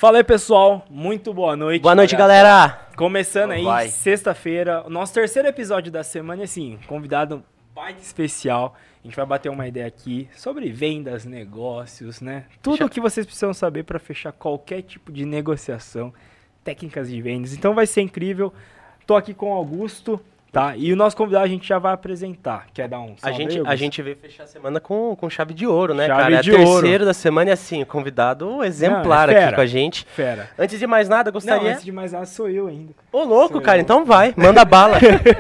Fala aí, pessoal. Muito boa noite. Boa noite, galera. Começando aí, sexta-feira, o nosso terceiro episódio da semana. E assim, convidado baita especial. A gente vai bater uma ideia aqui sobre vendas, negócios, né? Tudo o que vocês precisam saber para fechar qualquer tipo de negociação, técnicas de vendas. Então vai ser incrível. Tô aqui com o Augusto, tá? E o nosso convidado a gente já vai apresentar. Quer dar um salve aí, A gente veio fechar a semana com chave de ouro, né, chave cara? De é o ouro. terceiro da semana e assim, convidado exemplar fera, aqui com a gente. Fera. Antes de mais nada, gostaria... Não, antes de mais nada sou eu ainda. Ô, louco, Sou cara, eu. então vai, manda bala.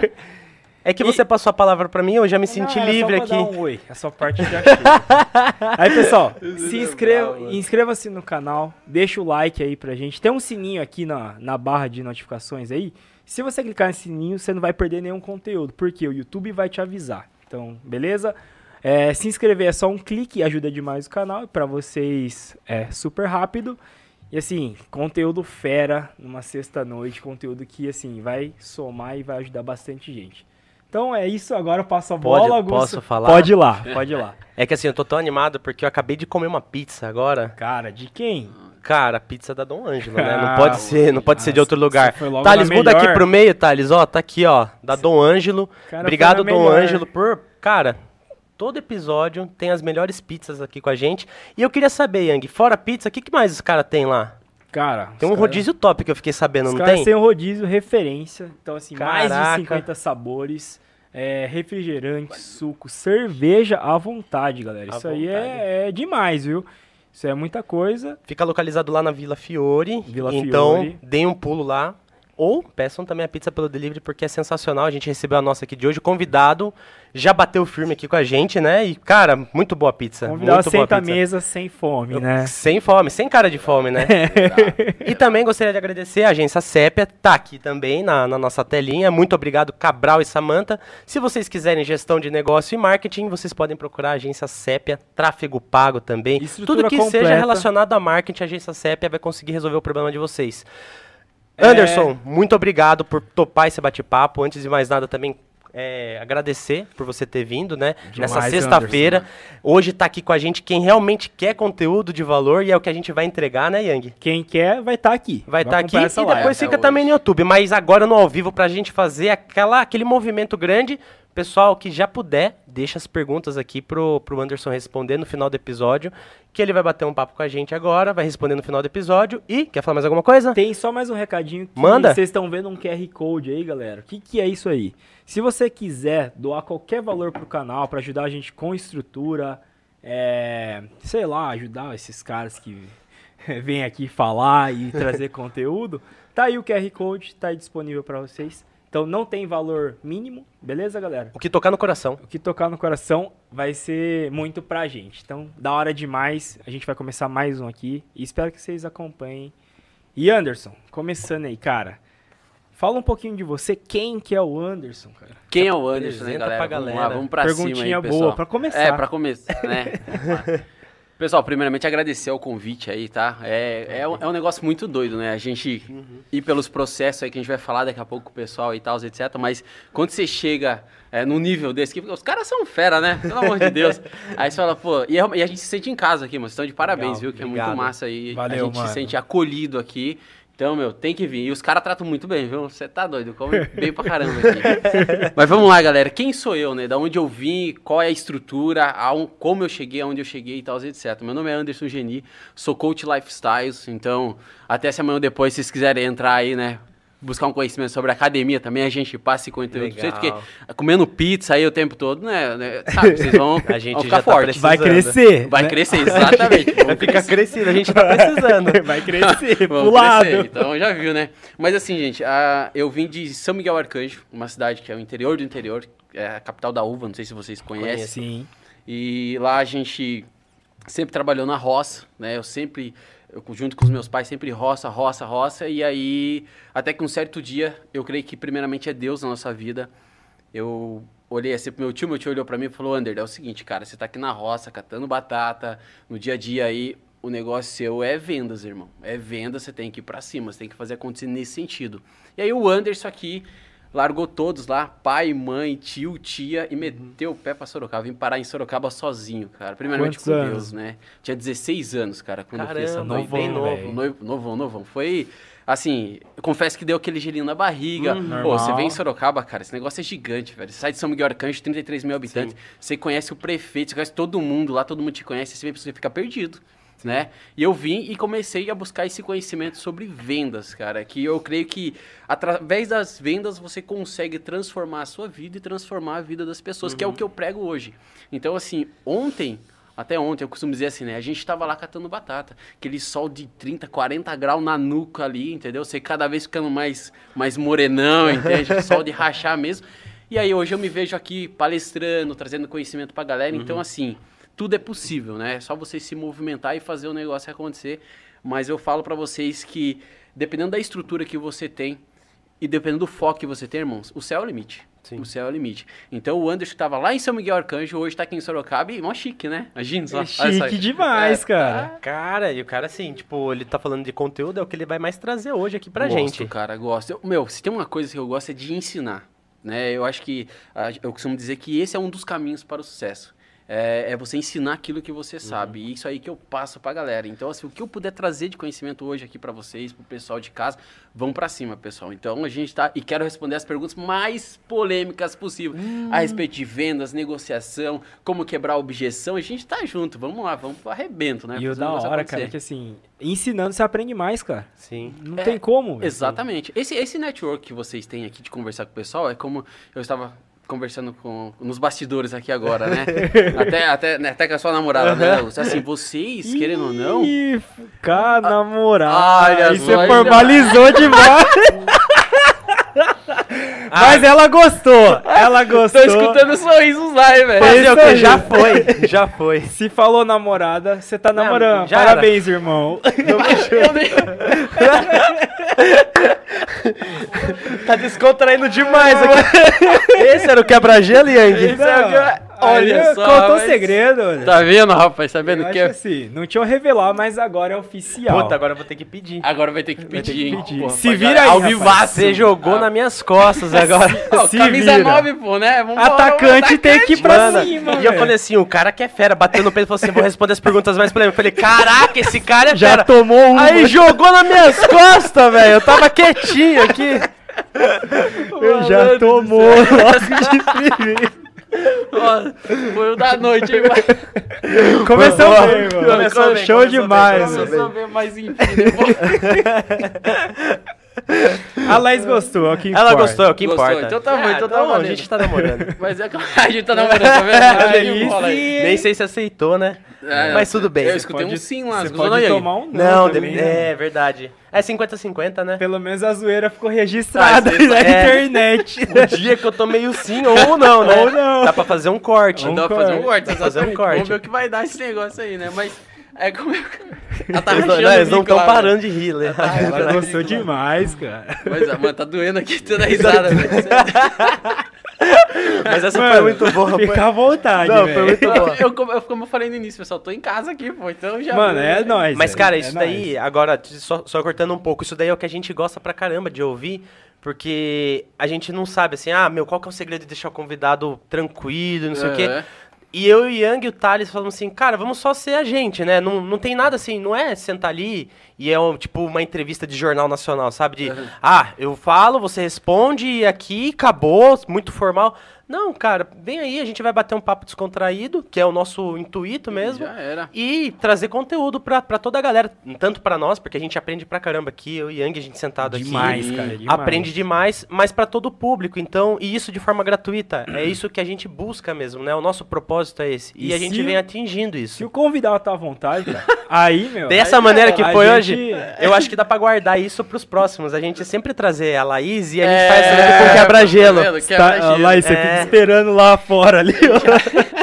É que você passou a palavra pra mim, eu já me senti livre aqui. Dar um oi, essa parte já chega. Aí, pessoal, inscreva-se no canal, deixa o like aí pra gente. Tem um sininho aqui na barra de notificações aí. Se você clicar nesse sininho, você não vai perder nenhum conteúdo, porque o YouTube vai te avisar. Então, beleza? Se inscrever é só um clique, ajuda demais o canal. Pra vocês é super rápido. E assim, conteúdo fera numa sexta-noite, conteúdo que assim vai somar e vai ajudar bastante gente. Então é isso, agora eu passo a bola, Augusto. Posso falar? Pode ir lá, pode ir lá. É que assim, eu tô tão animado porque eu acabei de comer uma pizza agora. Cara, de quem? Cara, a pizza da Dom Ângelo, né? Ah, Não pode ser de outro lugar. foi logo Thales, na muda melhor. aqui pro meio, Thales, ó, tá aqui, ó, da Dom Ângelo. Cara, Obrigado, foi na Dom melhor. Ângelo, por... Cara, todo episódio tem as melhores pizzas aqui com a gente. E eu queria saber, Yang, fora pizza, o que mais os caras têm lá? Cara, Tem um rodízio top que eu fiquei sabendo, os não caras tem? têm um rodízio referência, então assim, mais de Caraca. 50 sabores, refrigerante, suco, cerveja à vontade, galera. À Isso aí vontade. é demais, viu? Isso é muita coisa. Fica localizado lá na Vila Fiore. Vila então, Fiore. deem um pulo lá. Ou peçam também a pizza pelo delivery, porque é sensacional. A gente recebeu a nossa aqui de hoje. O convidado já bateu firme aqui com a gente, né? E, cara, muito boa pizza. Convidado Muito boa senta à pizza. mesa sem fome, né? Sem fome, sem cara de fome, né? E também gostaria de agradecer a agência Sépia, tá aqui também na nossa telinha. Muito obrigado, Cabral e Samanta. Se vocês quiserem gestão de negócio e marketing, vocês podem procurar a agência Sépia, tráfego pago também. Estrutura Tudo que completa. seja relacionado a marketing, a agência Sépia vai conseguir resolver o problema de vocês. Anderson, muito obrigado por topar esse bate-papo. Antes de mais nada, também agradecer por você ter vindo, né? Demais, Nessa sexta-feira. Anderson. Hoje tá aqui com a gente quem realmente quer conteúdo de valor e é o que a gente vai entregar, né, Yang? Quem quer vai estar aqui. Vai estar aqui acompanhar essa e live. depois fica também no YouTube. Mas agora no ao vivo pra gente fazer aquele movimento grande. Pessoal, que já puder, deixa as perguntas aqui pro Anderson responder no final do episódio, que ele vai bater um papo com a gente agora, vai responder no final do episódio. E, quer falar mais alguma coisa? Tem só mais um recadinho. Que Manda. Vocês estão vendo um QR Code aí, galera. O que é isso aí? Se você quiser doar qualquer valor pro canal, para ajudar a gente com estrutura, sei lá, ajudar esses caras que vêm aqui falar e trazer conteúdo, tá aí o QR Code, tá aí disponível para vocês. Então não tem valor mínimo, beleza, galera? O que tocar no coração. O que tocar no coração vai ser muito pra gente. Então, da hora demais, a gente vai começar mais um aqui e espero que vocês acompanhem. E Anderson, começando aí, cara, fala um pouquinho de você, quem que é o Anderson, cara? Quem é o Anderson, né, Apresenta galera? pra Vamos galera. lá, vamos pra cima aí, Perguntinha pessoal. boa, pra começar. Pra começar, né? Pessoal, primeiramente agradecer o convite aí, tá? É um negócio muito doido, né? A gente ir pelos processos aí que a gente vai falar daqui a pouco com o pessoal e tal, etc. Mas quando você chega num nível desse, que os caras são fera, né? Pelo amor de Deus. Aí você fala, pô... E a gente se sente em casa aqui, mano. Vocês estão de parabéns, Legal, viu? Que é obrigado. muito massa aí. Valeu, a gente mano. se sente acolhido aqui. Então, meu, tem que vir. E os caras tratam muito bem, viu? Você tá doido, come bem pra caramba aqui. Mas vamos lá, galera. Quem sou eu, né? Da onde eu vim, qual é a estrutura, como eu cheguei, aonde eu cheguei e tal, etc. Meu nome é Anderson Geni, sou coach lifestyles. Então, até se amanhã ou depois, se vocês quiserem entrar aí, né? Buscar um conhecimento sobre academia também, a gente passa esse conteúdo. Legal. Porque comendo pizza aí o tempo todo, né? Sabe, vocês vão, A gente vão já ficar tá fortes. Vai precisando. crescer. Vai né? crescer, exatamente. Vai Vamos ficar crescer. crescido, a gente tá precisando. Vai crescer, Vamos pro lado. crescer, então já viu, né? Mas assim, gente, eu vim de São Miguel Arcanjo, uma cidade que é o interior do interior, é a capital da uva, não sei se vocês conhecem. Sim. E lá a gente sempre trabalhou na roça, né? Junto com os meus pais, sempre roça. E aí, até que um certo dia, eu creio que primeiramente é Deus na nossa vida. Eu olhei assim pro meu tio olhou pra mim e falou, Ander, é o seguinte, cara, você tá aqui na roça, catando batata, no dia a dia aí, o negócio seu é vendas, irmão. É venda, você tem que ir pra cima, você tem que fazer acontecer nesse sentido. E aí o Anderson aqui, largou todos lá, pai, mãe, tio, tia, e meteu o pé pra Sorocaba. Vim parar em Sorocaba sozinho, cara. Primeiramente Quantos com anos? Deus, né? Tinha 16 anos, cara, quando eu fiz essa Caramba, doideira. bem novo. Novão. Foi, assim, eu confesso que deu aquele gelinho na barriga. Pô, Normal. você vem em Sorocaba, cara, esse negócio é gigante, velho. Você sai de São Miguel Arcanjo, 33 mil habitantes. Você conhece o prefeito, você conhece todo mundo lá, todo mundo te conhece. Você fica perdido. Né? E eu vim e comecei a buscar esse conhecimento sobre vendas, cara, que eu creio que através das vendas você consegue transformar a sua vida e transformar a vida das pessoas, que é o que eu prego hoje. Então, assim, até ontem, eu costumo dizer assim, né? A gente tava lá catando batata, aquele sol de 30, 40 graus na nuca ali, entendeu? Você cada vez ficando mais morenão, entende? Sol de rachar mesmo. E aí hoje eu me vejo aqui palestrando, trazendo conhecimento pra galera, então assim... Tudo é possível, né? É só você se movimentar e fazer o negócio acontecer. Mas eu falo pra vocês que, dependendo da estrutura que você tem e dependendo do foco que você tem, irmãos, o céu é o limite. Sim. O céu é o limite. Então o Anderson que tava lá em São Miguel Arcanjo, hoje tá aqui em Sorocaba e mó chique, né? Imagina só. É chique demais, cara. Cara, e o cara assim, tipo, ele tá falando de conteúdo, é o que ele vai mais trazer hoje aqui pra Gosto, gente. Cara, gosto. Se tem uma coisa que eu gosto é de ensinar, né? Eu acho que, eu costumo dizer que esse é um dos caminhos para o sucesso. É você ensinar aquilo que você sabe. E isso aí que eu passo pra galera. Então, assim, o que eu puder trazer de conhecimento hoje aqui pra vocês, pro pessoal de casa, vamos pra cima, pessoal. Então, a gente tá... E quero responder as perguntas mais polêmicas possível. A respeito de vendas, negociação, como quebrar a objeção. A gente tá junto. Vamos lá, vamos pro arrebento, né? E o Fazer da negócio hora, acontecer. cara, é que assim, ensinando você aprende mais, cara. Sim. Não tem como, velho. Exatamente. Esse network que vocês têm aqui de conversar com o pessoal é como eu estava conversando nos bastidores aqui agora, né? até com a sua namorada, né? Assim, vocês, querendo ou não... Ih, cara, namorada. Olha Aí só, você formalizou demais. Mas ela gostou. Ela gostou. Tô escutando sorrisos lá, hein, velho? Fazer o isso quê? aí. Já foi. Se falou namorada, você tá namorando. já Parabéns, irmão. Tá descontraindo demais aqui. Esse era o quebra-gelo, Yang? Olha só, Contou o mas- segredo, olha. Tá vendo, rapaz? Tá vendo Eu que... acho assim, não tinham revelado, mas agora é oficial. Puta, agora eu vou ter que pedir. Agora vai ter que pedir, hein? pedir. Pô, Se rapaziada, vira aí, ao rapaz. vivaço. Você jogou nas minhas costas agora. Ó, Se camisa vira. 9, pô, né? Vambora, Atacante tem que ir pra Mano, cima, e eu velho. falei assim, o cara que é fera, bateu no peito e falou assim, vou responder as perguntas mais polêmicas. Eu falei, caraca, esse cara é Já fera. tomou um. Aí jogou nas minhas costas, velho. Eu tava quietinho aqui. Já tomou logo de primeiro. Ó, foi o da noite, hein, mano? Começou Boa. bem, mano. Começou bem, Show começou demais. bem, começou Começou a ver, mas enfim, né? A Laís gostou, é o que importa. Ela gostou, é o que Gostou, importa. então tá bom, então tá a valendo. gente tá namorando. Mas é que a gente tá namorando, tá vendo? Aí Rola aí. sim. Nem sei se aceitou, né? Mas tudo bem. Eu escutei Pode- um sim lá. Você escutou, pode não, Yang? tomar um Não, também, né? é verdade. É 50-50, né? Pelo menos a zoeira ficou registrada Ah, isso na aí. internet. O dia que eu tô meio sim ou não, né? Ou não. Dá pra fazer um corte. Dá pra fazer um corte, Dá pra fazer um exatamente. corte. Vamos ver o que vai dar esse negócio aí, né? Mas é como... Ela tá Eles rachando eles o não bico estão lá, parando de rir, né? Ela gostou demais, cara. Mas, mano, tá doendo aqui toda a risada, velho. Mas essa Mano, foi muito boa. Fica à vontade, Não, velho. foi muito boa. Como eu falei no início, pessoal, tô em casa aqui, pô, então já... Mano, é nóis. Mas, velho, cara, é isso nóis. daí, agora, só cortando um pouco, isso daí é o que a gente gosta pra caramba de ouvir, porque a gente não sabe, assim, qual que é o segredo de deixar o convidado tranquilo, não sei o quê. É. E eu, o Yang e o Thales falamos assim, cara, vamos só ser a gente, né? Não tem nada assim, não é sentar ali e é tipo uma entrevista de jornal nacional, sabe? De, eu falo, você responde e aqui acabou, muito formal. Não, cara, vem aí, a gente vai bater um papo descontraído, que é o nosso intuito mesmo. Já era. E trazer conteúdo pra toda a galera, tanto pra nós, porque a gente aprende pra caramba aqui, eu e Yang, a gente sentado Demais, aqui. cara, demais. Aprende demais, mas pra todo o público, então, e isso de forma gratuita, é isso que a gente busca mesmo, né? O nosso propósito é esse, e a gente vem atingindo Se isso. o convidado tá à vontade, cara, aí, meu... Dessa aí, maneira que a foi gente- hoje, eu acho que dá pra guardar isso pros próximos, a gente sempre trazer a Laís e a gente É, faz sempre com quebra-gelo. tá vendo? Tá, Quebra-gelo. Laís, você É. fica esperando lá fora ali, ó.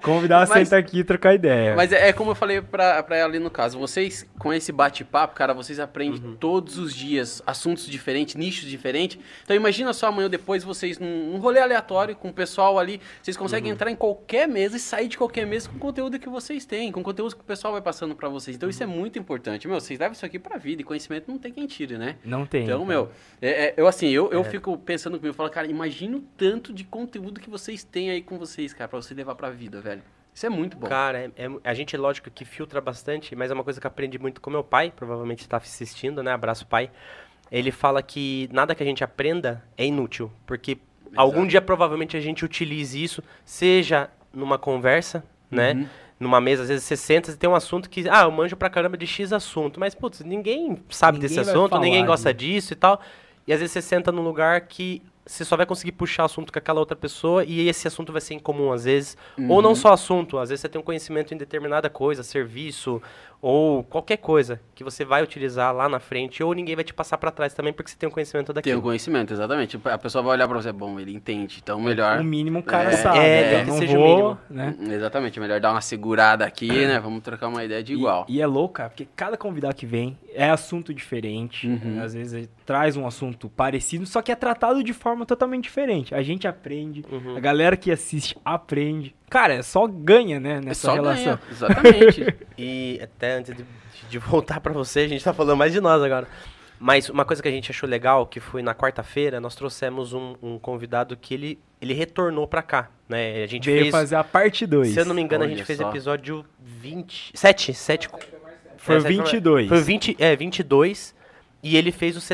Convidar, senta aqui e trocar ideia. Mas é como eu falei pra ela ali no caso. Vocês, com esse bate-papo, cara, vocês aprendem todos os dias assuntos diferentes, nichos diferentes. Então imagina só amanhã ou depois vocês num rolê aleatório com o pessoal ali. Vocês conseguem entrar em qualquer mesa e sair de qualquer mesa com o conteúdo que vocês têm, com o conteúdo que o pessoal vai passando pra vocês. Então isso é muito importante. Meu, vocês levam isso aqui pra vida e conhecimento não tem quem tire, né? Não tem. Então, meu, eu fico pensando comigo, eu falo, cara, imagina o tanto de conteúdo que vocês têm aí com vocês, cara, pra você levar pra vida, velho. Isso é muito bom. Cara, a gente, lógico, que filtra bastante, mas é uma coisa que eu aprendi muito com meu pai, provavelmente está assistindo, né? Abraço, pai. Ele fala que nada que a gente aprenda é inútil, porque algum dia provavelmente a gente utilize isso, seja numa conversa, né? Numa mesa, às vezes você senta e tem um assunto que, eu manjo pra caramba de X assunto, mas, putz, ninguém sabe desse assunto, ninguém gosta disso e tal. E às vezes você senta num lugar que você só vai conseguir puxar assunto com aquela outra pessoa e esse assunto vai ser incomum às vezes. Ou não só assunto, às vezes você tem um conhecimento em determinada coisa, serviço ou qualquer coisa que você vai utilizar lá na frente, ou ninguém vai te passar pra trás também porque você tem um conhecimento daquilo. Tem um conhecimento, exatamente. A pessoa vai olhar pra você, bom, ele entende, então melhor... O mínimo o cara sabe. Tem que seja o mínimo. Né? Exatamente, melhor dar uma segurada aqui, né? Vamos trocar uma ideia de igual. E é louco, cara, porque cada convidado que vem é assunto diferente. Às vezes ele traz um assunto parecido, só que é tratado de forma totalmente diferente. A gente aprende, a galera que assiste aprende. Cara, é só ganha, né, nessa relação. Ganha, exatamente. E até antes de voltar pra você, a gente tá falando mais de nós agora. Mas uma coisa que a gente achou legal, que foi na quarta-feira, nós trouxemos um convidado que ele retornou pra cá, né? A gente veio fazer a parte 2. Se eu não me engano, a gente fez episódio 27. Foi 22. Foi 22. E ele fez o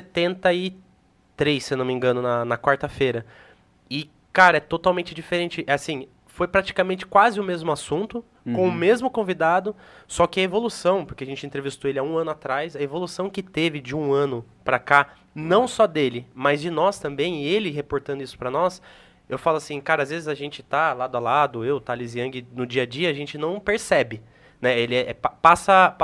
73, se eu não me engano, na quarta-feira. E, cara, é totalmente diferente. É assim, foi praticamente quase o mesmo assunto, com o mesmo convidado, só que a evolução, porque a gente entrevistou ele há 1 ano atrás, a evolução que teve de 1 ano pra cá, não só dele, mas de nós também, e ele reportando isso pra nós, eu falo assim, cara, às vezes a gente tá lado a lado, eu, Thales Young, no dia a dia, a gente não percebe, né? Ele passa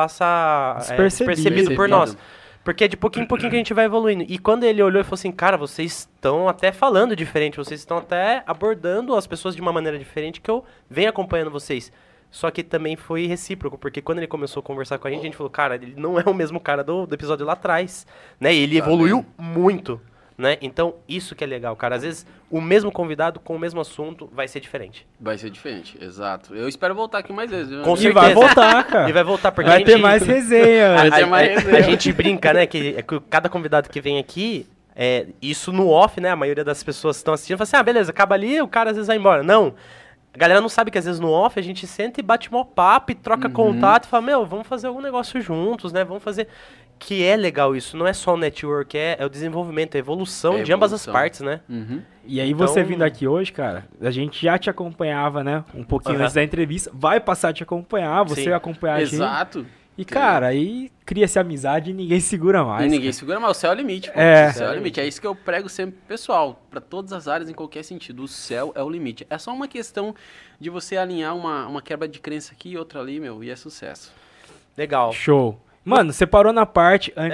despercebido por nós. Porque é de pouquinho em pouquinho que a gente vai evoluindo. E quando ele olhou e falou assim, cara, vocês estão até falando diferente, vocês estão até abordando as pessoas de uma maneira diferente que eu venho acompanhando vocês. Só que também foi recíproco, porque quando ele começou a conversar com a gente falou, cara, ele não é o mesmo cara do episódio lá atrás, né? E ele evoluiu muito, né? Então, isso que é legal, cara. Às vezes, o mesmo convidado com o mesmo assunto vai ser diferente. Vai ser diferente, exato. Eu espero voltar aqui mais vezes. Viu? Com certeza. E vai voltar, cara. E vai voltar, porque vai ter mais resenha. A gente brinca, né, que cada convidado que vem aqui, isso no off, né, a maioria das pessoas que estão assistindo, fala assim, beleza, acaba ali, o cara às vezes vai embora. Não, a galera não sabe que às vezes no off a gente senta e bate mó papo e troca contato e fala, vamos fazer algum negócio juntos, né, vamos fazer... Que é legal isso, não é só o network, é o desenvolvimento, a evolução de ambas as partes, né? E aí você vindo aqui hoje, cara, a gente já te acompanhava, né? Um pouquinho antes da entrevista, vai passar a te acompanhar, você vai acompanhar a gente. Exato. E, cara, aí cria-se amizade e ninguém segura mais. E ninguém segura mais, o céu é o limite. Pô. O céu é o limite, é isso que eu prego sempre pro pessoal, pra todas as áreas, em qualquer sentido, o céu é o limite. É só uma questão de você alinhar uma quebra de crença aqui e outra ali, meu, e é sucesso. Legal. Show. Mano, você parou na parte antes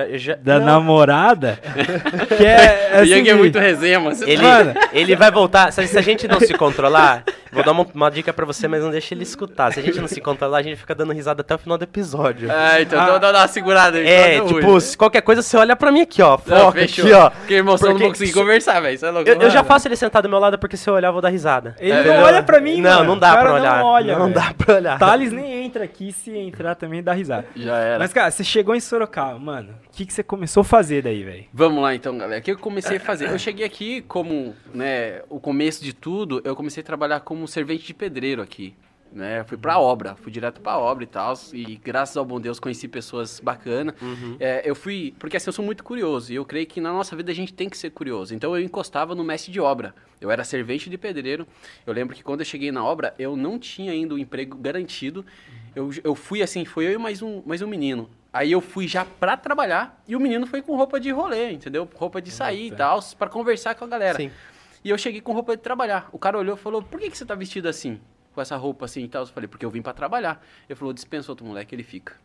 da não. namorada, que é assim... E é muito resenha, mano. Ele vai voltar, se a gente não se controlar, vou dar uma dica pra você, mas não deixa ele escutar. Se a gente não se controlar, a gente fica dando risada até o final do episódio. Então dá uma segurada aí. Se qualquer coisa, você olha pra mim aqui, ó. Foca aqui, ó. Porque emoção, não vou conseguir conversar, velho. Eu já faço ele sentar do meu lado, porque se eu olhar, eu vou dar risada. Ele não olha pra mim, mano. Não dá pra olhar. Não dá pra olhar. Thales nem entra aqui, se entrar também dá risada. Já era. Mas, cara, você chegou em Sorocaba, mano. O que você começou a fazer daí, velho? Vamos lá, então, galera. O que eu comecei a fazer? Eu cheguei aqui como, né, o começo de tudo, eu comecei a trabalhar como servente de pedreiro aqui, né? Fui pra obra, fui direto pra obra e tal, e graças ao bom Deus conheci pessoas bacanas. Eu fui, porque assim, eu sou muito curioso, e eu creio que na nossa vida a gente tem que ser curioso. Então eu encostava no mestre de obra. Eu era servente de pedreiro. Eu lembro que quando eu cheguei na obra, eu não tinha ainda um emprego garantido. Eu fui assim, foi eu e mais um menino. Aí eu fui já pra trabalhar e o menino foi com roupa de rolê, entendeu? Roupa de sair e tal, pra conversar com a galera. Sim. E eu cheguei com roupa de trabalhar. O cara olhou e falou, por que você tá vestido assim? Com essa roupa assim e tal? Eu falei, porque eu vim pra trabalhar. Ele falou, dispensa outro moleque, ele fica.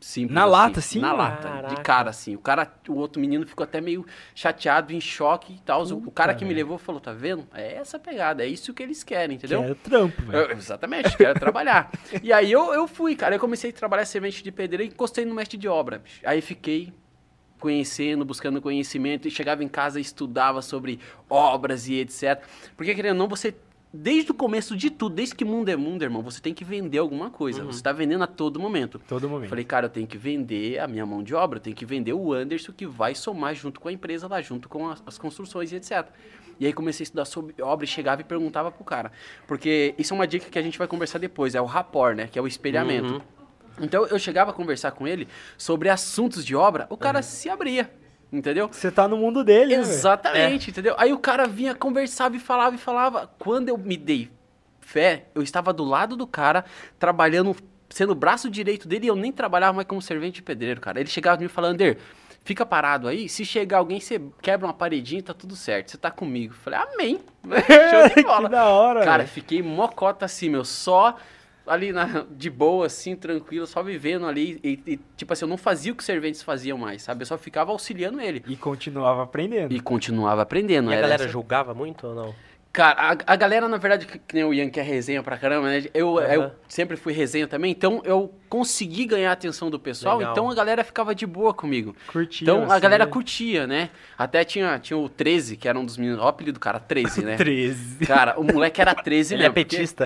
Simples, Na lata, sim? Na lata, Caraca. de cara, assim. O outro menino ficou até meio chateado, em choque e tal. O cara que me levou falou, tá vendo? É essa a pegada, é isso que eles querem, entendeu? É trampo, velho. Exatamente, quero trabalhar. E aí eu fui, cara. Eu comecei a trabalhar semente de pedreiro e encostei no mestre de obra. Bicho. Aí fiquei conhecendo, buscando conhecimento. E chegava em casa e estudava sobre obras e etc. Porque, querendo ou não, você... Desde o começo de tudo, desde que mundo é mundo, irmão, você tem que vender alguma coisa. Você tá vendendo a todo momento. Todo momento. Falei, cara, eu tenho que vender a minha mão de obra, eu tenho que vender o Anderson que vai somar junto com a empresa lá, junto com as construções e etc. E aí comecei a estudar sobre obra e chegava e perguntava pro cara. Porque isso é uma dica que a gente vai conversar depois, é o rapport, né? Que é o espelhamento. Então eu chegava a conversar com ele sobre assuntos de obra, o cara se abria. Entendeu? Você tá no mundo dele, né, velho? Exatamente, entendeu? Aí o cara vinha, conversava e falava. Quando eu me dei fé, eu estava do lado do cara, trabalhando, sendo o braço direito dele, e eu nem trabalhava mais como servente de pedreiro, cara. Ele chegava me falando, Ander, fica parado aí, se chegar alguém, você quebra uma paredinha e tá tudo certo, você tá comigo. Falei, amém. Show de bola. Que da hora, cara, velho. fiquei mocota assim, meu, só... ali de boa, assim, tranquilo, só vivendo ali. E, tipo assim, eu não fazia o que os serventes faziam mais, sabe? Eu só ficava auxiliando ele. E continuava aprendendo. E continuava aprendendo. E a era galera essa- julgava muito ou não? Cara, a galera, na verdade, que nem o Ian, que é resenha pra caramba, né? Eu sempre fui resenha também, então eu consegui ganhar a atenção do pessoal, Legal. então a galera ficava de boa comigo. Curtia, Então a assim, galera né? curtia, né? Até tinha o 13, que era um dos meninos. Olha o apelido do cara, 13, né? 13. Cara, o moleque era 13 Ele é mesmo. porque- petista.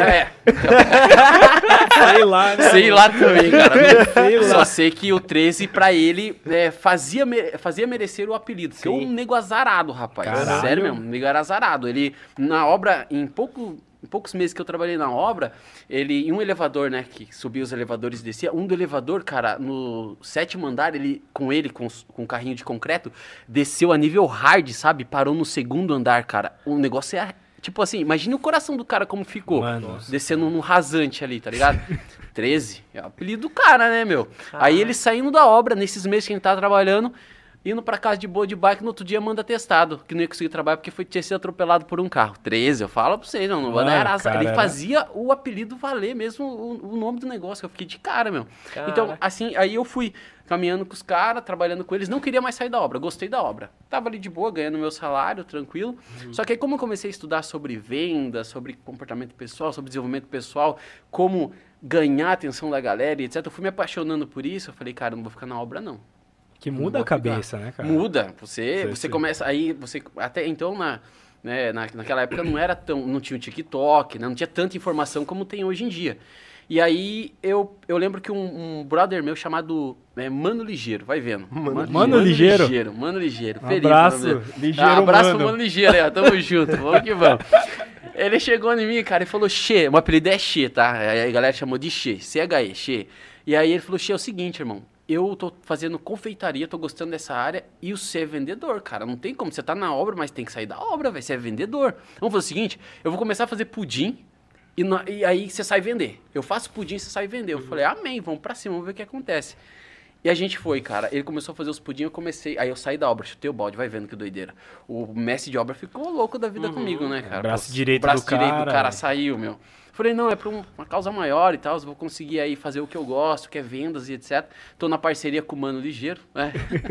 Sei lá, né? Sei lá também, cara. Sei lá. Só sei que o 13, pra ele, fazia merecer o apelido. Porque é um nego azarado, rapaz. Caralho. Sério mesmo, um nego era azarado. Ele, na obra, em poucos meses que eu trabalhei na obra, ele, em um elevador, né, que subia os elevadores e descia, um do elevador, cara, no 7º andar, ele, com um carrinho de concreto, desceu a nível hard, sabe? Parou no 2º andar, cara. O negócio é... Tipo assim, imagina o coração do cara como ficou. Mano. Descendo no rasante ali, tá ligado? 13. É o apelido do cara, né, meu? Aí ele saindo da obra, nesses meses que a gente tava trabalhando, indo pra casa de boa de bike, no outro dia manda atestado, que não ia conseguir trabalhar porque tinha sido atropelado por um carro. 13, eu falo pra vocês, não vou Mano, dar araça. cara, Ele era- fazia o apelido valer mesmo, o nome do negócio, que eu fiquei de cara, meu. Cara. Então, assim, aí eu fui caminhando com os caras, trabalhando com eles, não queria mais sair da obra, gostei da obra. Tava ali de boa, ganhando meu salário, tranquilo. Só que aí como eu comecei a estudar sobre venda, sobre comportamento pessoal, sobre desenvolvimento pessoal, como ganhar a atenção da galera e etc, eu fui me apaixonando por isso, eu falei, cara, eu não vou ficar na obra não. Que Não muda vou a cabeça, né, cara? Muda, você Sei. começa, aí você, até então naquela época não tinha o TikTok, né, não tinha tanta informação como tem hoje em dia. E aí eu lembro que um brother meu chamado Mano Ligeiro, vai vendo. Mano Ligeiro? Mano Ligeiro. Um feliz, abraço, vamos dizer. Ligeiro Abraço Mano. pro Mano Ligeiro aí, ó, tamo junto, vamos que vamos. Ele chegou em mim, cara, e falou, Xê, o apelido é Xê, tá? Aí a galera chamou de Xê, CHE, Xê. E aí ele falou, Xê, é o seguinte, irmão, eu tô fazendo confeitaria, tô gostando dessa área, e você é vendedor, cara, não tem como, você tá na obra, mas tem que sair da obra, velho, você é vendedor. Vamos fazer o seguinte, eu vou começar a fazer pudim, e aí você sai vender. Eu faço pudim, você sai vender. Eu falei, amém, vamos pra cima, vamos ver o que acontece. E a gente foi, cara. Ele começou a fazer os pudim, eu comecei... Aí eu saí da obra, chutei o balde, vai vendo que doideira. O mestre de obra ficou louco da vida comigo, né, cara? Braço Pô, direito braço do direito do cara, cara velho. saiu, meu. Falei, não, é pra uma causa maior e tal, eu vou conseguir aí fazer o que eu gosto, que é vendas e etc. Tô na parceria com o Mano Ligeiro, né?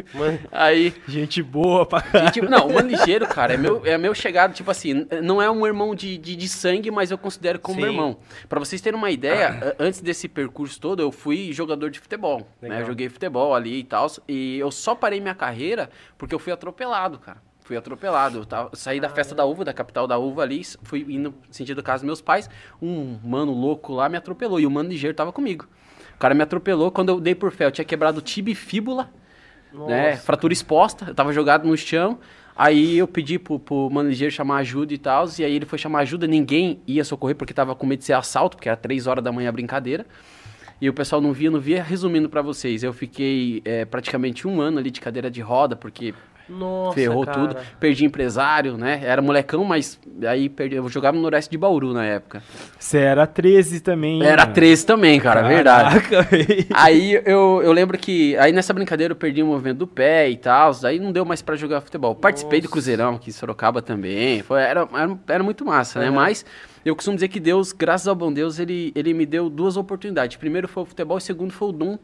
Aí... Gente boa pra caralho. Gente, não, o Mano Ligeiro, cara, é meu chegado, tipo assim, não é um irmão de sangue, mas eu considero como Sim. meu irmão. Pra vocês terem uma ideia, antes desse percurso todo, eu fui jogador de futebol, né? Legal. Eu joguei futebol ali e tal, e eu só parei minha carreira porque eu fui atropelado, cara. Fui atropelado, eu saí da festa da uva, da capital da uva ali, fui indo no sentido da casa dos meus pais, um mano louco lá me atropelou, e o Mano Ligeiro tava comigo. O cara me atropelou, quando eu dei por fé, eu tinha quebrado tibia e fíbula, né, fratura exposta, eu tava jogado no chão, aí eu pedi pro Mano Ligeiro chamar ajuda e tal, e aí ele foi chamar ajuda, ninguém ia socorrer porque tava com medo de ser assalto, porque era 3 horas da manhã a brincadeira, e o pessoal não via, resumindo pra vocês, eu fiquei praticamente 1 ano ali de cadeira de roda, porque Nossa, ferrou cara. tudo, perdi empresário, né, era molecão, mas aí eu jogava no Noroeste de Bauru na época. Você era 13 também. Era mano. 13 também, cara, verdade. Caraca, velho. Aí eu lembro que, aí nessa brincadeira eu perdi o movimento do pé e tal, daí não deu mais pra jogar futebol. Participei do Cruzeirão aqui em Sorocaba também, era muito massa, né? Mas eu costumo dizer que Deus, graças ao bom Deus, ele me deu 2 oportunidades. Primeiro foi o futebol e segundo foi o dom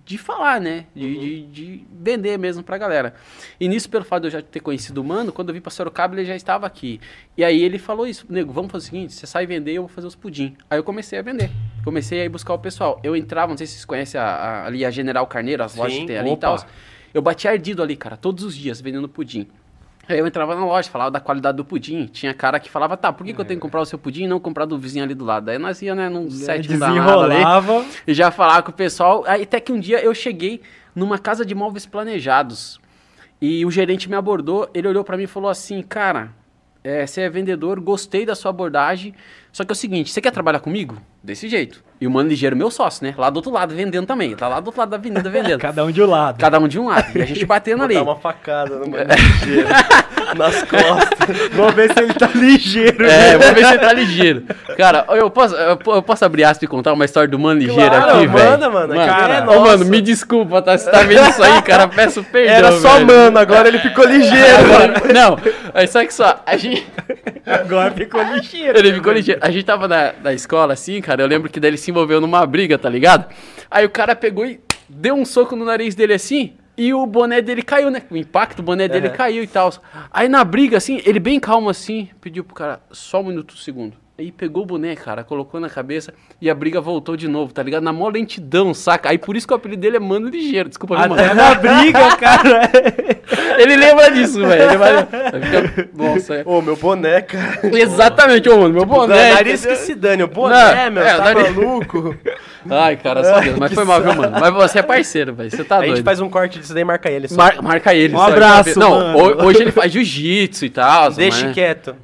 de falar, né? De vender mesmo pra galera. E nisso, pelo fato de eu já ter conhecido o Mano, quando eu vim pra Sorocaba, ele já estava aqui. E aí ele falou isso, nego, vamos fazer o seguinte, você sai vender, eu vou fazer os pudim. Aí eu comecei a vender. Comecei a ir buscar o pessoal. Eu entrava, não sei se vocês conhecem ali a General Carneiro, as lojas que tem ali e tal. Eu batia ardido ali, cara, todos os dias, vendendo pudim. Aí eu entrava na loja, falava da qualidade do pudim. Tinha cara que falava, tá, por que eu tenho que comprar o seu pudim e não comprar do vizinho ali do lado? Aí nós ia, né, num set desenrolava e já falava com o pessoal. Aí até que um dia eu cheguei numa casa de móveis planejados e o gerente me abordou, ele olhou pra mim e falou assim, cara, você é vendedor, gostei da sua abordagem, só que é o seguinte, você quer trabalhar comigo? Desse jeito. E o Mano Ligeiro, meu sócio, né? Lá do outro lado, vendendo também. Tá lá do outro lado da avenida vendendo. Cada um de um lado. Cada um de um lado. E a gente batendo ali. Vou dar uma facada no Mano Ligeiro. Nas costas. Vamos ver se ele tá ligeiro. Vamos ver se ele tá ligeiro. Cara, eu posso abrir aspas e contar uma história do Mano Ligeiro claro, aqui, velho? Mano. Cara, mano, me desculpa, tá? Você tá vendo isso aí, cara? Peço perdão, era só velho. Mano, agora ele ficou ligeiro. Agora, não, aí só que só, a gente... Agora ficou ligeiro. Ele ficou ligeiro. A gente tava na escola assim, cara, eu lembro que daí ele se envolveu numa briga, tá ligado? Aí o cara pegou e deu um soco no nariz dele assim, e o boné dele caiu, né? O impacto do boné dele caiu e tal. Aí na briga, assim, ele bem calmo assim, pediu pro cara, só um minuto, um segundo. Aí pegou o boné, cara, colocou na cabeça e a briga voltou de novo, tá ligado? Na maior lentidão, saca? Aí por isso que o apelido dele é Mano Ligeiro, desculpa, viu, mano? Até na briga, cara. Ele lembra disso, velho. Ele vai ficar... Nossa, Ô, meu boné, cara. Exatamente, ô, mano, meu boné. Nariz que se dane, o boné, Não, meu, tá nariz... maluco? Ai, cara, só Deus. Mas foi mal, viu, mano? Mas você é parceiro, velho. Você tá doido. A gente faz um corte disso daí e marca ele. Marca ele. Um abraço, não, mano. hoje ele faz jiu-jitsu e tal. Deixa quieto.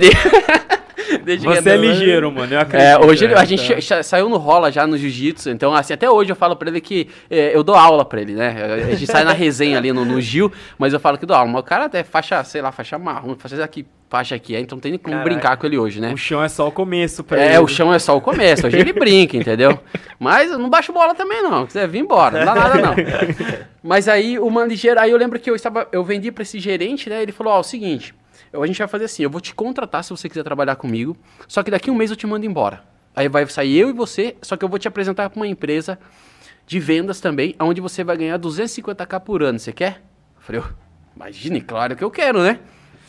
Você é ligeiro, mano, eu acredito. Hoje a gente saiu no rola já no jiu-jitsu, então assim, até hoje eu falo pra ele que eu dou aula pra ele, né? A gente sai na resenha ali no Gil, mas eu falo que dou aula. Mas o cara até faixa, sei lá, faixa marrom, faixa aqui, então não tem como brincar com ele hoje, né? O chão é só o começo pra ele. O chão é só o começo, hoje ele brinca, entendeu? Mas eu não baixo bola também não, quiser vir embora, não dá nada não. Mas aí o Mano Ligeiro, aí eu lembro que eu vendi pra esse gerente, né? Ele falou, ó, o seguinte... A gente vai fazer assim, eu vou te contratar se você quiser trabalhar comigo, só que daqui um mês eu te mando embora. Aí vai sair eu e você, só que eu vou te apresentar para uma empresa de vendas também, onde você vai ganhar 250k por ano, você quer? Eu falei, imagine, claro que eu quero, né?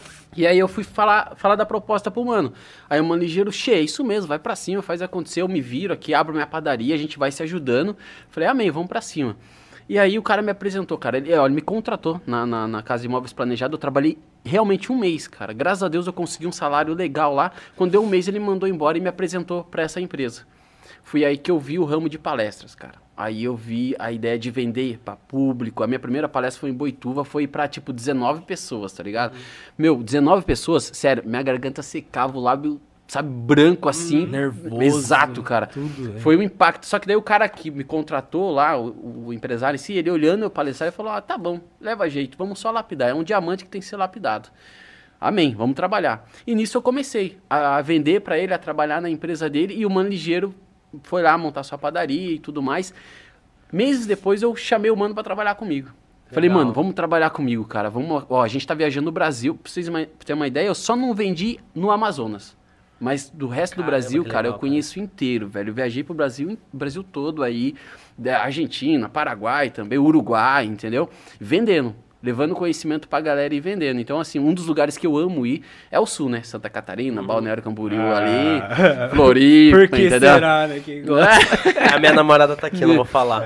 E aí eu fui falar da proposta pro Mano. Aí o Mano Ligeiro, é isso mesmo, vai pra cima, faz acontecer, eu me viro aqui, abro minha padaria, a gente vai se ajudando. Falei, amém, vamos pra cima. E aí o cara me apresentou, cara, ele me contratou na Casa de Imóveis Planejado, eu trabalhei realmente um mês, cara. Graças a Deus eu consegui um salário legal lá. Quando deu um mês ele me mandou embora e me apresentou pra essa empresa. Foi aí que eu vi o ramo de palestras, cara. Aí eu vi a ideia de vender pra público. A minha primeira palestra foi em Boituva, foi pra, 19 pessoas, tá ligado? Meu, 19 pessoas, sério, minha garganta secava, o lábio... Sabe, branco assim. Nervoso. Exato, cara. Tudo, Foi um impacto. Só que daí o cara que me contratou lá, o empresário em si, ele olhando eu palestrar, ele falou, tá bom, leva jeito, vamos só lapidar. É um diamante que tem que ser lapidado. Amém, vamos trabalhar. E nisso eu comecei a vender pra ele, a trabalhar na empresa dele, e o Mano Ligeiro foi lá montar sua padaria e tudo mais. Meses depois eu chamei o Mano pra trabalhar comigo. Falei, mano, vamos trabalhar comigo, cara. A gente tá viajando no Brasil. Pra vocês terem uma ideia, eu só não vendi no Amazonas. Mas do resto do Brasil, cara, eu conheço inteiro, velho. Eu viajei pro Brasil todo aí, da Argentina, Paraguai também, Uruguai, entendeu? Vendendo, levando conhecimento pra galera e vendendo. Então, assim, um dos lugares que eu amo ir é o sul, né? Santa Catarina, Balneário Camboriú ali, Floripa, por que entendeu? será, né? Que A minha namorada tá aqui, eu não vou falar.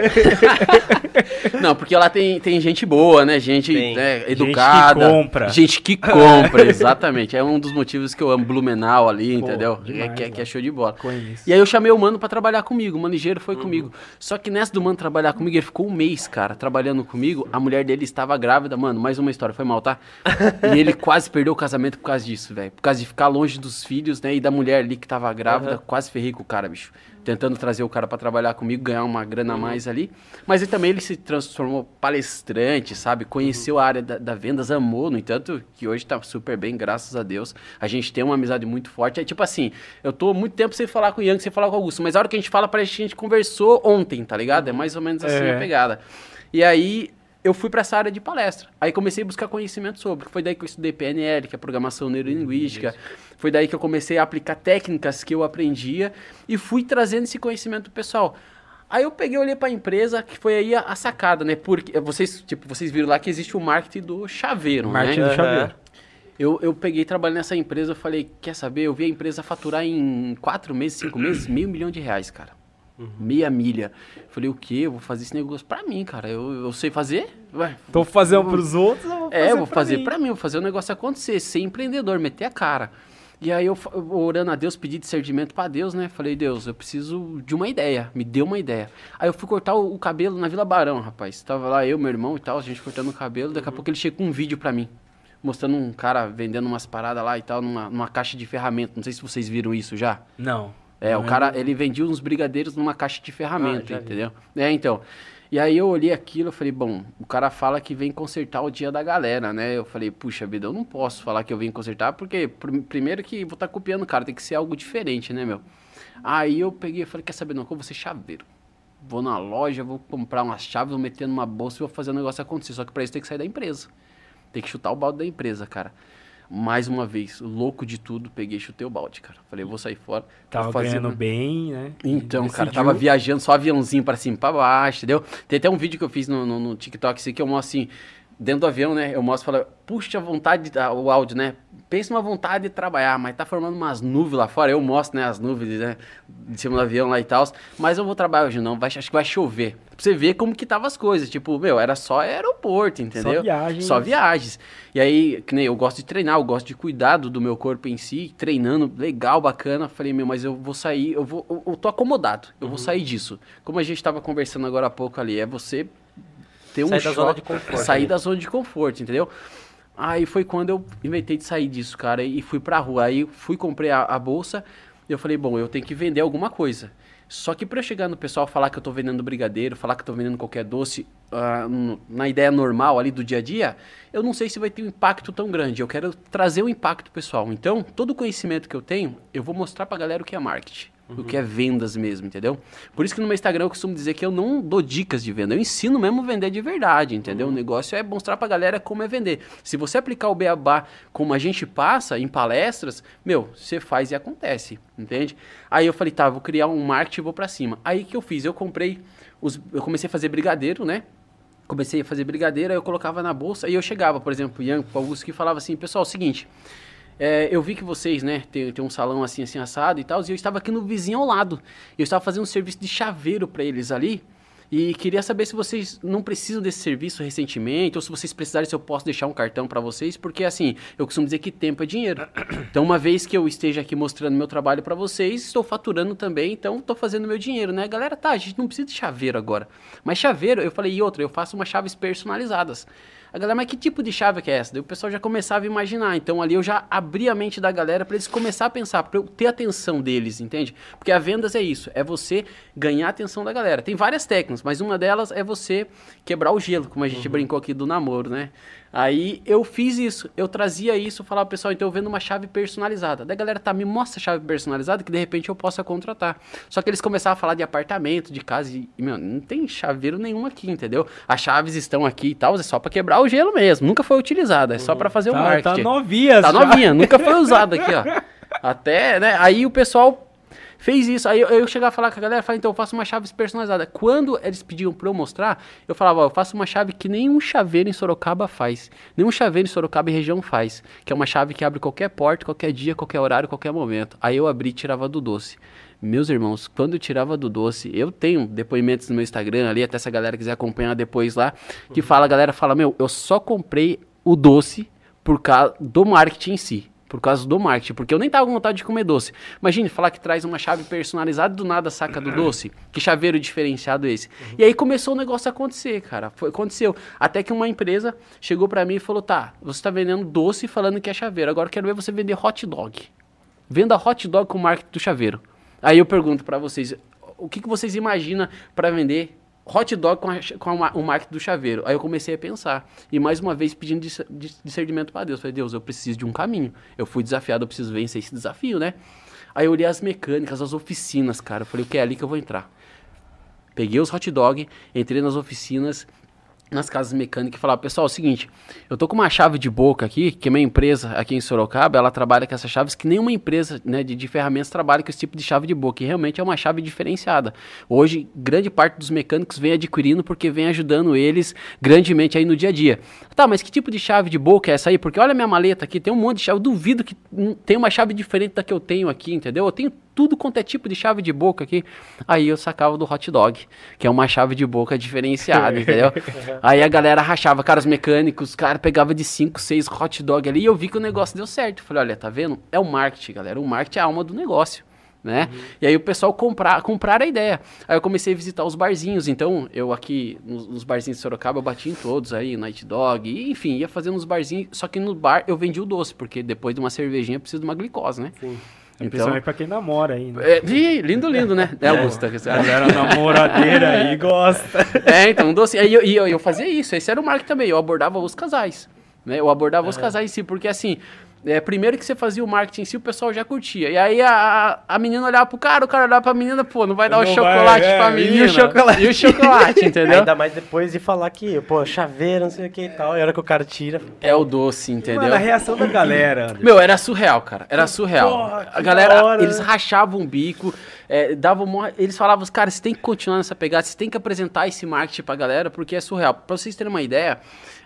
Não, porque lá tem gente boa, né? Gente educada. Gente que compra. Gente que compra, exatamente. É um dos motivos que eu amo Blumenau ali, entendeu? Demais, que é show de bola. Conheço. E aí eu chamei o Mano pra trabalhar comigo. O Mano Ligeiro foi comigo. Só que nessa do Mano trabalhar comigo, ele ficou um mês, cara, trabalhando comigo. A mulher dele estava grávida. Mano, mais uma história, foi mal, tá? E ele quase perdeu o casamento por causa disso, velho. Por causa de ficar longe dos filhos, né? E da mulher ali que tava grávida. Quase ferrei com o cara, bicho. Tentando trazer o cara pra trabalhar comigo, ganhar uma grana a mais ali. Mas ele se transformou palestrante, sabe? Conheceu a área da vendas, amou, no entanto, que hoje tá super bem, graças a Deus. A gente tem uma amizade muito forte. É tipo assim, eu tô muito tempo sem falar com o Ian, sem falar com o Augusto, mas a hora que a gente fala, parece que a gente conversou ontem, tá ligado? É mais ou menos assim a pegada. E aí... eu fui para essa área de palestra. Aí comecei a buscar conhecimento sobre. Foi daí que eu estudei PNL, que é Programação Neurolinguística. Foi daí que eu comecei a aplicar técnicas que eu aprendia e fui trazendo esse conhecimento pro pessoal. Aí eu peguei, olhei pra empresa, que foi aí a sacada, né? Porque vocês viram lá que existe o marketing do chaveiro, Marketing né? do chaveiro. Eu peguei, trabalhando nessa empresa, eu falei, quer saber? Eu vi a empresa faturar em 4 meses, 5 meses, R$500 mil, cara. Meia milha. Falei, o quê? Eu vou fazer esse negócio pra mim, cara. Eu sei fazer? Ué, Tô fazendo pros outros, eu vou fazer pra mim. Vou fazer o negócio acontecer. Ser empreendedor, meter a cara. E aí eu orando a Deus, pedi discernimento pra Deus, né? Falei, Deus, eu preciso de uma ideia. Me deu uma ideia. Aí eu fui cortar o cabelo na Vila Barão, rapaz. Tava lá eu, meu irmão e tal, a gente cortando o cabelo. Daqui a pouco ele chega com um vídeo pra mim. Mostrando um cara vendendo umas paradas lá e tal, numa caixa de ferramenta. Não sei se vocês viram isso já. Não. O cara, ele vendia uns brigadeiros numa caixa de ferramenta, já vi. entendeu? Então. E aí eu olhei aquilo, eu falei, bom, o cara fala que vem consertar o dia da galera, né? Eu falei, puxa vida, eu não posso falar que eu vim consertar, porque primeiro que vou estar copiando o cara, tem que ser algo diferente, né, meu? Aí eu peguei e falei, quer saber, não, eu vou ser chaveiro. Vou na loja, vou comprar umas chaves, vou meter numa bolsa e vou fazer o negócio acontecer. Só que pra isso tem que sair da empresa. Tem que chutar o balde da empresa, cara. Mais uma vez, louco de tudo, peguei e chutei o balde, cara. Falei, vou sair fora. Tava ganhando bem, né? Então, cara, Decidiu. tava viajando só aviãozinho pra cima e pra baixo, entendeu? Tem até um vídeo que eu fiz no TikTok, assim, que eu mostro assim, dentro do avião, né? Eu mostro, falo, puxa a vontade, o áudio, né? Pensa numa vontade de trabalhar, mas tá formando umas nuvens lá fora. Eu mostro, né, as nuvens, né? De cima do avião lá e tal. Mas eu vou trabalhar hoje não, acho que vai chover. Pra você ver como que tava as coisas. Tipo, meu, era só aeroporto, entendeu? Só viagens. Só viagens. E aí, que nem eu gosto de treinar, eu gosto de cuidar do meu corpo em si, treinando, legal, bacana. Falei, meu, mas eu vou sair, eu tô acomodado, eu vou sair disso. Como a gente tava conversando agora há pouco ali, é você ter um Sair da zona choque, de conforto, sair né? da zona de conforto, entendeu? Aí foi quando eu inventei de sair disso, cara, e fui pra rua. Aí fui, comprei a bolsa, e eu falei, bom, eu tenho que vender alguma coisa. Só que pra eu chegar no pessoal, falar que eu tô vendendo brigadeiro, falar que eu tô vendendo qualquer doce, na ideia normal ali do dia a dia, eu não sei se vai ter um impacto tão grande. Eu quero trazer o impacto pessoal. Então, todo o conhecimento que eu tenho, eu vou mostrar pra galera o que é marketing. O que é vendas mesmo, entendeu? Por isso que no meu Instagram eu costumo dizer que eu não dou dicas de venda, eu ensino mesmo a vender de verdade, entendeu? O negócio é mostrar pra galera como é vender. Se você aplicar o beabá como a gente passa em palestras, meu, você faz e acontece, entende? Aí eu falei, tá, vou criar um marketing e vou pra cima. Aí o que eu fiz? Eu comecei a fazer brigadeiro, né? Comecei a fazer brigadeiro, aí eu colocava na bolsa e eu chegava, por exemplo, o Ian, o Augusto, que falava assim, pessoal, é o seguinte... eu vi que vocês, né, tem um salão assim assado e tal, e eu estava aqui no vizinho ao lado. Eu estava fazendo um serviço de chaveiro para eles ali, e queria saber se vocês não precisam desse serviço recentemente, ou se vocês precisarem, se eu posso deixar um cartão para vocês, porque assim, eu costumo dizer que tempo é dinheiro. Então, uma vez que eu esteja aqui mostrando meu trabalho para vocês, estou faturando também, então estou fazendo meu dinheiro, né? Galera, tá, a gente não precisa de chaveiro agora. Mas chaveiro, eu falei, e outra, eu faço umas chaves personalizadas. A galera, mas que tipo de chave que é essa? Daí o pessoal já começava a imaginar. Então ali eu já abri a mente da galera para eles começar a pensar, para eu ter a atenção deles, entende? Porque a vendas é isso, é você ganhar a atenção da galera. Tem várias técnicas, mas uma delas é você quebrar o gelo, como a gente brincou aqui do namoro, né? Aí eu fiz isso, eu trazia isso, falava, pessoal, então eu vendo uma chave personalizada. Daí a galera, tá, me mostra a chave personalizada que de repente eu possa contratar. Só que eles começaram a falar de apartamento, de casa e, meu, não tem chaveiro nenhum aqui, entendeu? As chaves estão aqui e tal, é só pra quebrar o gelo mesmo, nunca foi utilizada, é só pra fazer o marketing. Tá novinha, Tá novinha, nunca foi usada aqui, ó. Até, né, aí o pessoal... fez isso, aí eu chegava a falar com a galera, falava, então eu faço uma chave personalizada. Quando eles pediam pra eu mostrar, eu falava, ó, eu faço uma chave que nenhum chaveiro em Sorocaba faz. Nenhum chaveiro em Sorocaba e região faz. Que é uma chave que abre qualquer porta, qualquer dia, qualquer horário, qualquer momento. Aí eu abri e tirava do doce. Meus irmãos, quando eu tirava do doce, eu tenho depoimentos no meu Instagram ali, até se a galera quiser acompanhar depois lá, que fala, a galera fala, meu, eu só comprei o doce por causa do marketing em si. Por causa do marketing, porque eu nem tava com vontade de comer doce. Imagine falar que traz uma chave personalizada, do nada saca do doce. Que chaveiro diferenciado esse? E aí começou o negócio a acontecer, cara. Aconteceu. Até que uma empresa chegou pra mim e falou, tá, você tá vendendo doce falando que é chaveiro, agora eu quero ver você vender hot dog. Venda hot dog com o marketing do chaveiro. Aí eu pergunto pra vocês, o que vocês imaginam pra vender hot dog com o marketing do chaveiro? Aí eu comecei a pensar. E mais uma vez pedindo discernimento para Deus. Falei, Deus, eu preciso de um caminho. Eu fui desafiado, eu preciso vencer esse desafio, né? Aí eu olhei as mecânicas, as oficinas, cara. Eu falei, o que é ali que eu vou entrar? Peguei os hot dog, entrei nas oficinas, nas casas mecânicas e falava, pessoal, é o seguinte, eu tô com uma chave de boca aqui, que é minha empresa aqui em Sorocaba, ela trabalha com essas chaves que nenhuma empresa, né, de ferramentas trabalha com esse tipo de chave de boca, e realmente é uma chave diferenciada. Hoje, grande parte dos mecânicos vem adquirindo porque vem ajudando eles grandemente aí no dia a dia. Tá, mas que tipo de chave de boca é essa aí? Porque olha a minha maleta aqui, tem um monte de chave, eu duvido que tem uma chave diferente da que eu tenho aqui, entendeu? Eu tenho tudo quanto é tipo de chave de boca aqui. Aí eu sacava do hot dog, que é uma chave de boca diferenciada, entendeu? Aí a galera rachava, cara, os mecânicos, cara, pegava de 5, 6 hot dog ali, e eu vi que o negócio deu certo. Falei, olha, tá vendo? É o marketing, galera. O marketing é a alma do negócio, né? E aí o pessoal comprar a ideia. Aí eu comecei a visitar os barzinhos. Então, eu aqui, nos barzinhos de Sorocaba, eu bati em todos aí, Night Dog, e, enfim, ia fazendo uns barzinhos. Só que no bar eu vendi o doce, porque depois de uma cervejinha precisa de uma glicose, né? Sim. Então, Principalmente pra quem namora aí, né? Lindo, né? Augusto. A galera namoradeira aí gosta. Então, um doce. Aí eu fazia isso, esse era o marketing também. Eu abordava os casais, né? Eu abordava os casais em si, porque assim, primeiro que você fazia o marketing em si, o pessoal já curtia. E aí a menina olhava pro cara, o cara olhava pra menina, pô, não vai dar o chocolate pra menina. E o chocolate, entendeu? Ainda mais depois de falar que, pô, chaveiro, não sei o que e tal, e a hora que o cara tira... É o doce, entendeu? Mano, a reação da galera, Anderson. Meu, era surreal, cara. Era surreal. Porra, A galera, hora, eles rachavam o bico, eles falavam, cara, você tem que continuar nessa pegada, você tem que apresentar esse marketing pra galera, porque é surreal. Pra vocês terem uma ideia,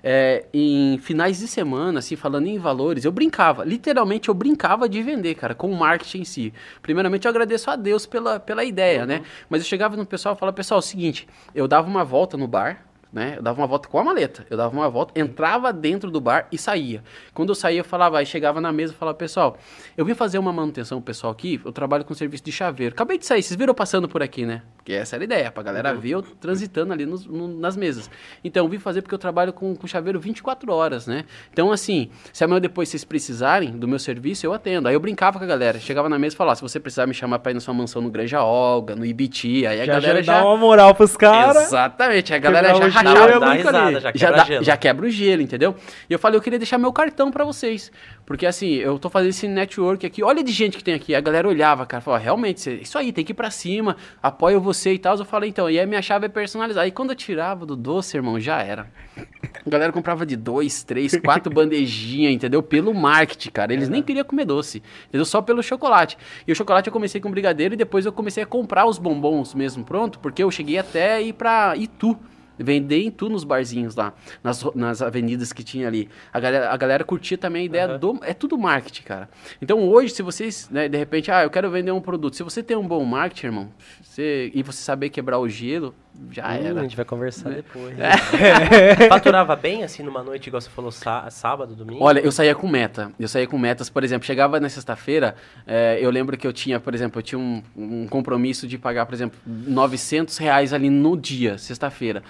em finais de semana, assim, falando em valores, eu brincava, literalmente eu brincava de vender, cara, com o marketing em si. Primeiramente eu agradeço a Deus pela ideia, né? Mas eu chegava no pessoal e falava, pessoal, é o seguinte, eu dava uma volta no bar, né? Eu dava uma volta com a maleta, eu dava uma volta, entrava dentro do bar e saía. Quando eu saía, eu falava, aí chegava na mesa e falava, pessoal, eu vim fazer uma manutenção, pessoal, aqui, eu trabalho com serviço de chaveiro. Acabei de sair, vocês viram eu passando por aqui, né? Porque essa era a ideia, pra galera ver eu transitando ali nas mesas. Então, eu vim fazer porque eu trabalho com chaveiro 24 horas, né? Então, assim, se amanhã depois vocês precisarem do meu serviço, eu atendo. Aí eu brincava com a galera, chegava na mesa e falava, se você precisar me chamar pra ir na sua mansão no Granja Olga, no Ibiti, aí a galera já... dá uma moral pros caras. Exatamente, a galera já rachava dá risada, já quebra gelo. Já quebra o gelo, entendeu? E eu falei, eu queria deixar meu cartão pra vocês. Porque assim, eu tô fazendo esse network aqui, olha de gente que tem aqui. A galera olhava, cara, falava, realmente, isso aí, tem que ir pra cima, apoio você e tal. Eu falei, então, e aí minha chave é personalizada. Aí quando eu tirava do doce, irmão, já era. A galera comprava de 2, 3, 4 bandejinhas, entendeu? Pelo marketing, cara. Eles nem queriam comer doce, entendeu? Só pelo chocolate. E o chocolate eu comecei com brigadeiro e depois eu comecei a comprar os bombons mesmo pronto, porque eu cheguei até ir pra Itu. Vender em Itu nos barzinhos lá, nas avenidas que tinha ali. A galera curtia também a ideia é tudo marketing, cara. Então hoje, se vocês, né, de repente, eu quero vender um produto. Se você tem um bom marketing, irmão, e você saber quebrar o gelo, já era. A gente vai conversar depois. Faturava bem, assim, numa noite, igual você falou, sábado, domingo? Olha, eu saía com meta. Eu saía com metas, por exemplo, chegava na sexta-feira, eu lembro que eu tinha, por exemplo, um compromisso de pagar, por exemplo, R$900 ali no dia, sexta-feira.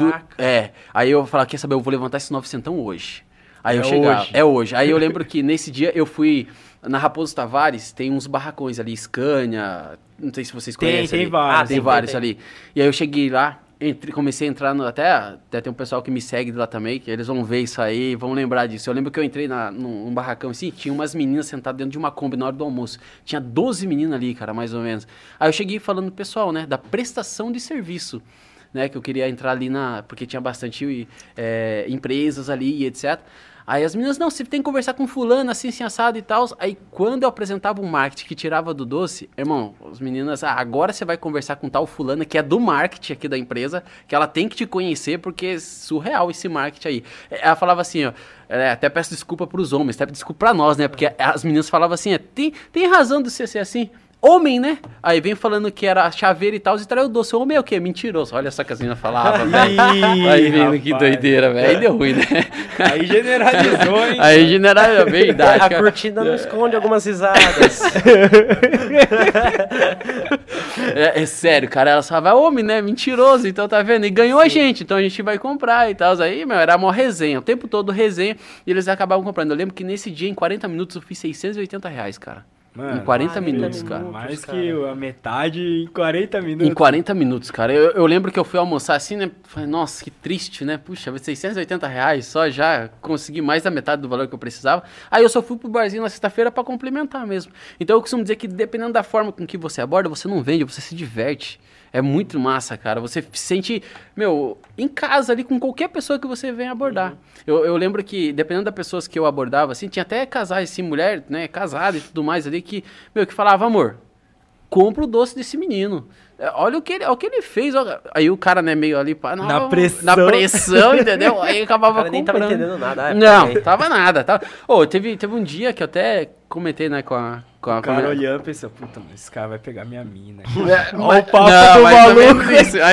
Aí eu falava, quer saber, eu vou levantar esse 900 hoje. Aí eu chegava. Hoje. É hoje. Aí eu lembro que nesse dia eu fui na Raposo Tavares, tem uns barracões ali, Scania, não sei se vocês conhecem. Tem vários. Tem vários ali. E aí eu cheguei lá, comecei a entrar até tem um pessoal que me segue lá também, que eles vão ver isso aí, vão lembrar disso. Eu lembro que eu entrei num barracão assim, tinha umas meninas sentadas dentro de uma Kombi na hora do almoço. Tinha 12 meninas ali, cara, mais ou menos. Aí eu cheguei falando pro pessoal, né, da prestação de serviço. Né, que eu queria entrar ali porque tinha bastante empresas ali e etc. Aí as meninas, não, você tem que conversar com fulano, assim, assado e tal. Aí quando eu apresentava um marketing que tirava do doce, irmão, as meninas, agora você vai conversar com tal fulana que é do marketing aqui da empresa, que ela tem que te conhecer porque é surreal esse marketing aí. Ela falava assim, ó, até peço desculpa pros homens, até desculpa pra nós, né, porque as meninas falavam assim, tem razão de você ser assim? Homem, né? Aí vem falando que era chaveiro e tal, e traiu doce. Homem é o quê? Mentiroso. Olha só que as meninas falavam, velho. Aí vendo que doideira, velho. Aí deu ruim, né? Aí generalizou, hein? Aí generalizou, é verdade. A cortina não esconde algumas risadas. É sério, cara. Ela falava, homem, né? Mentiroso, então tá vendo? E ganhou a gente, então a gente vai comprar e tal. Aí, meu, era uma resenha. O tempo todo resenha e eles acabavam comprando. Eu lembro que nesse dia, em 40 minutos, eu fiz R$680, cara. Mano, em 40 minutos, cara. Mais que a metade em 40 minutos. Em 40 minutos, cara. Eu lembro que eu fui almoçar assim, né? Falei, nossa, que triste, né? Puxa, R$680, só já consegui mais da metade do valor que eu precisava. Aí eu só fui pro barzinho na sexta-feira pra complementar mesmo. Então eu costumo dizer que dependendo da forma com que você aborda, você não vende, você se diverte. É muito massa, cara. Você se sente, meu, em casa ali com qualquer pessoa que você venha abordar. Eu lembro que, dependendo das pessoas que eu abordava, assim, tinha até casais, assim, mulher, né, casada e tudo mais ali, que falava, amor, compra o doce desse menino. Olha o que ele fez. Ó. Aí o cara, né, meio ali... Na pressão. Na pressão, entendeu? Aí acabava comprando. Nem tava entendendo nada. Não, tava nada. Teve um dia que eu até comentei, né, com a O cara olhando e pensou, puta, mas esse cara vai pegar minha mina. Olha o papo do maluco.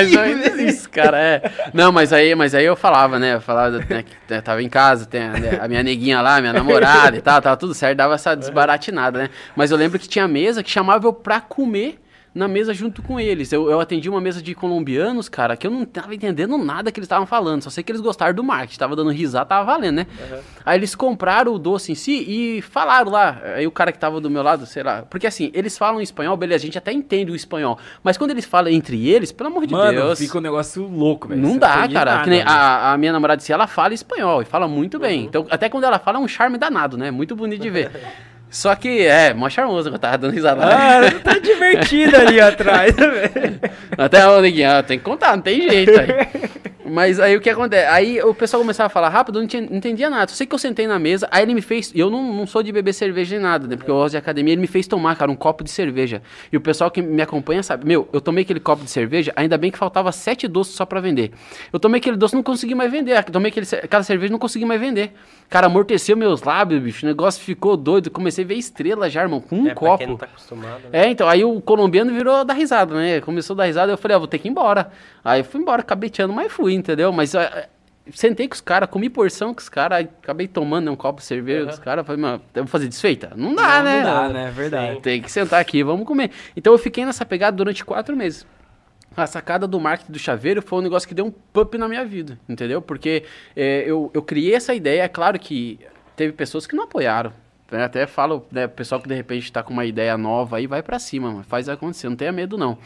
Isso, cara, Não, mas aí eu falava, né, né, tava em casa, tem a minha neguinha lá, minha namorada e tal, tava tudo certo, dava essa desbaratinada, né. Mas eu lembro que tinha mesa que chamava eu pra comer na mesa junto com eles. Eu atendi uma mesa de colombianos, cara, que eu não tava entendendo nada que eles estavam falando. Só sei que eles gostaram do marketing, tava dando risada, tava valendo, né? Uhum. Aí eles compraram o doce em si e falaram lá. Aí o cara que tava do meu lado, sei lá. Porque assim, eles falam espanhol, beleza, a gente até entende o espanhol. Mas quando eles falam entre eles, pelo amor de Deus... fica um negócio louco, velho. Não dá, cara. Que nem a minha namorada disse, ela fala espanhol e fala muito bem. Então, até quando ela fala, é um charme danado, né? Muito bonito de ver. Só que, mó charmoso, eu tava dando risada. Tá divertido ali atrás, velho. Até o neguinho, tem que contar, não tem jeito aí. Mas aí o que acontece? Aí o pessoal começava a falar rápido, eu não entendia nada. Só sei que eu sentei na mesa, aí ele me fez... Eu não sou de beber cerveja nem nada, né? Porque eu gosto de academia, ele me fez tomar, cara, um copo de cerveja. E o pessoal que me acompanha sabe, meu, eu tomei aquele copo de cerveja, ainda bem que faltava 7 doces só pra vender. Eu tomei aquele doce e não consegui mais vender. Eu tomei aquela cerveja e não consegui mais vender. Cara, amorteceu meus lábios, bicho. O negócio ficou doido. Comecei a ver estrela já, irmão, com um copo. Pra quem não tá acostumado, né? Então, aí o colombiano virou dar risada, né? Começou a dar risada, eu falei, vou ter que ir embora. Aí eu fui embora, cabeteando, mas fui, entendeu? Mas sentei com os caras, comi porção com os caras, acabei tomando um copo de cerveja com os caras, falei, mano, eu vou fazer desfeita? Não dá, né? Não dá, né? É verdade. Tem que sentar aqui, vamos comer. Então eu fiquei nessa pegada durante 4 meses. A sacada do marketing do chaveiro foi um negócio que deu um pump na minha vida, entendeu? Porque eu criei essa ideia, é claro que teve pessoas que não apoiaram. Até falo, né, pessoal que de repente tá com uma ideia nova aí, vai pra cima, mano, faz acontecer, não tenha medo não.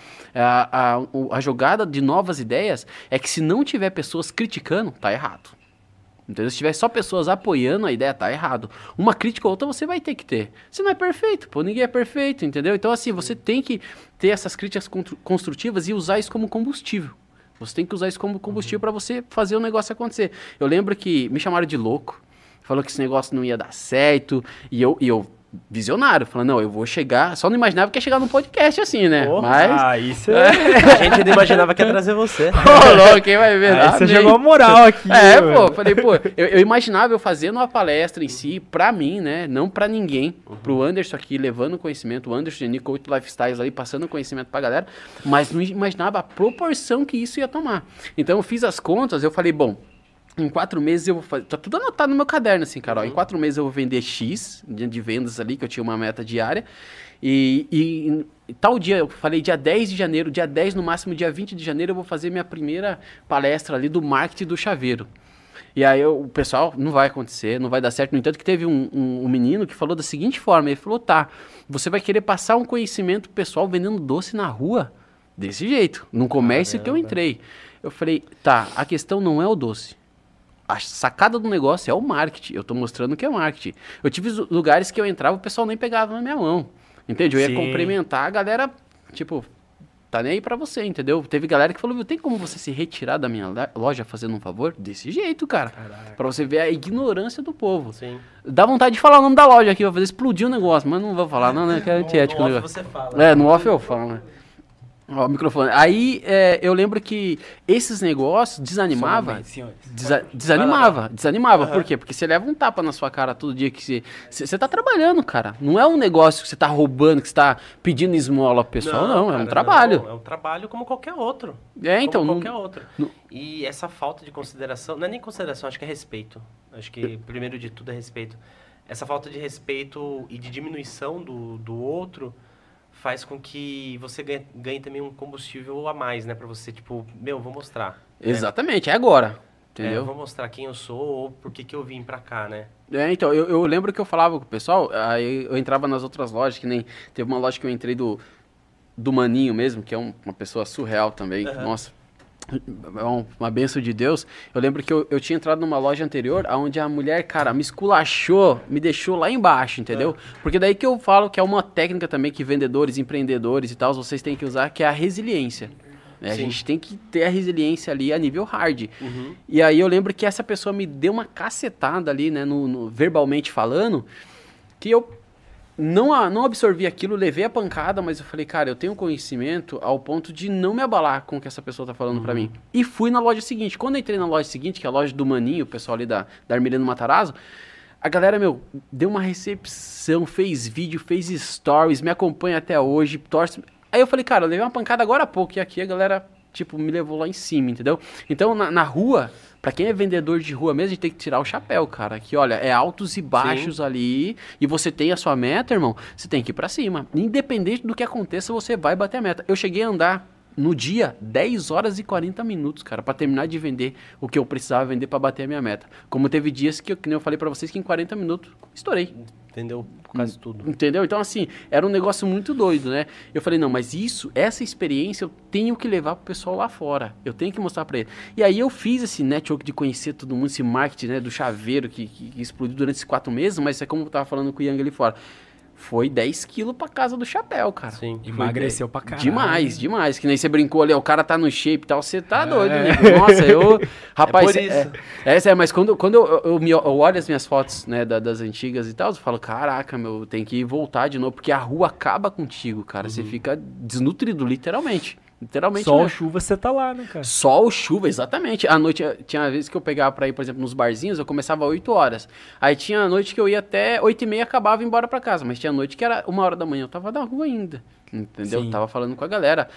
A jogada de novas ideias é que se não tiver pessoas criticando, tá errado. Entendeu? Se tiver só pessoas apoiando, a ideia tá errado. Uma crítica ou outra você vai ter que ter. Você não é perfeito, pô, ninguém é perfeito, entendeu? Então assim, você tem que ter essas críticas construtivas e usar isso como combustível. Você tem que usar isso como combustível pra você fazer o negócio acontecer. Eu lembro que me chamaram de louco. Falou que esse negócio não ia dar certo. E eu visionário, falando, não, eu vou chegar. Só não imaginava que ia chegar num podcast assim, né? Oh, mas. Isso é. A gente ainda imaginava que ia trazer você. Ô, louco, quem vai ver? Aí você jogou a moral aqui. Falei, eu imaginava eu fazendo uma palestra em si, pra mim, né? Não pra ninguém. Pro Anderson aqui, levando conhecimento. O Anderson de Coach Lifestyles ali, passando conhecimento pra galera. Mas não imaginava a proporção que isso ia tomar. Então eu fiz as contas, eu falei, bom. Em 4 meses eu vou fazer... Tá tudo anotado no meu caderno, assim, Carol. Em 4 meses eu vou vender X de vendas ali, que eu tinha uma meta diária. E tal dia, eu falei dia 10 de janeiro, dia 10 no máximo, dia 20 de janeiro, eu vou fazer minha primeira palestra ali do marketing do chaveiro. E aí o pessoal, não vai acontecer, não vai dar certo. No entanto que teve um menino que falou da seguinte forma, ele falou, tá, você vai querer passar um conhecimento pessoal vendendo doce na rua? Desse jeito, num comércio que eu entrei. Eu falei, tá, a questão não é o doce. A sacada do negócio é o marketing. Eu tô mostrando que é marketing. Eu tive lugares que eu entrava, o pessoal nem pegava na minha mão. Entende? Eu ia cumprimentar, a galera, tipo, tá nem aí pra você, entendeu? Teve galera que falou, tem como você se retirar da minha loja fazendo um favor? Desse jeito, cara. Caraca. Pra você ver a ignorância do povo. Sim. Dá vontade de falar o nome da loja aqui, vai fazer explodir o negócio, mas não vou falar, não, né? Que é antiético. No off você fala. No off eu falo, né? Ó, o microfone. Aí eu lembro que esses negócios desanimava. Desanimava. Por quê? Porque você leva um tapa na sua cara todo dia que você tá trabalhando, cara. Não é um negócio que você tá roubando, que você tá pedindo esmola pro pessoal, não. Cara, é um trabalho. Não, é um trabalho como qualquer outro. Então. Como qualquer outro. E essa falta de consideração, não é nem consideração, acho que é respeito. Acho que primeiro de tudo é respeito. Essa falta de respeito e de diminuição do outro faz com que você ganhe também um combustível a mais, né? Pra você, tipo, vou mostrar. Exatamente, é agora, entendeu? Eu vou mostrar quem eu sou ou por que eu vim pra cá, né? Então, eu lembro que eu falava com o pessoal, aí eu entrava nas outras lojas, que nem... Teve uma loja que eu entrei do Maninho mesmo, que é uma pessoa surreal também, nossa... Uma bênção de Deus. Eu lembro que eu tinha entrado numa loja anterior onde a mulher, cara, me esculachou, me deixou lá embaixo, entendeu? Porque daí que eu falo que é uma técnica também que vendedores, empreendedores e tal, vocês têm que usar, que é a resiliência. Né? A Sim. gente tem que ter a resiliência ali a nível hard. E aí eu lembro que essa pessoa me deu uma cacetada ali, né, verbalmente falando, que eu não absorvi aquilo, levei a pancada, mas eu falei, cara, eu tenho conhecimento ao ponto de não me abalar com o que essa pessoa tá falando pra mim. E fui na loja seguinte. Quando eu entrei na loja seguinte, que é a loja do Maninho, o pessoal ali da Armelino Matarazzo, a galera, deu uma recepção, fez vídeo, fez stories, me acompanha até hoje, torce. Aí eu falei, cara, eu levei uma pancada agora há pouco, e aqui a galera, tipo, me levou lá em cima, entendeu? Então, na rua, pra quem é vendedor de rua mesmo, a gente tem que tirar o chapéu, cara. Que, olha, é altos e baixos ali, e você tem a sua meta, irmão, você tem que ir pra cima. Independente do que aconteça, você vai bater a meta. Eu cheguei a andar no dia 10 horas e 40 minutos, cara, pra terminar de vender o que eu precisava vender pra bater a minha meta. Como teve dias que nem eu falei pra vocês, que em 40 minutos estourei. Entendeu? Quase tudo. Entendeu? Então, assim, era um negócio muito doido, né? Eu falei, não, mas essa experiência eu tenho que levar pro pessoal lá fora. Eu tenho que mostrar pra ele. E aí eu fiz esse network de conhecer todo mundo, esse marketing, né, do chaveiro que explodiu durante esses 4 meses, mas é como eu tava falando com o Yang ali fora. Foi 10 quilos pra casa do chapéu, cara. Sim. Emagreceu pra caralho. Demais. Que nem você brincou ali, o cara tá no shape e tal, você tá doido, né? Nossa, rapaz, por isso. mas quando eu olho as minhas fotos, né, das antigas e tal, eu falo, caraca, tem que voltar de novo, porque a rua acaba contigo, cara. Você fica desnutrido, literalmente. Literalmente. Sol, mesmo. chuva, você tá lá, né, cara? Sol, chuva, exatamente. À noite, tinha vezes que eu pegava pra ir, por exemplo, nos barzinhos, eu começava às 8 horas. Aí tinha a noite que eu ia até 8h30 e acabava embora pra casa. Mas tinha noite que era 1h da manhã, eu tava na rua ainda. Entendeu? Sim. Tava falando com a galera.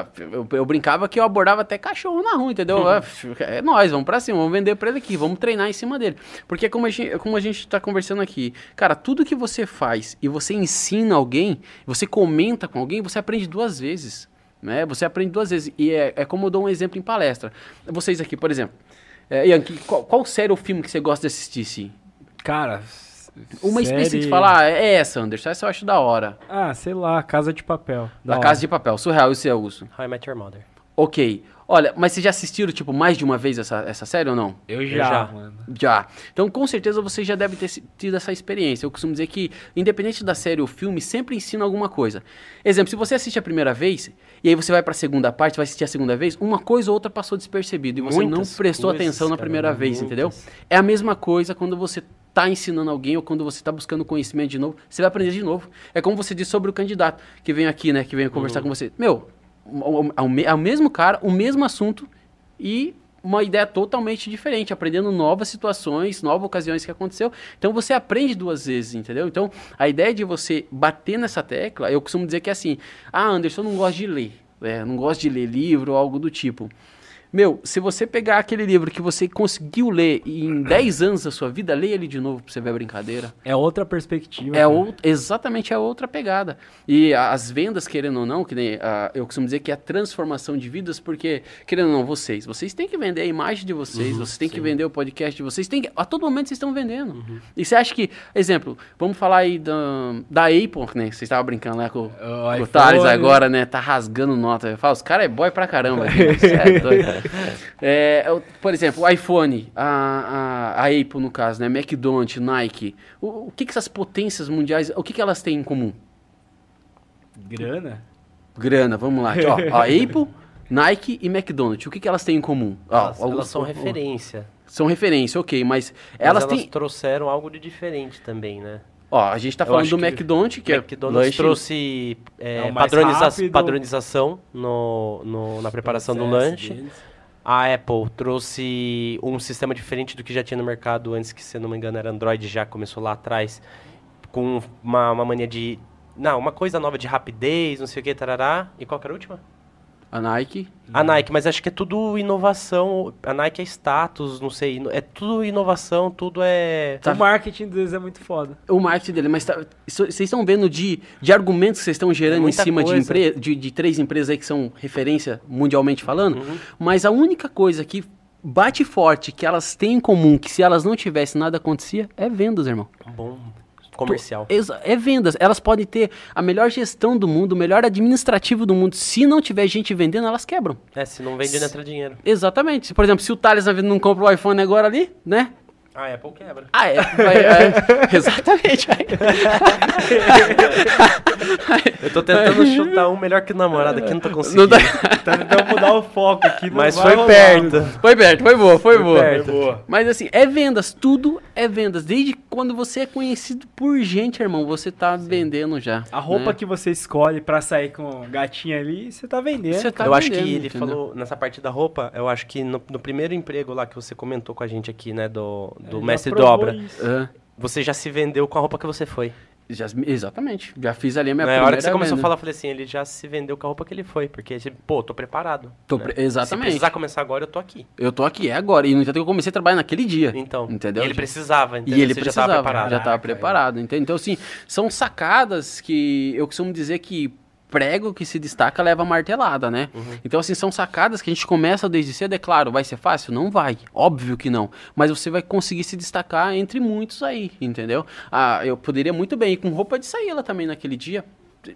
Eu brincava que eu abordava até cachorro na rua, entendeu? É nóis, vamos pra cima, vamos vender pra ele aqui, vamos treinar em cima dele. Porque como a gente tá conversando aqui, cara, tudo que você faz e você ensina alguém, você comenta com alguém, você aprende 2 vezes. Né? Você aprende 2 vezes. E é como eu dou um exemplo em palestra. Vocês aqui, por exemplo. Ian, qual série ou filme que você gosta de assistir, sim? Cara, uma específica de falar, é essa, Anderson. Essa eu acho da hora. Ah, sei lá, Casa de Papel. A Casa de Papel. Surreal, isso é Augusto. How I Met Your Mother. Ok. Olha, mas vocês já assistiram, tipo, mais de uma vez essa série ou não? Eu já, mano. Já. Então, com certeza, você já deve ter tido essa experiência. Eu costumo dizer que, independente da série ou filme, sempre ensina alguma coisa. Exemplo, se você assiste a primeira vez, e aí você vai pra segunda parte, vai assistir a segunda vez, uma coisa ou outra passou despercebido, e você não prestou atenção na primeira vez, entendeu? É a mesma coisa quando você tá ensinando alguém ou quando você tá buscando conhecimento de novo, você vai aprender de novo. É como você disse sobre o candidato que vem aqui, né, que vem conversar com você. É o mesmo cara, o mesmo assunto e uma ideia totalmente diferente, aprendendo novas situações, novas ocasiões que aconteceu. Então você aprende 2 vezes, entendeu? Então a ideia de você bater nessa tecla, eu costumo dizer que é assim, Anderson, eu não gosto de ler, não gosto de ler livro ou algo do tipo. Se você pegar aquele livro que você conseguiu ler em 10 anos da sua vida, leia ele de novo pra você ver a brincadeira. É outra perspectiva. Exatamente, é outra pegada. E as vendas, querendo ou não, que nem, eu costumo dizer que é a transformação de vidas, porque, querendo ou não, vocês têm que vender a imagem de vocês, vocês têm que vender o podcast de vocês, a todo momento vocês estão vendendo. E você acha que, exemplo, vamos falar aí da Apple, né? Vocês estavam brincando lá com o Thales agora, né? Tá rasgando nota. Eu falo, os caras é boy pra caramba. Você é doido. Por exemplo, o iPhone, a Apple no caso, né, McDonald's, Nike, o que essas potências mundiais, o que elas têm em comum? Grana, vamos lá. Ó, a Apple, Nike e McDonald's, o que elas têm em comum? Elas são referência. São referência, ok, mas elas trouxeram algo de diferente também, né? Ó, a gente tá falando do McDonald's, que McDonald's trouxe padronização na preparação do lanche. A Apple trouxe um sistema diferente do que já tinha no mercado antes, que, se não me engano, era Android, já começou lá atrás, com uma mania de... Não, uma coisa nova de rapidez, não sei o que, tarará. E qual que era a última? A Nike. A Nike, mas acho que é tudo inovação. A Nike é status, não sei. É tudo inovação, tudo é... O marketing deles é muito foda. O marketing dele, mas vocês estão vendo de argumentos que vocês estão gerando em cima de 3 empresas aí que são referência mundialmente falando, mas a única coisa que bate forte, que elas têm em comum, que se elas não tivessem nada acontecia, é vendas, irmão. Bom. Comercial. É vendas. Elas podem ter a melhor gestão do mundo, o melhor administrativo do mundo. Se não tiver gente vendendo, elas quebram. Se não vende, não entra dinheiro. Exatamente. Por exemplo, se o Thales não compra o iPhone agora ali, né? A Apple quebra. Exatamente. Eu tô tentando chutar um melhor que o namorado aqui, não tô conseguindo. Tá tentando mudar o foco aqui. Mas foi perto. Foi perto, foi boa, foi boa. perto. Mas assim, é vendas, tudo é vendas. Desde quando você é conhecido por gente, irmão, você tá vendendo já. A roupa né? que você escolhe pra sair com o gatinho ali, você tá vendendo. Você tá Eu acho que vendendo, ele entendeu? falou, nessa parte da roupa, eu acho que no primeiro emprego lá que você comentou com a gente aqui, né, do Já mestre de provou obra, isso. você já se vendeu com a roupa que você foi. Exatamente. Já fiz ali a minha Na primeira hora que você começou a venda. falar, eu falei assim, ele já se vendeu com a roupa que ele foi, porque, pô, tô preparado. né? Se Exatamente. precisar começar agora, eu tô aqui. Eu tô aqui, é agora. E no entanto, eu comecei a trabalhar naquele dia. Então, Entendeu? e ele precisava, entendeu? E ele Você precisava, já tava preparado. já estava preparado, entende? Então, assim, são sacadas que eu costumo dizer que prego que se destaca leva martelada, né? Então, assim, são sacadas que a gente começa desde cedo, é claro, vai ser fácil? Não vai, óbvio que não. Mas você vai conseguir se destacar entre muitos aí, entendeu? Eu poderia muito bem ir com roupa de saída também naquele dia,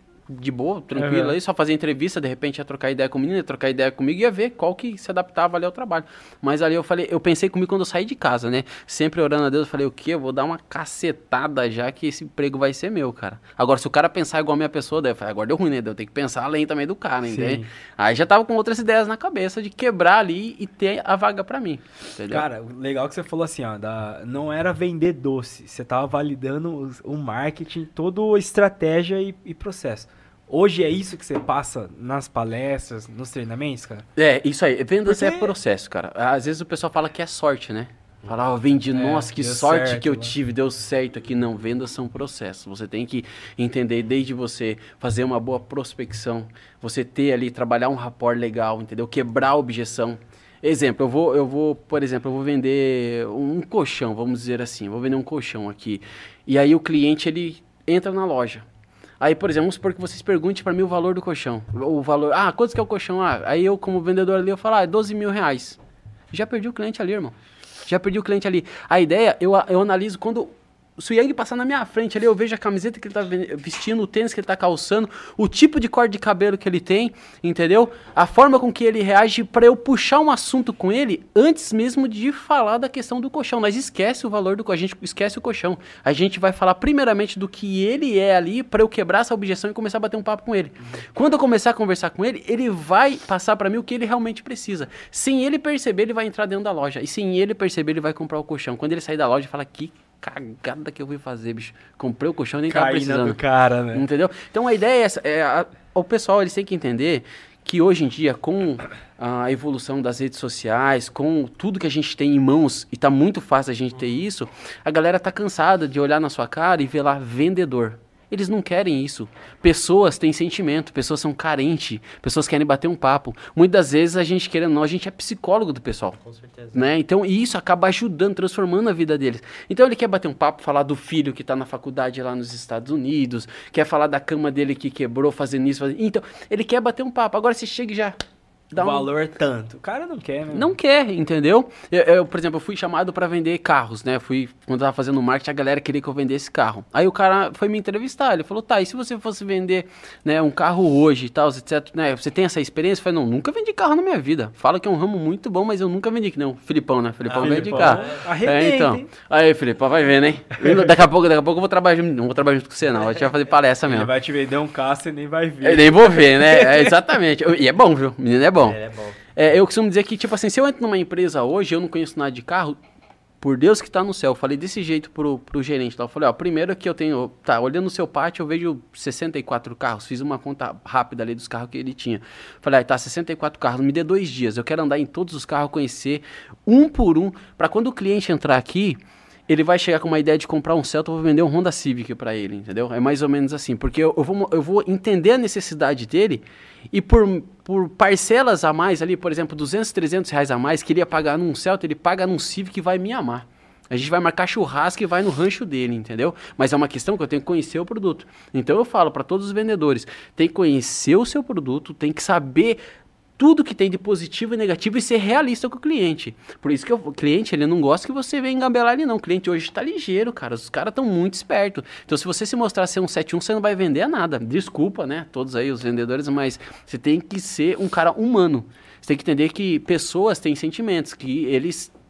de boa, tranquilo aí, só fazer entrevista, de repente ia trocar ideia com o menino, ia trocar ideia comigo e ia ver qual que se adaptava ali ao trabalho. Mas ali eu pensei comigo quando eu saí de casa, né? Sempre orando a Deus, eu falei, o quê? Eu vou dar uma cacetada já que esse emprego vai ser meu, cara. Agora, se o cara pensar igual a minha pessoa, daí eu falei, agora deu ruim, né? Eu tenho que pensar além também do cara, entende? Aí já tava com outras ideias na cabeça de quebrar ali e ter a vaga pra mim, entendeu? Cara, o legal que você falou assim, ó, não era vender doce, você tava validando o marketing, toda a estratégia e processo. Hoje é isso que você passa nas palestras, nos treinamentos, cara? É, isso aí. Vendas Porque- é processo, cara. Às vezes o pessoal fala que é sorte, né? Fala, eu vendi, nossa, que deu sorte certo, que eu né? tive, deu certo aqui. Não, vendas são processos. Você tem que entender desde você fazer uma boa prospecção, você ter ali, trabalhar um rapport legal, entendeu? Quebrar a objeção. Exemplo, por exemplo, eu vou vender um colchão, vamos dizer assim. Eu vou vender um colchão aqui. E aí o cliente, ele entra na loja. Aí, por exemplo, vamos supor que vocês perguntem para mim o valor do colchão. O valor, quanto que é o colchão? Aí eu, como vendedor ali, eu falo, é 12 mil reais. Já perdi o cliente ali, irmão. Já perdi o cliente ali. A ideia, eu analiso quando o Suyang passar na minha frente ali, eu vejo a camiseta que ele tá vestindo, o tênis que ele tá calçando, o tipo de corte de cabelo que ele tem, entendeu? A forma com que ele reage para eu puxar um assunto com ele antes mesmo de falar da questão do colchão. Nós esquece o valor do colchão, a gente esquece o colchão. A gente vai falar primeiramente do que ele é ali para eu quebrar essa objeção e começar a bater um papo com ele. Quando eu começar a conversar com ele, ele vai passar para mim o que ele realmente precisa. Sem ele perceber, ele vai entrar dentro da loja. E sem ele perceber, ele vai comprar o colchão. Quando ele sair da loja, fala, que cagada que eu fui fazer, bicho. Comprei o colchão e nem tava precisando. do cara, né? Entendeu? Então a ideia é essa. O pessoal, eles têm que entender que hoje em dia, com a evolução das redes sociais, com tudo que a gente tem em mãos, e tá muito fácil a gente ter isso, a galera tá cansada de olhar na sua cara e ver lá vendedor. Eles não querem isso. Pessoas têm sentimento, pessoas são carentes, pessoas querem bater um papo. Muitas vezes a gente querendo, não, a gente é psicólogo do pessoal. Com certeza. Né? Então, e isso acaba ajudando, transformando a vida deles. Então, ele quer bater um papo, falar do filho que está na faculdade lá nos Estados Unidos, quer falar da cama dele que quebrou, fazendo isso, fazendo... Então, ele quer bater um papo. Agora, você chega e já dá Valor tanto. O cara não quer, né? Não quer, entendeu? Eu, por exemplo, eu fui chamado para vender carros, né? Quando eu tava fazendo marketing, a galera queria que eu vendesse carro. Aí o cara foi me entrevistar, ele falou, tá, e se você fosse vender, né, um carro hoje e tal, etc, né? Você tem essa experiência? Eu falei, não, nunca vendi carro na minha vida. Fala que é um ramo muito bom, mas eu nunca vendi, que não. Filipão, né? Filipão vende carro. Arrebenta, Então. hein? Aí, Filipão, vai vendo, hein? Daqui a pouco eu vou trabalhar junto, não vou trabalhar junto com você, não. A gente vai fazer palestra Ele mesmo. vai te vender um carro, você nem vai ver. Eu nem vou ver, né? Exatamente. E é bom, viu? O menino é bom. Ele é bom. Eu costumo dizer que, tipo assim, se eu entro numa empresa hoje, eu não conheço nada de carro, por Deus que tá no céu, eu falei desse jeito pro gerente lá, eu falei, primeiro que eu tenho, olhando no seu pátio, eu vejo 64 carros, fiz uma conta rápida ali dos carros que ele tinha. Falei, 64 carros, me dê 2 dias, eu quero andar em todos os carros, conhecer um por um, pra quando o cliente entrar aqui, ele vai chegar com uma ideia de comprar um Celta, eu vou vender um Honda Civic para ele, entendeu? É mais ou menos assim, porque eu vou entender a necessidade dele e por parcelas a mais ali, por exemplo, 200, 300 reais a mais, que ele ia pagar num Celta, ele paga num Civic e vai me amar. A gente vai marcar churrasco e vai no rancho dele, entendeu? Mas é uma questão que eu tenho que conhecer o produto. Então eu falo para todos os vendedores, tem que conhecer o seu produto, tem que saber tudo que tem de positivo e negativo e ser realista com o cliente. Por isso que o cliente, ele não gosta que você venha engambelar ele não. O cliente hoje está ligeiro, cara. Os caras estão muito espertos. Então, se você se mostrar ser um 71, você não vai vender nada. Desculpa, né? Todos aí os vendedores, mas você tem que ser um cara humano. Você tem que entender que pessoas têm sentimentos, que eles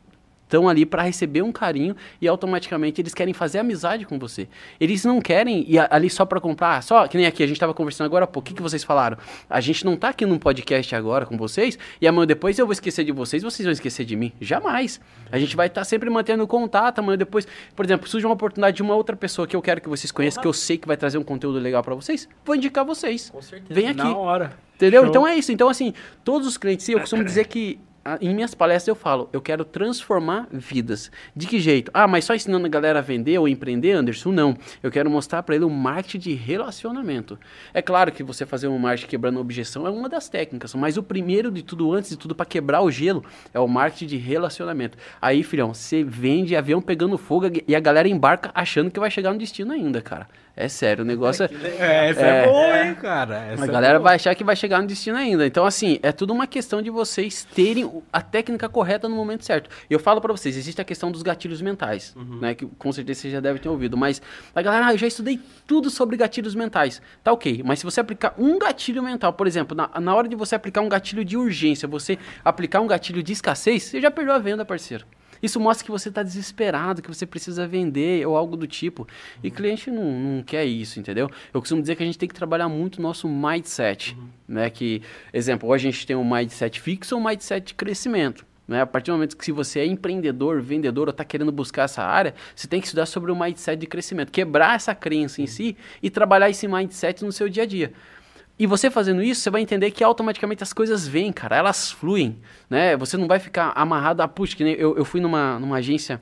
estão ali para receber um carinho e automaticamente eles querem fazer amizade com você. Eles não querem ir ali só para comprar, só que nem aqui, a gente estava conversando agora, pô, o que vocês falaram? A gente não tá aqui num podcast agora com vocês e amanhã depois eu vou esquecer de vocês vão esquecer de mim. Jamais. A gente vai estar sempre mantendo contato, amanhã depois, por exemplo, surge uma oportunidade de uma outra pessoa que eu quero que vocês conheçam, que eu sei que vai trazer um conteúdo legal para vocês, vou indicar vocês. Com certeza. Vem aqui. Na hora. Entendeu? Show. Então é isso. Então, assim, todos os clientes, eu costumo dizer que em minhas palestras eu falo, eu quero transformar vidas. De que jeito? Ah, mas só ensinando a galera a vender ou empreender, Anderson? Não. Eu quero mostrar para ele o marketing de relacionamento. É claro que você fazer um marketing quebrando objeção é uma das técnicas, mas o primeiro de tudo, antes de tudo, para quebrar o gelo, é o marketing de relacionamento. Aí, filhão, você vende avião pegando fogo e a galera embarca achando que vai chegar no destino ainda, cara. É sério, o negócio Essa é boa, hein, cara? Essa a é galera boa. vai achar que vai chegar no destino ainda. Então, assim, é tudo uma questão de vocês terem a técnica correta no momento certo. E eu falo pra vocês, existe a questão dos gatilhos mentais, né? Que com certeza vocês já devem ter ouvido. Mas a galera, eu já estudei tudo sobre gatilhos mentais. Tá ok, mas se você aplicar um gatilho mental, por exemplo, na hora de você aplicar um gatilho de urgência, você aplicar um gatilho de escassez, você já perdeu a venda, parceiro. Isso mostra que você está desesperado, que você precisa vender ou algo do tipo. E cliente não quer isso, entendeu? Eu costumo dizer que a gente tem que trabalhar muito o nosso mindset, né? Que, exemplo, hoje a gente tem um mindset fixo ou um mindset de crescimento. Né? A partir do momento que se você é empreendedor, vendedor ou está querendo buscar essa área, você tem que estudar sobre o mindset de crescimento. Quebrar essa crença em si e trabalhar esse mindset no seu dia a dia. E você fazendo isso, você vai entender que automaticamente as coisas vêm, cara, elas fluem, né? Você não vai ficar amarrado a puxa, que nem eu fui numa agência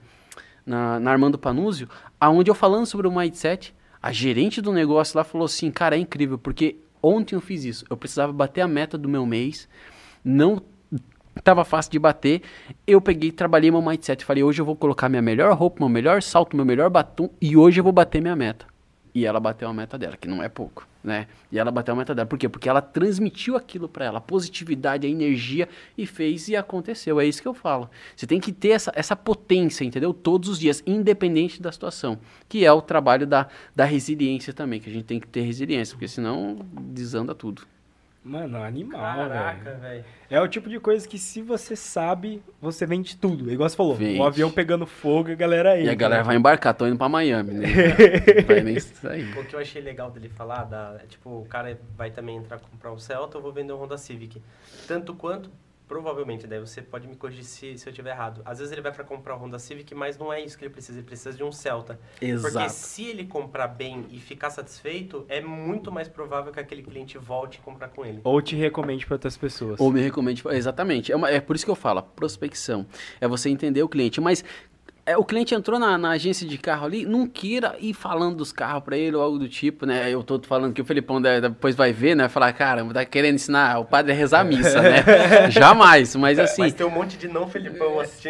na Armando Panuzio, aonde eu falando sobre o mindset, a gerente do negócio lá falou assim, cara, é incrível, porque ontem eu fiz isso, eu precisava bater a meta do meu mês, não estava fácil de bater, eu peguei, trabalhei meu mindset, falei, hoje eu vou colocar minha melhor roupa, meu melhor salto, meu melhor batom, e hoje eu vou bater minha meta. E ela bateu a meta dela, que não é pouco, né? E ela bateu a meta dela. Por quê? Porque ela transmitiu aquilo para ela, a positividade, a energia, e fez e aconteceu. É isso que eu falo. Você tem que ter essa potência, entendeu? Todos os dias, independente da situação. Que é o trabalho da resiliência também, que a gente tem que ter resiliência, porque senão desanda tudo. Mano, animal, Caraca, velho. velho. É o tipo de coisa que se você sabe, você vende tudo. Igual você falou, Vende. o avião pegando fogo, a galera aí. E a galera vai embarcar, tô indo pra Miami, né? Não vai nem sair. O que eu achei legal dele falar, tipo, o cara vai também entrar comprar um Celta, eu vou vender um Honda Civic. Tanto quanto, provavelmente, daí você pode me corrigir se eu estiver errado. Às vezes ele vai para comprar um Honda Civic, mas não é isso que ele precisa de um Celta. Exato. Porque se ele comprar bem e ficar satisfeito, é muito mais provável que aquele cliente volte a comprar com ele. Ou te recomende para outras pessoas. Ou me recomende. Exatamente. É por isso que eu falo, a prospecção. É você entender o cliente. Mas o cliente entrou na agência de carro ali, não queira ir falando dos carros pra ele ou algo do tipo, né? Eu tô falando que o Felipão depois vai ver, né? Falar, cara, tá querendo ensinar o padre a rezar a missa, né? Jamais, mas assim... Mas tem um monte de não Felipão assistindo.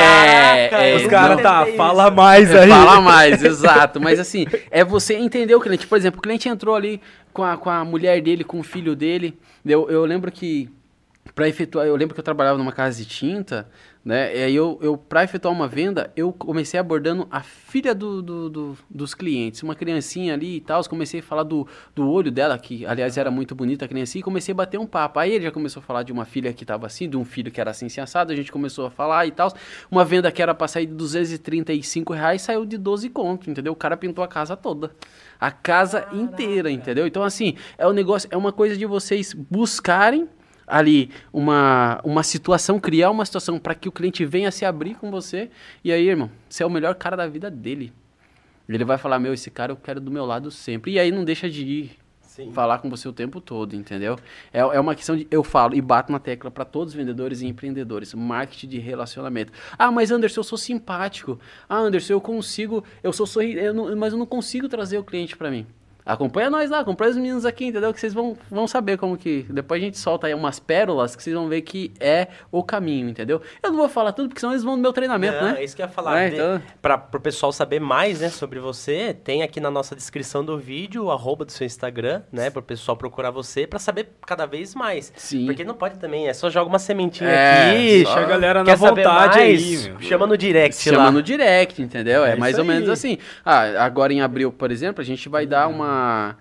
Os caras, fala mais aí. Fala mais, exato. Mas assim, é você entender o cliente. Por exemplo, o cliente entrou ali com a mulher dele, com o filho dele. Eu lembro que, eu lembro que eu trabalhava numa casa de tinta, né? E aí para efetuar uma venda, eu comecei abordando a filha dos clientes, uma criancinha ali e tal. Comecei a falar do olho dela, que aliás era muito bonita a criancinha, e comecei a bater um papo. Aí ele já começou a falar de uma filha que estava assim, de um filho que era assim, assado. A gente começou a falar e tal. Uma venda que era para sair de R$235, saiu de 12 conto, entendeu? O cara pintou a casa toda. A casa inteira, entendeu? Então assim, é um negócio, é uma coisa de vocês buscarem ali uma situação, criar uma situação para que o cliente venha se abrir com você, e aí, irmão, você é o melhor cara da vida dele. Ele vai falar, esse cara eu quero do meu lado sempre, e aí não deixa de ir falar com você o tempo todo, entendeu? É uma questão de, eu falo e bato na tecla para todos os vendedores e empreendedores, marketing de relacionamento. Ah, mas Anderson, eu sou simpático. Ah, Anderson, eu sou sorridente, mas eu não consigo trazer o cliente para mim. Acompanha nós lá, acompanha os meninos aqui, entendeu? Que vocês vão saber como que... Depois a gente solta aí umas pérolas que vocês vão ver que é o caminho, entendeu? Eu não vou falar tudo, porque senão eles vão no meu treinamento, né? É isso que eu ia falar. Então... Pro pessoal saber mais, né, sobre você, tem aqui na nossa descrição do vídeo o @ do seu Instagram, né? Pro pessoal procurar você, pra saber cada vez mais. Sim. Porque não pode também, só joga uma sementinha aqui. Deixa a galera na vontade aí, meu. Chama no direct lá. Chama no direct, entendeu? É mais ou aí. menos assim. Agora em abril, por exemplo, a gente vai dar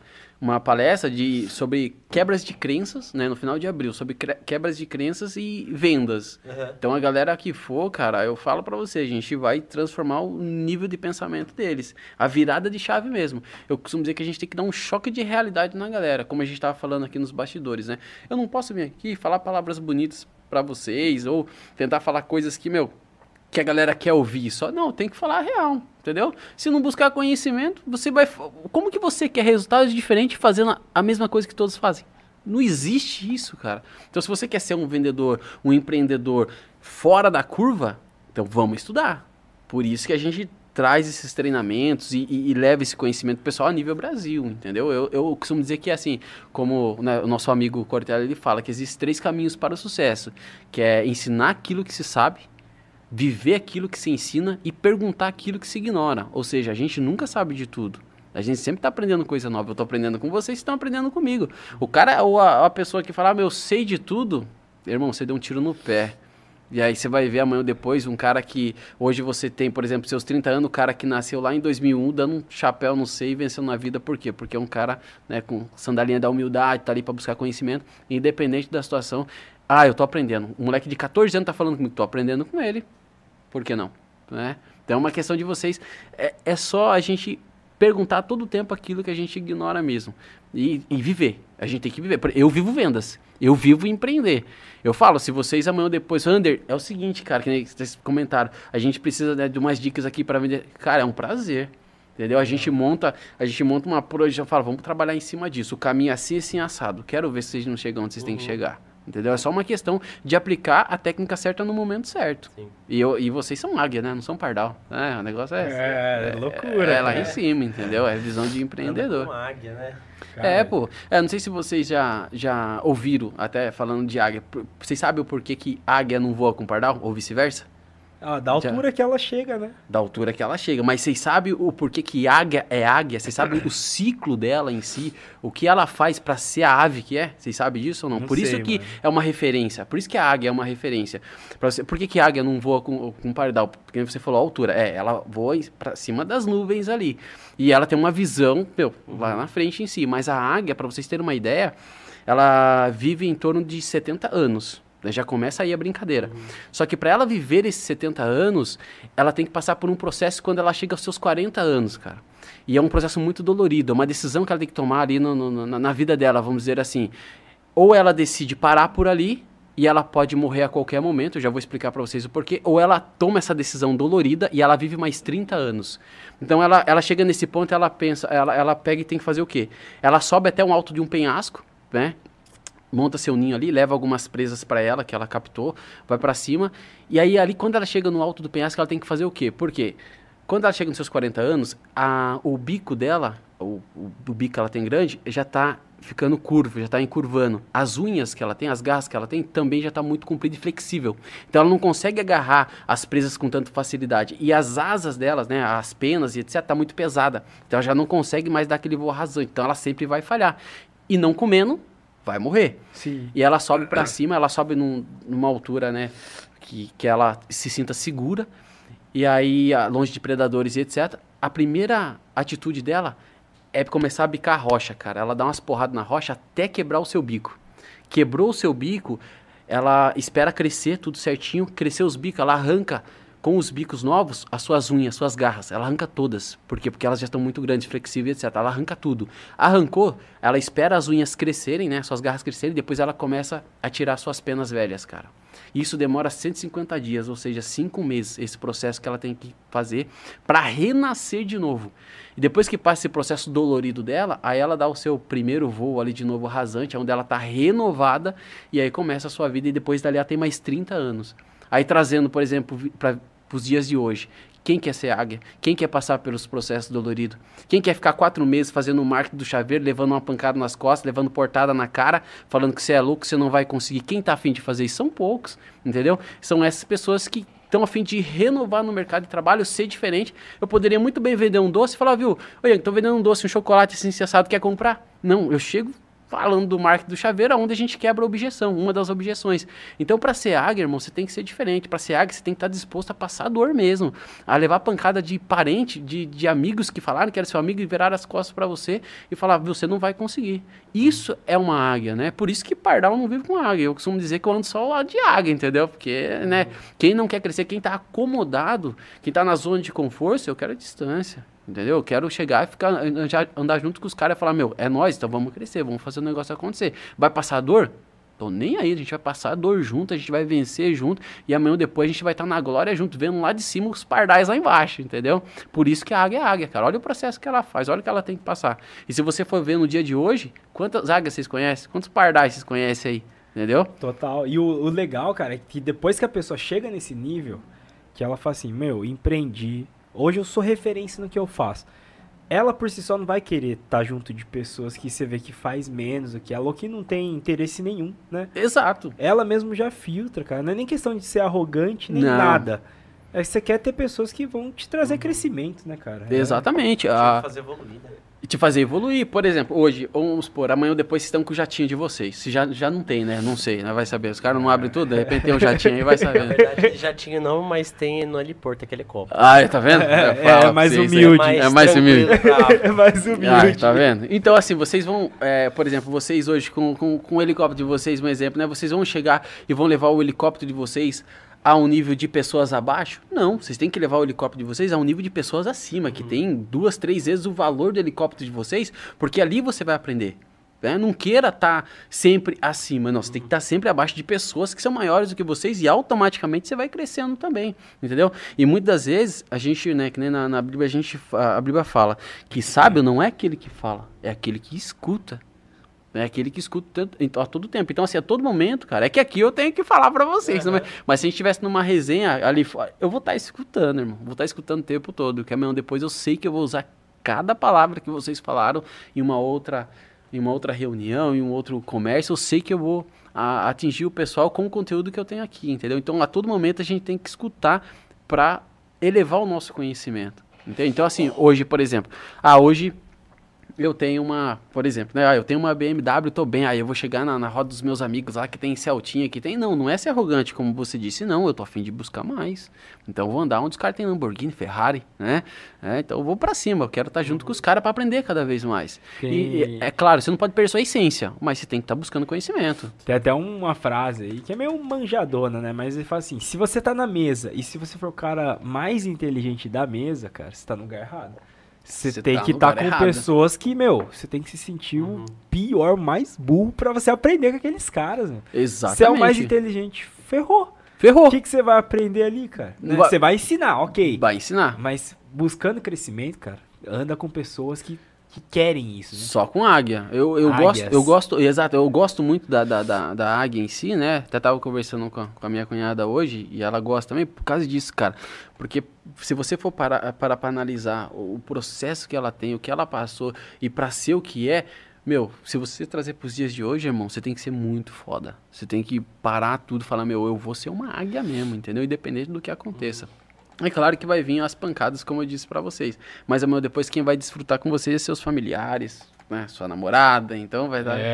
uma palestra sobre quebras de crenças, né, no final de abril, sobre quebras de crenças e vendas. Então a galera que for, cara, eu falo pra você, a gente vai transformar o nível de pensamento deles, a virada de chave mesmo. Eu costumo dizer que a gente tem que dar um choque de realidade na galera, como a gente tava falando aqui nos bastidores, né? Eu não posso vir aqui falar palavras bonitas pra vocês, ou tentar falar coisas que a galera quer ouvir só. Não, tem que falar a real, entendeu? Se não buscar conhecimento, você vai... Como que você quer resultados diferentes fazendo a mesma coisa que todos fazem? Não existe isso, cara. Então, se você quer ser um vendedor, um empreendedor fora da curva, então vamos estudar. Por isso que a gente traz esses treinamentos e leva esse conhecimento pro pessoal a nível Brasil, entendeu? Eu costumo dizer que, assim, como, né, o nosso amigo Cortella, ele fala que existem 3 caminhos para o sucesso, que é ensinar aquilo que se sabe, viver aquilo que se ensina e perguntar aquilo que se ignora. Ou seja, a gente nunca sabe de tudo. A gente sempre está aprendendo coisa nova. Eu estou aprendendo com vocês, vocês estão aprendendo comigo. O cara ou a pessoa que fala, eu sei de tudo, irmão, você deu um tiro no pé. E aí você vai ver amanhã ou depois um cara que hoje você tem, por exemplo, seus 30 anos, o cara que nasceu lá em 2001, dando um chapéu, não sei, e vencendo na vida. Por quê? Porque é um cara, né, com sandalinha da humildade, tá ali para buscar conhecimento, independente da situação. Eu tô aprendendo. Um moleque de 14 anos tá falando comigo, tô aprendendo com ele. Por que não? Né? Então é uma questão de vocês, é só a gente perguntar todo o tempo aquilo que a gente ignora mesmo. E viver. A gente tem que viver. Eu vivo vendas. Eu vivo empreender. Eu falo, se vocês amanhã ou depois... Ander, é o seguinte, cara, que nem vocês comentaram. A gente precisa, né, de umas dicas aqui para vender. Cara, é um prazer. Entendeu? A gente monta uma projeção. Eu falo, vamos trabalhar em cima disso. O caminho é assim, assim, assado. Quero ver se vocês não chegam onde vocês têm que chegar. Entendeu? É só uma questão de aplicar a técnica certa no momento certo. Sim. E vocês são águia, né? Não são pardal. O negócio é loucura. É lá em cima, entendeu? É visão de empreendedor. Com águia, né? Não sei se vocês já ouviram, até falando de águia. Vocês sabem o porquê que águia não voa com pardal? Ou vice-versa? Da altura que ela chega, né? Da altura que ela chega. Mas vocês sabem o porquê que águia é águia? Vocês sabem o ciclo dela em si? O que ela faz para ser a ave que é? Vocês sabem disso ou não? Por isso que é uma referência. Por isso que a águia é uma referência. Por que a águia não voa com pardal? Porque você falou a altura. Ela voa para cima das nuvens ali. E ela tem uma visão, lá na frente em si. Mas a águia, para vocês terem uma ideia, ela vive em torno de 70 anos. Já começa aí a brincadeira. Só que para ela viver esses 70 anos, ela tem que passar por um processo quando ela chega aos seus 40 anos, cara. E é um processo muito dolorido, é uma decisão que ela tem que tomar ali na vida dela, vamos dizer assim. Ou ela decide parar por ali, e ela pode morrer a qualquer momento, eu já vou explicar para vocês o porquê, ou ela toma essa decisão dolorida e ela vive mais 30 anos. Então ela chega nesse ponto, ela pensa, ela pega e tem que fazer o quê? Ela sobe até um alto de um penhasco, né? Monta seu ninho ali, leva algumas presas para ela, que ela captou, vai para cima, e aí ali quando ela chega no alto do penhasco, ela tem que fazer o quê? Por quê? Quando ela chega nos seus 40 anos, o bico dela, o bico que ela tem grande, já está ficando curvo, já está encurvando. As unhas que ela tem, as garras que ela tem, também já está muito comprida e flexível. Então ela não consegue agarrar as presas com tanta facilidade. E as asas delas, né, as penas e etc, está muito pesada. Então ela já não consegue mais dar aquele voo rasante. Então ela sempre vai falhar. E não comendo, vai morrer. Sim. E ela sobe para cima, ela sobe numa altura, né, que ela se sinta segura, e aí, longe de predadores e etc. A primeira atitude dela é começar a bicar a rocha, cara. Ela dá umas porradas na rocha até quebrar o seu bico. Quebrou o seu bico, ela espera crescer tudo certinho, crescer os bicos, ela arranca com os bicos novos as suas unhas, suas garras. Ela arranca todas. Por quê? Porque elas já estão muito grandes, flexíveis, etc. Ela arranca tudo. Arrancou, ela espera as unhas crescerem, né? Suas garras crescerem, depois ela começa a tirar suas penas velhas, cara. Isso demora 150 dias, ou seja, 5 meses, esse processo que ela tem que fazer para renascer de novo. E depois que passa esse processo dolorido dela, aí ela dá o seu primeiro voo ali de novo rasante, onde ela está renovada, e aí começa a sua vida, e depois dali ela tem mais 30 anos. Aí trazendo, por exemplo, para os dias de hoje, quem quer ser águia? Quem quer passar pelos processos doloridos? Quem quer ficar 4 meses fazendo o marketing do chaveiro, levando uma pancada nas costas, levando portada na cara, falando que você é louco, que você não vai conseguir? Quem está afim de fazer isso? São poucos, entendeu? São essas pessoas que estão a fim de renovar no mercado de trabalho, ser diferente. Eu poderia muito bem vender um doce e falar, viu, oi, estou vendendo um doce, um chocolate assim, assado, quer comprar? Não, eu chego falando do marketing do chaveiro, onde a gente quebra a objeção, uma das objeções. Então, para ser águia, irmão, você tem que ser diferente. Para ser águia, você tem que estar disposto a passar dor mesmo, a levar pancada de parente, de amigos que falaram que era seu amigo e viraram as costas para você e falar, você não vai conseguir. Isso é uma águia, né? Por isso que pardal não vive com águia. Eu costumo dizer que eu ando só ao lado de águia, entendeu? Porque, né, quem não quer crescer, quem tá acomodado, quem tá na zona de conforto, eu quero a distância. Entendeu? Eu quero chegar e andar junto com os caras e falar, meu, é nós, então vamos crescer, vamos fazer o negócio acontecer. Vai passar dor? Tô nem aí, a gente vai passar dor junto, a gente vai vencer junto, e amanhã depois a gente vai estar na glória junto, vendo lá de cima os pardais lá embaixo, entendeu? Por isso que a águia é águia, cara. Olha o processo que ela faz, olha o que ela tem que passar. E se você for ver no dia de hoje, quantas águias vocês conhecem? Quantos pardais vocês conhecem aí? Entendeu? Total. E o legal, cara, é que depois que a pessoa chega nesse nível, que ela fala assim, meu, empreendi, hoje eu sou referência no que eu faço. Ela por si só não vai querer estar junto de pessoas que você vê que faz menos do que ela, ou que não tem interesse nenhum, né? Exato. Ela mesmo já filtra, cara. Não é nem questão de ser arrogante, nem Não. nada. É que você quer ter pessoas que vão te trazer crescimento, né, cara? Exatamente. Fazer evoluir, né? Te fazer evoluir. Por exemplo, hoje, vamos supor, amanhã ou depois vocês estão com o jatinho de vocês. Se já não tem, né? Não sei, né? Vai saber. Os caras não abrem tudo, de repente tem um jatinho aí, vai Na saber. verdade, já tinha não, mas tem no heliporto aquele copo. Ah, tá vendo? É mais Vocês, humilde. É mais humilde. É mais humilde. Ah, tá vendo? Então, assim, vocês vão, por exemplo, vocês hoje, com o helicóptero de vocês, um exemplo, né? Vocês vão chegar e vão levar o helicóptero de vocês a um nível de pessoas abaixo? Não, vocês têm que levar o helicóptero de vocês a um nível de pessoas acima, que tem 2, 3 vezes o valor do helicóptero de vocês, porque ali você vai aprender. Né? Não queira estar sempre acima, não. Você tem que estar sempre abaixo de pessoas que são maiores do que vocês e automaticamente você vai crescendo também, entendeu? E muitas vezes a gente, né, que nem na Bíblia, a Bíblia fala que sábio não é aquele que fala, é aquele que escuta. É aquele que escuta a todo tempo. Então, assim, a todo momento, cara, é que aqui eu tenho que falar pra vocês. Uhum. Mas se a gente estivesse numa resenha ali fora, eu vou estar escutando, irmão. Vou estar escutando o tempo todo. Que amanhã depois eu sei que eu vou usar cada palavra que vocês falaram em uma outra reunião, em um outro comércio. Eu sei que eu vou atingir o pessoal com o conteúdo que eu tenho aqui, entendeu? Então, a todo momento a gente tem que escutar pra elevar o nosso conhecimento. Entendeu? Então, assim, hoje, por exemplo, hoje eu tenho por exemplo, né? Eu tenho uma BMW, tô bem, aí eu vou chegar na roda dos meus amigos lá que tem Celtinha, que tem, não é ser arrogante, como você disse, não, eu tô a fim de buscar mais, então eu vou andar onde os caras tem Lamborghini, Ferrari, né? Então eu vou pra cima, eu quero estar junto com os caras pra aprender cada vez mais. E é claro, você não pode perder sua essência, mas você tem que estar buscando conhecimento. Tem até uma frase aí que é meio manjadona, né? Mas ele fala assim, se você tá na mesa e se você for o cara mais inteligente da mesa, cara, você tá no lugar errado. Você tem que estar com pessoas que, meu, você tem que se sentir o pior, mais burro pra você aprender com aqueles caras, meu. Exatamente. Você é o mais inteligente, ferrou. Ferrou. O que você vai aprender ali, cara? Né? Você vai ensinar, ok. Vai ensinar. Mas buscando crescimento, cara, anda com pessoas que querem isso, né? Só com águia. Eu gosto muito da águia em si, né? Até tava conversando com a minha cunhada hoje e ela gosta também por causa disso, cara. Porque se você for para analisar o processo que ela tem, o que ela passou e pra ser o que é, meu, se você trazer pros dias de hoje, irmão, você tem que ser muito foda. Você tem que parar tudo e falar, meu, eu vou ser uma águia mesmo, entendeu? Independente do que aconteça. É claro que vai vir as pancadas, como eu disse pra vocês. Mas, amor, depois quem vai desfrutar com vocês é seus familiares, né? Sua namorada, então vai dar...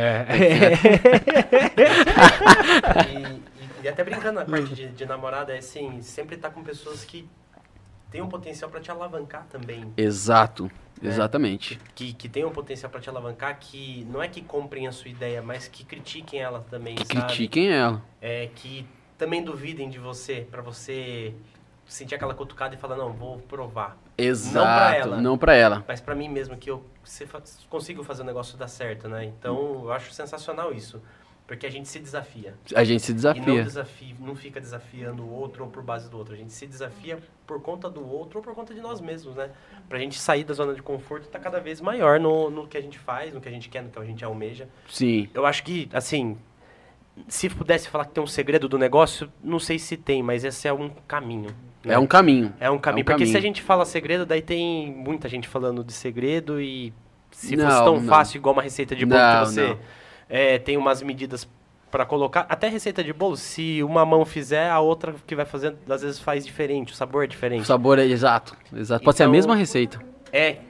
E até brincando na parte de namorada, é assim, sempre tá com pessoas que têm um potencial pra te alavancar também. Exato, exatamente. Que tem um potencial pra te alavancar, que não é que comprem a sua ideia, mas que critiquem ela também, sabe? Critiquem ela. Que também duvidem de você, pra você... sentir aquela cutucada e falar, não, vou provar. Exato, não pra ela. Mas pra mim mesmo, que eu consigo fazer o negócio dar certo, né? Então, eu acho sensacional isso. Porque a gente se desafia. A gente se desafia. E não fica desafiando o outro ou por base do outro. A gente se desafia por conta do outro ou por conta de nós mesmos, né? Pra gente sair da zona de conforto e tá cada vez maior no que a gente faz, no que a gente quer, no que a gente almeja. Sim. Eu acho que, assim... Se pudesse falar que tem um segredo do negócio, não sei se tem, mas esse é um caminho. Né? É um caminho. É um caminho. Porque se a gente fala segredo, daí tem muita gente falando de segredo e se fosse tão fácil igual uma receita de bolo que você tem umas medidas para colocar. Até receita de bolo, se uma mão fizer, a outra que vai fazendo, às vezes faz diferente, o sabor é diferente. O sabor é exato. Pode ser a mesma receita.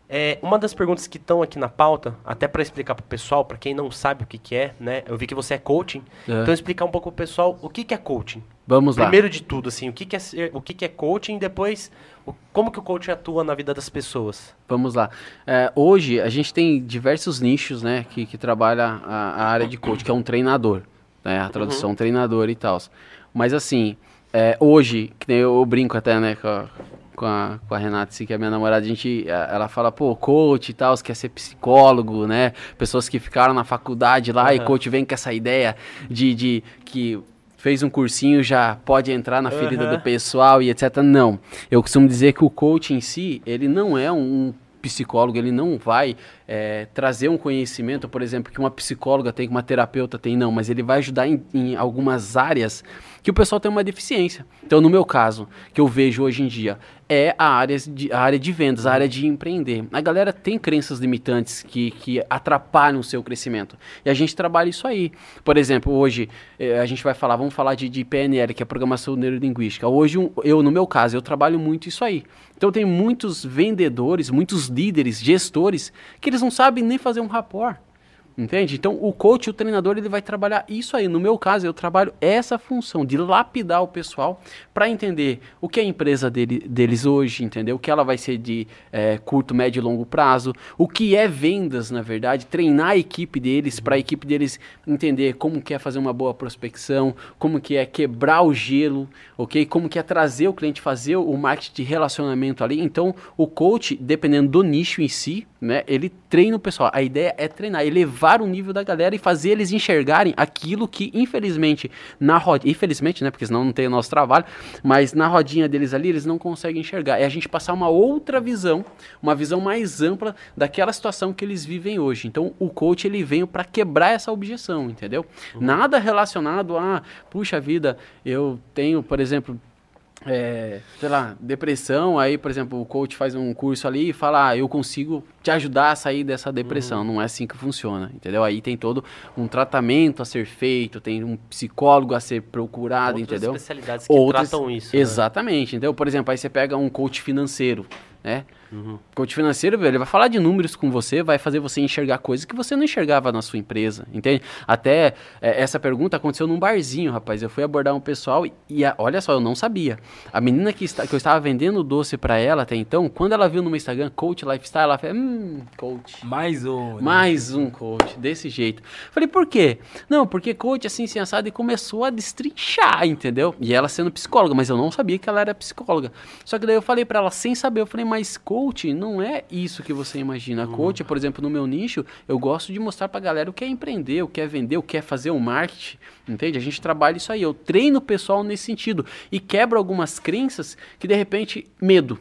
Uma das perguntas que estão aqui na pauta, até para explicar pro pessoal, para quem não sabe o que que é, né? Eu vi que você é coaching. Então explicar um pouco pro pessoal o que que é coaching. Vamos lá. Primeiro de tudo, assim, o que que é coaching, depois como que o coaching atua na vida das pessoas. Vamos lá. Hoje a gente tem diversos nichos, né, que trabalha a área de coach, que é um treinador, né, a tradução treinador e tal. Mas assim, hoje, que nem eu brinco até, né, com a Renata, assim, que é minha namorada, ela fala, pô, coach e tal, quer ser psicólogo, né, pessoas que ficaram na faculdade lá e coach vem com essa ideia de que fez um cursinho, já pode entrar na ferida do pessoal e etc. Não. Eu costumo dizer que o coach em si, ele não é um psicólogo, ele não vai trazer um conhecimento, por exemplo, que uma psicóloga tem, que uma terapeuta tem, não, mas ele vai ajudar em algumas áreas que o pessoal tem uma deficiência. Então, no meu caso, que eu vejo hoje em dia, é a área de vendas, a área de empreender. A galera tem crenças limitantes que atrapalham o seu crescimento. E a gente trabalha isso aí. Por exemplo, hoje a gente vamos falar de PNL, que é Programação Neurolinguística. Hoje, no meu caso, eu trabalho muito isso aí. Então, tem muitos vendedores, muitos líderes, gestores, que eles não sabem nem fazer um rapport. Entende? Então, o coach, o treinador, ele vai trabalhar isso aí. No meu caso, eu trabalho essa função de lapidar o pessoal para entender o que é a empresa deles hoje, entendeu? O que ela vai ser de curto, médio e longo prazo. O que é vendas, na verdade. Treinar a equipe deles, para a equipe deles entender como que é fazer uma boa prospecção, como que é quebrar o gelo, ok? Como que é trazer o cliente, fazer o marketing de relacionamento ali. Então, o coach, dependendo do nicho em si, né, ele treina o pessoal. A ideia é treinar, elevar o nível da galera e fazer eles enxergarem aquilo que, infelizmente, infelizmente, né, porque senão não tem o nosso trabalho, mas na rodinha deles ali, eles não conseguem enxergar. É a gente passar uma outra visão, uma visão mais ampla daquela situação que eles vivem hoje. Então, o coach, ele veio para quebrar essa objeção, entendeu? Nada relacionado a, puxa vida, eu tenho, por exemplo, sei lá, depressão, aí, por exemplo, o coach faz um curso ali e fala, eu consigo te ajudar a sair dessa depressão. Não é assim que funciona, entendeu? Aí tem todo um tratamento a ser feito, tem um psicólogo a ser procurado, entendeu? Outras especialidades que tratam isso. Exatamente, né? Entendeu? Por exemplo, aí você pega um coach financeiro, né? Coach financeiro, ele vai falar de números com você, vai fazer você enxergar coisas que você não enxergava na sua empresa, entende? Até essa pergunta aconteceu num barzinho, rapaz. Eu fui abordar um pessoal e olha só, eu não sabia. A menina que eu estava vendendo doce para ela até então, quando ela viu no meu Instagram, Coach Lifestyle, ela falou, coach. Mais um. Mais um coach, desse jeito. Falei, por quê? Não, porque coach assim, assado, e começou a destrinchar, entendeu? E ela sendo psicóloga, mas eu não sabia que ela era psicóloga. Só que daí eu falei para ela, sem saber, eu falei, mas coach não é isso que você imagina. Coach, por exemplo, no meu nicho, eu gosto de mostrar pra galera o que é empreender, o que é vender, o que é fazer o marketing, entende? A gente trabalha isso aí, eu treino o pessoal nesse sentido e quebro algumas crenças que, de repente, medo,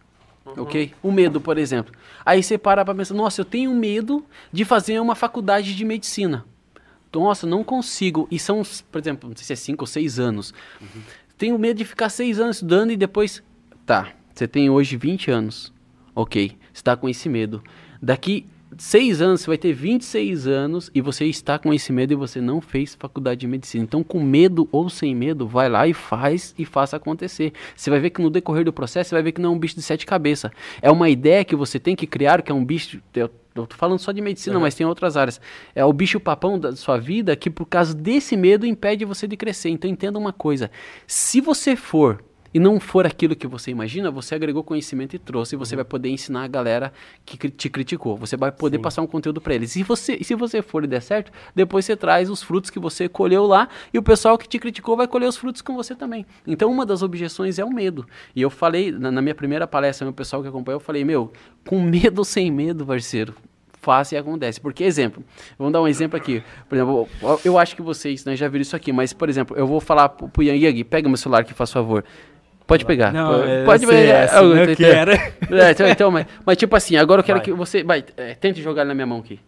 ok? O medo, por exemplo. Aí você para pra pensar, nossa, eu tenho medo de fazer uma faculdade de medicina. Nossa, não consigo. E são, por exemplo, não sei se é 5 ou 6 anos. Tenho medo de ficar 6 anos estudando e depois... Tá, você tem hoje 20 anos. Ok, você está com esse medo. Daqui 6 anos, você vai ter 26 anos e você está com esse medo e você não fez faculdade de medicina. Então, com medo ou sem medo, vai lá e faça acontecer. Você vai ver que no decorrer do processo, você vai ver que não é um bicho de 7 cabeças. É uma ideia que você tem que criar, que é um bicho... Eu tô falando só de medicina, mas tem outras áreas. É o bicho-papão da sua vida que, por causa desse medo, impede você de crescer. Então, entenda uma coisa. Se você for... e não for aquilo que você imagina, você agregou conhecimento e trouxe, e você vai poder ensinar a galera que te criticou. Você vai poder passar um conteúdo para eles. E se você for e der certo, depois você traz os frutos que você colheu lá, e o pessoal que te criticou vai colher os frutos com você também. Então, uma das objeções é o medo. E eu falei, na minha primeira palestra, meu pessoal que acompanhou, eu falei, com medo ou sem medo, parceiro, faça e acontece. Porque, exemplo, vamos dar um exemplo aqui. Por exemplo, eu acho que vocês, né, já viram isso aqui, mas, por exemplo, eu vou falar pro Yang, pega meu celular aqui, faz favor. Pode pegar. Não, pode pegar. Eu quero. Então, mas tipo assim, agora eu quero que você... tente jogar ele na minha mão aqui.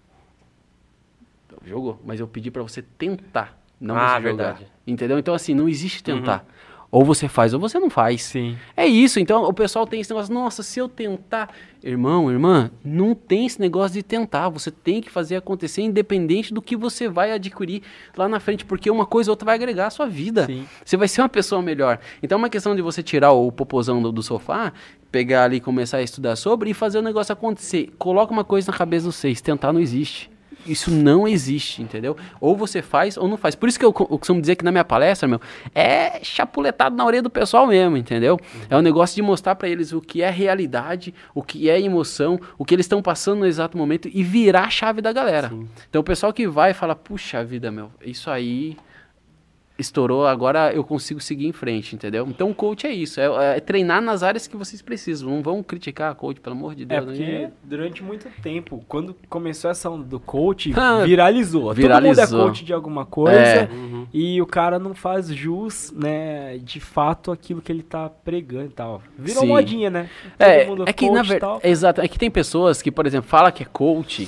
Jogou, mas eu pedi pra você tentar não você jogar. Verdade. Entendeu? Então assim, não existe tentar. Ou você faz ou você não faz. Sim. É isso, então o pessoal tem esse negócio, nossa, se eu tentar... Irmão, irmã, não tem esse negócio de tentar, você tem que fazer acontecer independente do que você vai adquirir lá na frente, porque uma coisa ou outra vai agregar à sua vida. Sim. Você vai ser uma pessoa melhor. Então é uma questão de você tirar o popozão do sofá, pegar ali e começar a estudar sobre e fazer o negócio acontecer. Coloca uma coisa na cabeça de vocês, tentar não existe. Isso não existe, entendeu? Ou você faz ou não faz. Por isso que eu costumo dizer que na minha palestra, meu, é chapuletado na orelha do pessoal mesmo, entendeu? É um negócio de mostrar pra eles o que é realidade, o que é emoção, o que eles estão passando no exato momento e virar a chave da galera. Sim. Então o pessoal que vai e fala, puxa vida, meu, isso aí estourou, agora eu consigo seguir em frente, entendeu? Então o coach é isso, é treinar nas áreas que vocês precisam. Não vão criticar a coach, pelo amor de Deus. Porque durante muito tempo, quando começou essa onda do coach, Ah, viralizou. viralizou. Todo mundo é coach de alguma coisa É. e o cara não faz jus, né, de fato aquilo que ele tá pregando e tal. Virou Sim. modinha, né? Todo mundo É que coach na e verdade, tal. exato, é que tem pessoas que, por exemplo, fala que é coach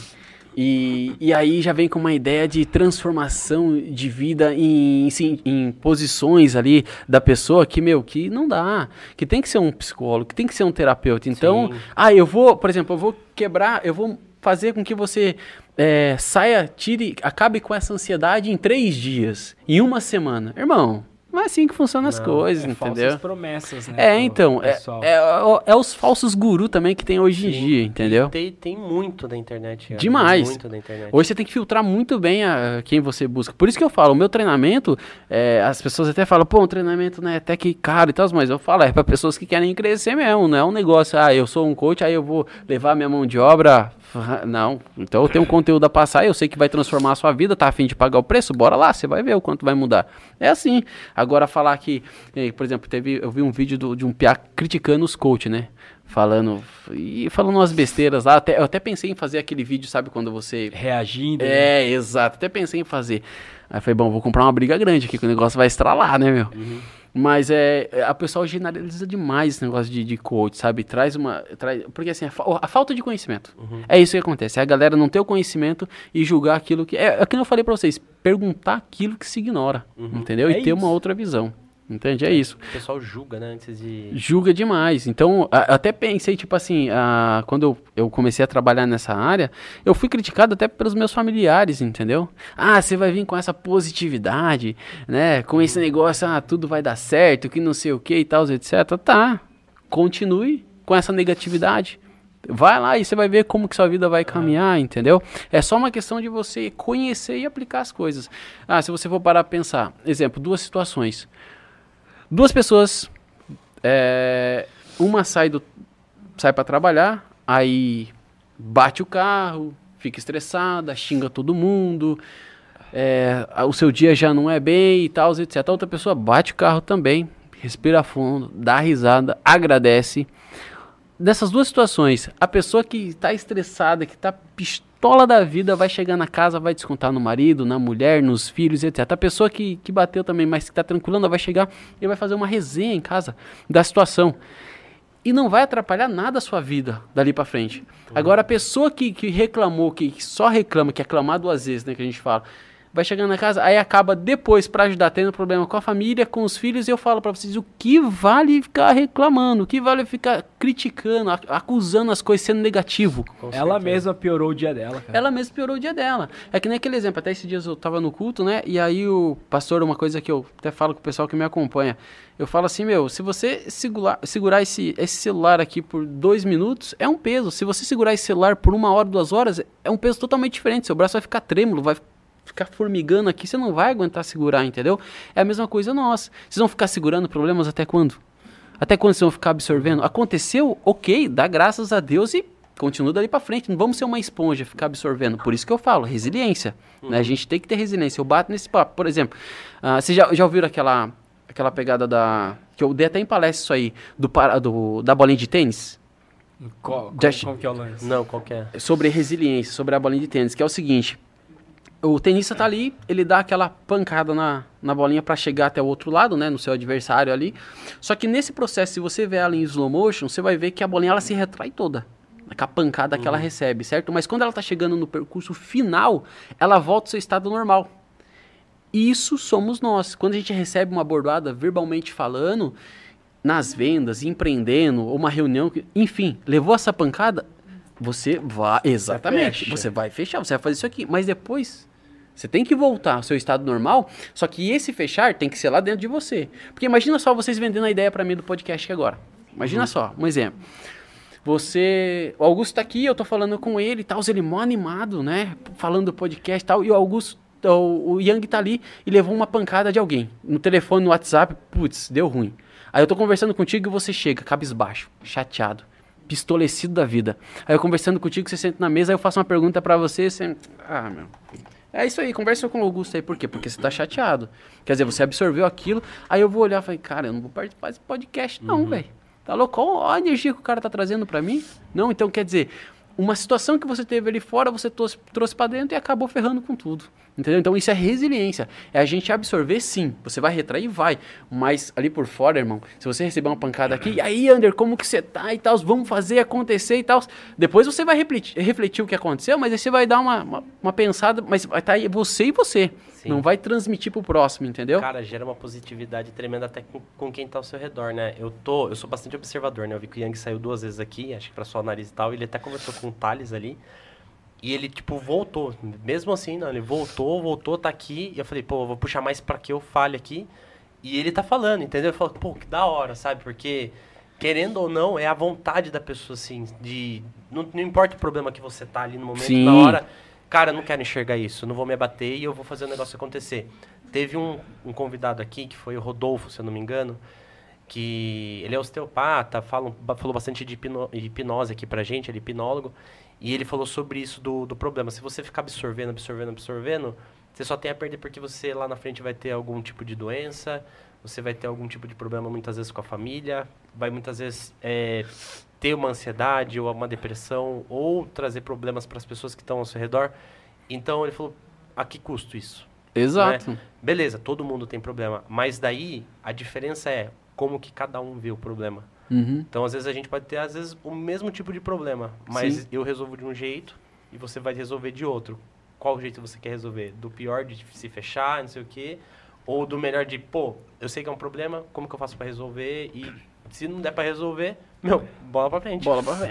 e aí já vem com uma ideia de transformação de vida em posições ali da pessoa que, meu, que não dá, que tem que ser um psicólogo, que tem que ser um terapeuta. Então, Sim. eu vou, por exemplo, eu vou quebrar, eu vou fazer com que você saia, acabe com essa ansiedade em 3 dias, em 1 semana. Irmão, não é assim que funcionam as coisas, entendeu? Falsas promessas, né? Então, pessoal. é os falsos gurus também que tem hoje em dia, entendeu? Tem muito da internet, cara. Demais. Muito da internet. Hoje você tem que filtrar muito bem quem você busca. Por isso que eu falo, o meu treinamento, as pessoas até falam, pô, um treinamento né, até que caro e tal, mas eu falo, é para pessoas que querem crescer mesmo, não é um negócio, eu sou um coach, aí eu vou levar minha mão de obra. Não, então eu tenho um conteúdo a passar, eu sei que vai transformar a sua vida, tá a fim de pagar o preço, bora lá, você vai ver o quanto vai mudar. É assim. Agora falar que, por exemplo, eu vi um vídeo de um piá criticando os coach, né? Falando umas besteiras lá, eu até pensei em fazer aquele vídeo, sabe, quando você... Reagindo. né? Exato, até pensei em fazer. Aí falei, bom, vou comprar uma briga grande aqui, que o negócio vai estralar, né, meu? Mas a pessoa generaliza demais esse negócio de coach, sabe? Porque assim, a falta de conhecimento. É isso que acontece. É a galera não ter o conhecimento e julgar aquilo que... É que eu falei pra vocês, perguntar aquilo que se ignora, entendeu? É E ter isso. uma outra visão. Entende? É isso. O pessoal julga, né, antes de... Julga demais. Então, até pensei, tipo assim, quando eu comecei a trabalhar nessa área, eu fui criticado até pelos meus familiares, entendeu? Você vai vir com essa positividade, né? Com esse negócio, tudo vai dar certo, que não sei o que e tal, etc. Tá, continue com essa negatividade. Vai lá e você vai ver como que sua vida vai caminhar, entendeu? É só uma questão de você conhecer e aplicar as coisas. Se você for parar pra pensar, exemplo, 2 situações. 2 pessoas, uma sai para trabalhar, aí bate o carro, fica estressada, xinga todo mundo, o seu dia já não é bem e tal, etc. A outra pessoa bate o carro também, respira fundo, dá risada, agradece. Dessas 2 situações, a pessoa que está estressada, que está pistola da vida, vai chegar na casa, vai descontar no marido, na mulher, nos filhos, etc. A pessoa que bateu também, mas que está tranquilando, vai chegar e vai fazer uma resenha em casa da situação. E não vai atrapalhar nada a sua vida dali para frente. Agora, a pessoa que reclamou, que só reclama, que aclamar 2 vezes, né, que a gente fala... Vai chegando na casa, aí acaba depois, para ajudar, tendo problema com a família, com os filhos, e eu falo para vocês, o que vale ficar reclamando, o que vale ficar criticando, acusando as coisas, sendo negativo? Ela mesma piorou o dia dela, cara. Ela mesma piorou o dia dela. É que nem aquele exemplo, até esses dias eu tava no culto, né, e aí o pastor, uma coisa que eu até falo com o pessoal que me acompanha, eu falo assim, se você segurar esse celular aqui por 2 minutos, é um peso. Se você segurar esse celular por 1 hora, 2 horas, é um peso totalmente diferente, seu braço vai ficar trêmulo, vai ficar formigando aqui, você não vai aguentar segurar, entendeu? É a mesma coisa nossa. Vocês vão ficar segurando problemas até quando? Até quando vocês vão ficar absorvendo? Aconteceu, ok, dá graças a Deus e continua dali pra frente. Não vamos ser uma esponja, ficar absorvendo. Por isso que eu falo, resiliência. Né? A gente tem que ter resiliência. Eu bato nesse papo. Por exemplo, vocês já ouviram aquela pegada que eu dei até em palestra isso aí, da bolinha de tênis? Como que é o lance? Não, qual que é? Sobre resiliência, sobre a bolinha de tênis, que é o seguinte... O tenista tá ali, ele dá aquela pancada na bolinha para chegar até o outro lado, né, no seu adversário ali. Só que nesse processo, se você ver ela em slow motion, você vai ver que a bolinha ela se retrai toda. Com a pancada que ela recebe, certo? Mas quando ela tá chegando no percurso final, ela volta ao seu estado normal. Isso somos nós. Quando a gente recebe uma bordoada verbalmente falando, nas vendas, empreendendo, ou uma reunião, enfim, levou essa pancada, você vai... Exatamente. Você vai fechar, você vai fazer isso aqui. Mas depois... Você tem que voltar ao seu estado normal, só que esse fechar tem que ser lá dentro de você. Porque imagina só vocês vendendo a ideia pra mim do podcast aqui agora. Imagina só, um exemplo. O Augusto tá aqui, eu tô falando com ele e tal, ele mó animado, né? Falando do podcast e tal, e o Yang tá ali e levou uma pancada de alguém. No telefone, no WhatsApp, putz, deu ruim. Aí eu tô conversando contigo e você chega, cabisbaixo, chateado, pistolecido da vida. Aí eu conversando contigo, você senta na mesa, aí eu faço uma pergunta pra você, você... Ah, meu... É isso aí, conversa com o Augusto aí. Por quê? Porque você tá chateado. Quer dizer, você absorveu aquilo, aí eu vou olhar e falei, cara, eu não vou participar desse podcast não, velho. Tá louco? Olha a energia que o cara tá trazendo pra mim. Não, então quer dizer, uma situação que você teve ali fora, você trouxe pra dentro e acabou ferrando com tudo. Entendeu? Então isso é resiliência. É a gente absorver, sim. Você vai retrair? Vai. Mas ali por fora, irmão, se você receber uma pancada aqui, e aí, Ander, como que você tá e tal? Vamos fazer acontecer e tal. Depois você vai refletir o que aconteceu, mas aí você vai dar uma pensada, mas vai estar aí você e você. Sim. Não vai transmitir pro próximo, entendeu? Cara, gera uma positividade tremenda até com quem tá ao seu redor, né? Eu sou bastante observador, né? Eu vi que o Yang saiu 2 vezes aqui, acho que pra sua nariz e tal, e ele até conversou com o Thales ali. E ele, tipo, voltou. Mesmo assim, não, ele voltou, tá aqui. E eu falei, pô, eu vou puxar mais pra que eu fale aqui. E ele tá falando, entendeu? Eu falo, pô, que da hora, sabe? Porque, querendo ou não, é a vontade da pessoa, assim, de... Não importa o problema que você tá ali no momento, Sim. na hora. Cara, eu não quero enxergar isso, eu não vou me abater e eu vou fazer o negócio acontecer. Teve um convidado aqui, que foi o Rodolfo, se eu não me engano, que ele é osteopata, falou bastante de hipnose aqui pra gente, ele é hipnólogo. E ele falou sobre isso do problema. Se você ficar absorvendo, você só tem a perder porque você lá na frente vai ter algum tipo de doença, você vai ter algum tipo de problema muitas vezes com a família, vai muitas vezes ter uma ansiedade ou uma depressão ou trazer problemas para as pessoas que estão ao seu redor. Então ele falou, a que custo isso? Exato. Né? Beleza, todo mundo tem problema, mas daí a diferença é como que cada um vê o problema. Então, às vezes, a gente pode ter, às vezes, o mesmo tipo de problema, mas Sim. eu resolvo de um jeito e você vai resolver de outro. Qual jeito você quer resolver? Do pior de se fechar, não sei o quê, ou do melhor de, pô, eu sei que é um problema, como que eu faço pra resolver? E se não der pra resolver, bola pra frente.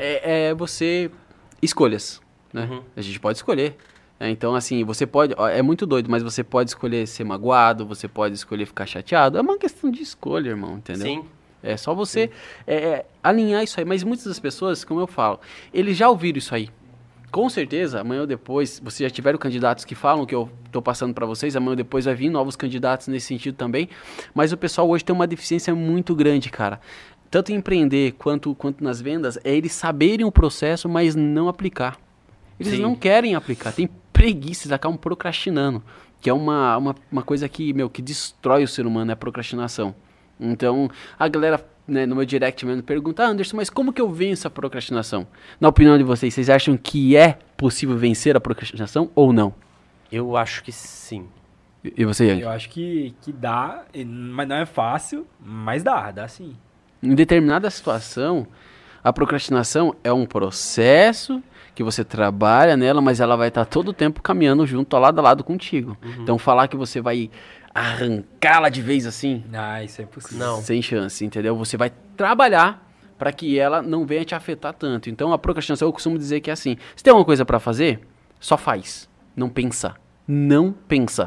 É você... Escolhas, né? A gente pode escolher. Então, assim, você pode... É muito doido, mas você pode escolher ser magoado, você pode escolher ficar chateado. É uma questão de escolha, irmão, entendeu? Sim. É só você alinhar isso aí. Mas muitas das pessoas, como eu falo, eles já ouviram isso aí. Com certeza, amanhã ou depois, vocês já tiveram candidatos que falam que eu estou passando para vocês, amanhã ou depois vai vir novos candidatos nesse sentido também. Mas o pessoal hoje tem uma deficiência muito grande, cara. Tanto em empreender quanto nas vendas, é eles saberem o processo, mas não aplicar. Eles não querem aplicar, tem preguiça, eles acabam procrastinando. Que é uma coisa que destrói o ser humano, é a procrastinação. Então, a galera, né, no meu direct mesmo pergunta, Anderson, mas como que eu venço a procrastinação? Na opinião de vocês acham que é possível vencer a procrastinação ou não? Eu acho que sim. E você, Yang? Eu acho que dá, mas não é fácil, mas dá sim. Em determinada situação, a procrastinação é um processo que você trabalha nela, mas ela vai estar todo o tempo caminhando junto, lado a lado contigo. Então, falar que você vai arrancá-la de vez assim, isso é impossível. Não. Sem chance, entendeu? Você vai trabalhar para que ela não venha te afetar tanto. Então, a procrastinação, eu costumo dizer que é assim, se tem alguma coisa para fazer, só faz. Não pensa. Não pensa.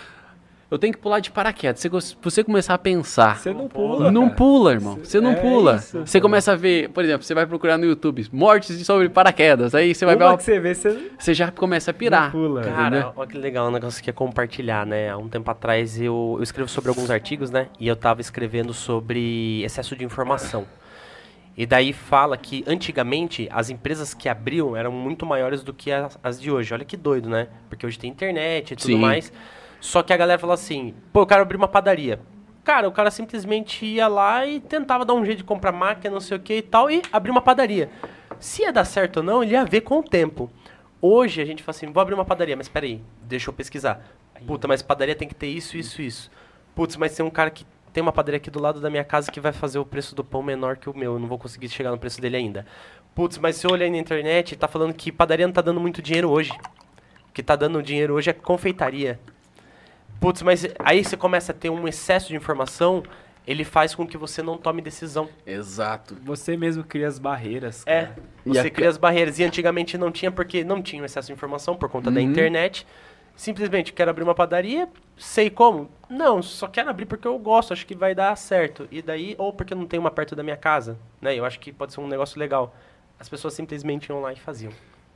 Eu tenho que pular de paraquedas. Se você começar a pensar... Você não pula, Não cara. pula, irmão. Você não pula. Isso, você começa a ver... Por exemplo, você vai procurar no YouTube mortes sobre paraquedas. Aí você vai ver... Uma que você vê, Você já começa a pirar. não pula. Cara, olha que legal, um negócio que é compartilhar, né? Há um tempo atrás eu escrevo sobre alguns artigos, né? E eu tava escrevendo sobre excesso de informação. E daí fala que antigamente as empresas que abriam eram muito maiores do que as de hoje. Olha que doido, né? Porque hoje tem internet e tudo Sim. mais. Só que a galera fala assim, pô, eu quero abrir uma padaria. Cara, o cara simplesmente ia lá e tentava dar um jeito de comprar máquina, não sei o que e tal, e abrir uma padaria. Se ia dar certo ou não, ele ia ver com o tempo. Hoje a gente fala assim, vou abrir uma padaria, mas peraí, deixa eu pesquisar. Puta, mas padaria tem que ter isso, isso, isso. Putz, mas tem um cara que tem uma padaria aqui do lado da minha casa que vai fazer o preço do pão menor que o meu, eu não vou conseguir chegar no preço dele ainda. Putz, mas se eu olhar na internet, tá falando que padaria não tá dando muito dinheiro hoje. O que tá dando dinheiro hoje é confeitaria. Putz, mas aí você começa a ter um excesso de informação, ele faz com que você não tome decisão. Exato. Você mesmo cria as barreiras. É, Cara. você cria as barreiras. E antigamente não tinha, porque não tinha um excesso de informação por conta da internet. Simplesmente, quero abrir uma padaria, sei como? Não, só quero abrir porque eu gosto, acho que vai dar certo. E daí, ou porque não tem uma perto da minha casa, né? Eu acho que pode ser um negócio legal. As pessoas simplesmente iam lá e faziam.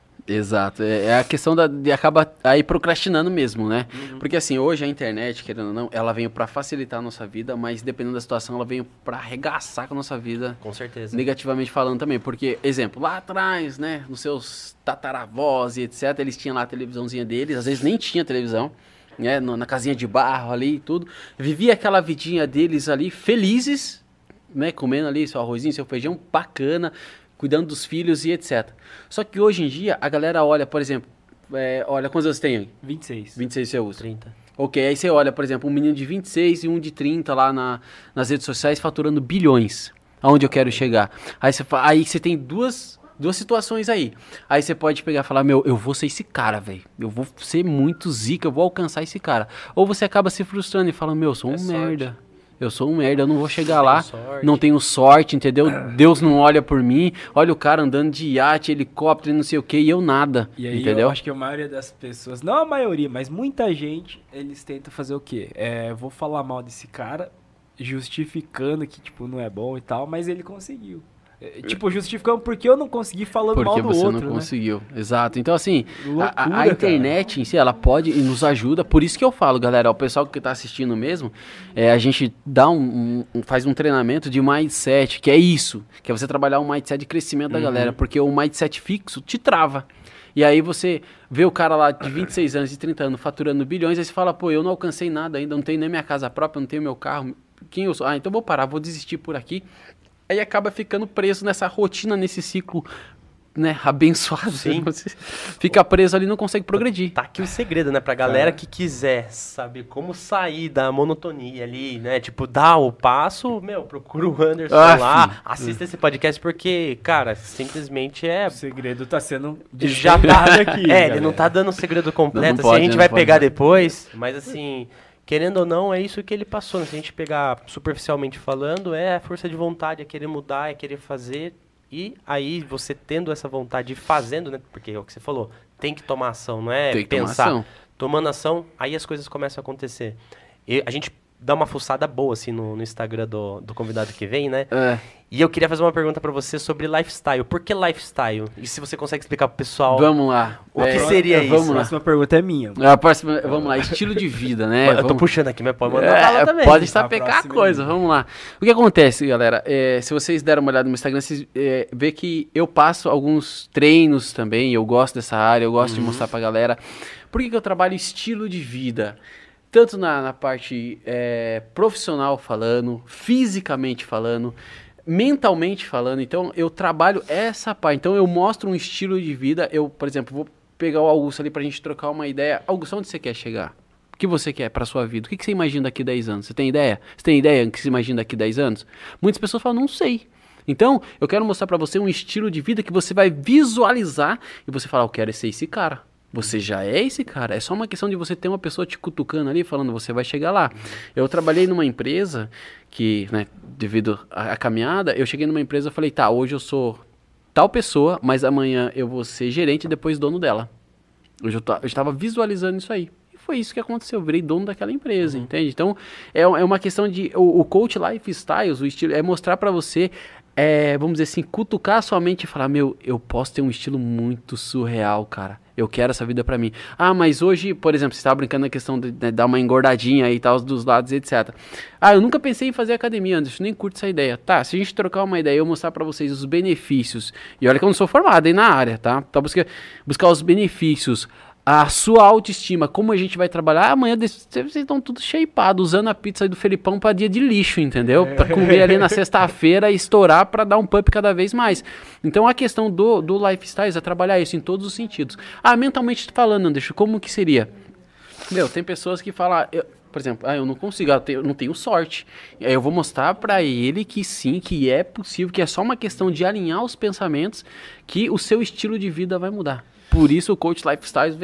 Exato, é a questão de acaba aí procrastinando mesmo, né? Porque assim, hoje a internet, querendo ou não, ela veio pra facilitar a nossa vida, mas dependendo da situação, ela veio pra arregaçar com a nossa vida, Com certeza. negativamente falando também. Porque, exemplo, lá atrás, né, nos seus tataravós e etc, eles tinham lá a televisãozinha deles, às vezes nem tinha televisão, né, na casinha de barro ali e tudo. Vivia aquela vidinha deles ali, felizes, né, comendo ali seu arrozinho, seu feijão, bacana, cuidando dos filhos e etc. Só que hoje em dia, a galera olha, por exemplo, olha quantos anos tem? 26. 26 você usa. 30. Ok, aí você olha, por exemplo, um menino de 26 e um de 30 lá nas redes sociais faturando bilhões. Aonde eu quero chegar? Aí você tem duas situações aí. Aí você pode pegar e falar, meu, eu vou ser esse cara, velho. Eu vou ser muito zica, eu vou alcançar esse cara. Ou você acaba se frustrando e fala, meu, eu sou um merda. Eu sou um merda, eu não vou chegar lá, não tenho sorte, entendeu? Deus não olha por mim, olha o cara andando de iate, helicóptero e não sei o que, e eu nada, E aí entendeu? eu acho que a maioria das pessoas, não a maioria, mas muita gente, eles tentam fazer o quê? Vou falar mal desse cara, justificando que, tipo, não é bom e tal, mas ele conseguiu. Tipo, justificando porque eu não consegui falando mal Porque do você outro, não né? conseguiu. Exato. Então, assim, Loucura, a internet em si, ela pode e nos ajuda. Por isso que eu falo, galera, o pessoal que tá assistindo mesmo, a gente dá faz um treinamento de mindset, que é isso. Que é você trabalhar um mindset de crescimento da galera. Porque o mindset fixo te trava. E aí você vê o cara lá de 26 anos, de 30 anos, faturando bilhões, aí você fala, pô, eu não alcancei nada ainda, não tenho nem minha casa própria, não tenho meu carro. Quem eu sou? Ah, então vou parar, vou desistir por aqui. Aí acaba ficando preso nessa rotina, nesse ciclo, né, abençoado. Sim. Você fica preso ali e não consegue progredir. Tá aqui o segredo, né? Pra galera que quiser saber como sair da monotonia ali, né? Tipo, dar o passo, meu, procura o Anderson lá, assista esse podcast, porque, cara, simplesmente O segredo tá sendo já desvendado aqui. ele galera. não tá dando o segredo completo, Não assim, pode, a gente não vai pode. pegar depois, mas assim, querendo ou não, é isso que ele passou, né? Se a gente pegar superficialmente falando, é a força de vontade, é querer mudar, é querer fazer, e aí você tendo essa vontade e fazendo, né? Porque é o que você falou, tem que tomar ação, não é Tem que tomar pensar. ação. Tomando ação, aí as coisas começam a acontecer. E a gente dá uma fuçada boa, assim, no Instagram do convidado que vem, né? E eu queria fazer uma pergunta pra você sobre lifestyle. Por que lifestyle? E se você consegue explicar pro pessoal Vamos lá. o que seria isso? Vamos A lá. próxima pergunta é minha. Vamos lá, estilo de vida, né? Eu tô Vamos- puxando aqui, mas pode mandar bala também. Pode A sapecar a próxima coisa, é vamos lá. O que acontece, galera? Se vocês deram uma olhada no meu Instagram, vocês vê que eu passo alguns treinos também, eu gosto dessa área, eu gosto de mostrar pra galera. Por que eu trabalho estilo de vida? Tanto na parte profissional falando, fisicamente falando, mentalmente falando. Então, eu trabalho essa parte. Então, eu mostro um estilo de vida. Eu, por exemplo, vou pegar o Augusto ali pra gente trocar uma ideia. Augusto, onde você quer chegar? O que você quer pra sua vida? O que você imagina daqui 10 anos? Você tem ideia? Você tem ideia do que você imagina daqui 10 anos? Muitas pessoas falam, não sei. Então, eu quero mostrar pra você um estilo de vida que você vai visualizar e você fala, eu quero ser esse cara. Você já é esse cara. É só uma questão de você ter uma pessoa te cutucando ali, falando, você vai chegar lá. Eu trabalhei numa empresa que, né, devido à caminhada, eu cheguei numa empresa e falei, tá, hoje eu sou tal pessoa, mas amanhã eu vou ser gerente e depois dono dela. Eu estava visualizando isso aí. E foi isso que aconteceu. Eu virei dono daquela empresa, entende? Então, é uma questão de... O coach lifestyles, o estilo, é mostrar pra você... vamos dizer assim, cutucar a sua mente e falar, meu, eu posso ter um estilo muito surreal, cara. Eu quero essa vida pra mim. Ah, mas hoje, por exemplo, você estava brincando na questão de dar uma engordadinha aí e tal, dos lados, etc. Ah, eu nunca pensei em fazer academia, Anderson, nem curto essa ideia. Tá, se a gente trocar uma ideia, eu mostrar pra vocês os benefícios. E olha que eu não sou formado aí na área, tá? Então buscar os benefícios, a sua autoestima, como a gente vai trabalhar. Amanhã vocês estão tudo shapeado, usando a pizza aí do Felipão para dia de lixo, entendeu? Para comer ali na sexta-feira e estourar para dar um pump cada vez mais. Então a questão do lifestyle é trabalhar isso em todos os sentidos. Ah, mentalmente falando, Anderson, como que seria? Meu, tem pessoas que falam... por exemplo, eu não consigo, eu não tenho sorte. Aí eu vou mostrar para ele que sim, que é possível, que é só uma questão de alinhar os pensamentos, que o seu estilo de vida vai mudar. Por isso o Coach Lifestyle vem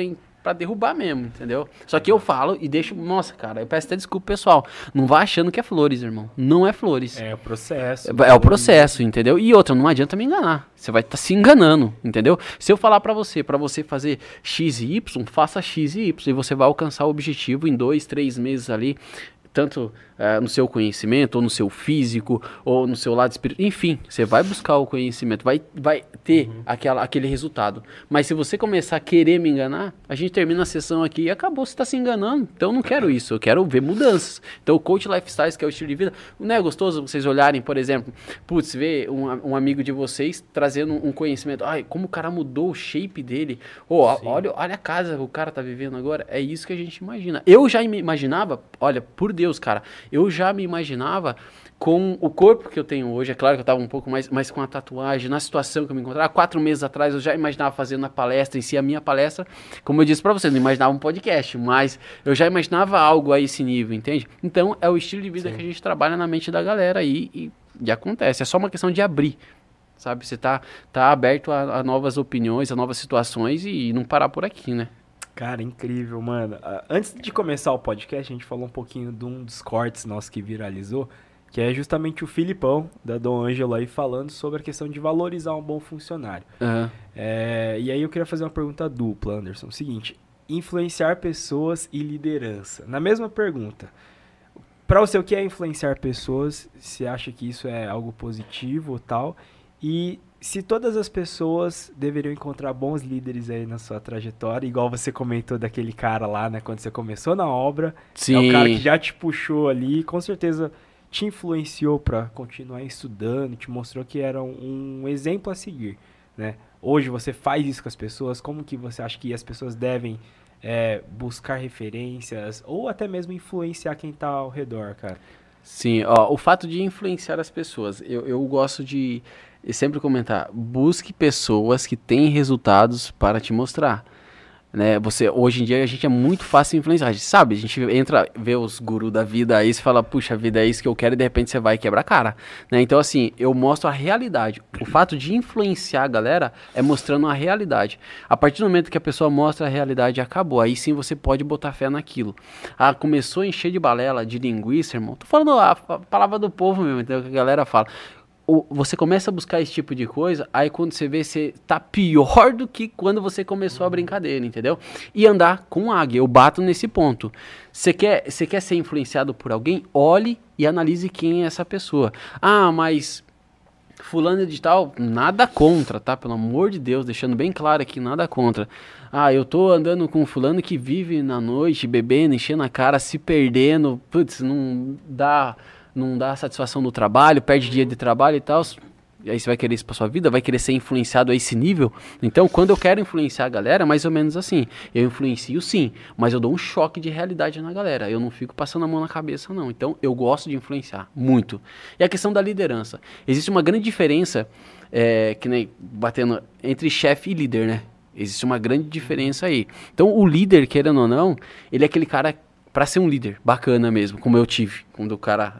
pra derrubar mesmo, entendeu? Só que eu falo e deixo, nossa, cara, eu peço até desculpa, pessoal, não vá achando que é flores, irmão, não é flores. É o processo. É o processo, entendeu? E outra, não adianta me enganar. Você vai estar se enganando, entendeu? Se eu falar pra você fazer X e Y, faça X e Y. E você vai alcançar o objetivo em 2, 3 meses ali. Tanto no seu conhecimento, ou no seu físico, ou no seu lado espiritual. Enfim, você vai buscar o conhecimento, vai ter aquele resultado. Mas se você começar a querer me enganar, a gente termina a sessão aqui e acabou, você está se enganando. Então eu não quero isso, eu quero ver mudanças. Então o Coach Lifestyles, que é o estilo de vida, não é gostoso vocês olharem, por exemplo, putz, ver um amigo de vocês trazendo um conhecimento. Ai, como o cara mudou o shape dele. Olha a casa que o cara tá vivendo agora. É isso que a gente imagina. Eu já me imaginava, olha, por Deus, cara, eu já me imaginava com o corpo que eu tenho hoje. É claro que eu estava um pouco mais com a tatuagem, na situação que eu me encontrava. 4 meses atrás eu já imaginava fazendo a palestra em si, a minha palestra, como eu disse para vocês, não imaginava um podcast, mas eu já imaginava algo a esse nível, entende? Então é o estilo de vida que a gente trabalha na mente da galera aí e acontece. É só uma questão de abrir, sabe? Você tá aberto a novas opiniões, a novas situações e não parar por aqui, né? Cara, incrível, mano. Antes de começar o podcast, a gente falou um pouquinho de um dos cortes nossos que viralizou, que é justamente o Filipão, da Dom Ângelo aí, falando sobre a questão de valorizar um bom funcionário. Uhum. E aí eu queria fazer uma pergunta dupla, Anderson. Seguinte, influenciar pessoas e liderança. Na mesma pergunta, para você, o que é influenciar pessoas? Você acha que isso é algo positivo ou tal? E se todas as pessoas deveriam encontrar bons líderes aí na sua trajetória, igual você comentou daquele cara lá, né, quando você começou na obra, Sim. É o cara que já te puxou ali, com certeza te influenciou para continuar estudando, te mostrou que era um exemplo a seguir, né? Hoje você faz isso com as pessoas, como que você acha que as pessoas devem buscar referências ou até mesmo influenciar quem tá ao redor, cara? Sim, ó, o fato de influenciar as pessoas, eu gosto de sempre comentar, busque pessoas que têm resultados para te mostrar, né? Hoje em dia a gente é muito fácil influenciar, a gente sabe, a gente entra, vê os gurus da vida aí, você fala, puxa vida, é isso que eu quero, e de repente você vai quebrar a cara, né? Então assim, eu mostro a realidade, o fato de influenciar a galera é mostrando a realidade. A partir do momento que a pessoa mostra a realidade, acabou, aí sim você pode botar fé naquilo. Começou a encher de balela, de linguiça, irmão, tô falando a palavra do povo mesmo, então que a galera fala. Você começa a buscar esse tipo de coisa, aí quando você vê, você tá pior do que quando você começou a brincadeira, entendeu? E andar com águia, eu bato nesse ponto. Você quer ser influenciado por alguém? Olhe e analise quem é essa pessoa. Mas fulano de tal, nada contra, tá? Pelo amor de Deus, deixando bem claro aqui, nada contra. Eu tô andando com fulano que vive na noite, bebendo, enchendo a cara, se perdendo, putz, não dá satisfação no trabalho, perde dia de trabalho e tal, e aí você vai querer isso pra sua vida, vai querer ser influenciado a esse nível. Então, quando eu quero influenciar a galera, é mais ou menos assim, eu influencio sim, mas eu dou um choque de realidade na galera, eu não fico passando a mão na cabeça não, então eu gosto de influenciar, muito. E a questão da liderança, existe uma grande diferença, que nem batendo entre chefe e líder, né? Existe uma grande diferença aí. Então, o líder, querendo ou não, ele é aquele cara para ser um líder bacana mesmo, como eu tive, quando o cara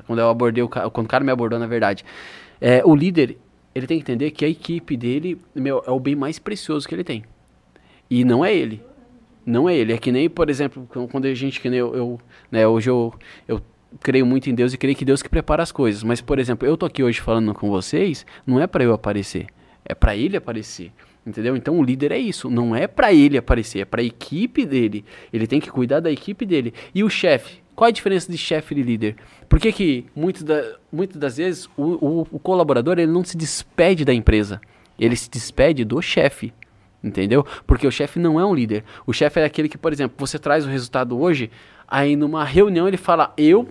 me abordou, na verdade. O líder, ele tem que entender que a equipe dele, é o bem mais precioso que ele tem. E não é ele. Não é ele. É que nem, por exemplo, quando a gente, que nem hoje eu creio muito em Deus e creio que Deus que prepara as coisas. Mas, por exemplo, eu tô aqui hoje falando com vocês, não é para eu aparecer, é para ele aparecer. Entendeu? Então o líder é isso, não é pra ele aparecer, é pra equipe dele. Ele tem que cuidar da equipe dele. E o chefe, qual a diferença de chefe e líder? Por que muitas das vezes o colaborador ele não se despede da empresa, ele se despede do chefe, entendeu? Porque o chefe não é um líder. O chefe é aquele que, por exemplo, você traz o resultado hoje, aí numa reunião ele fala, eu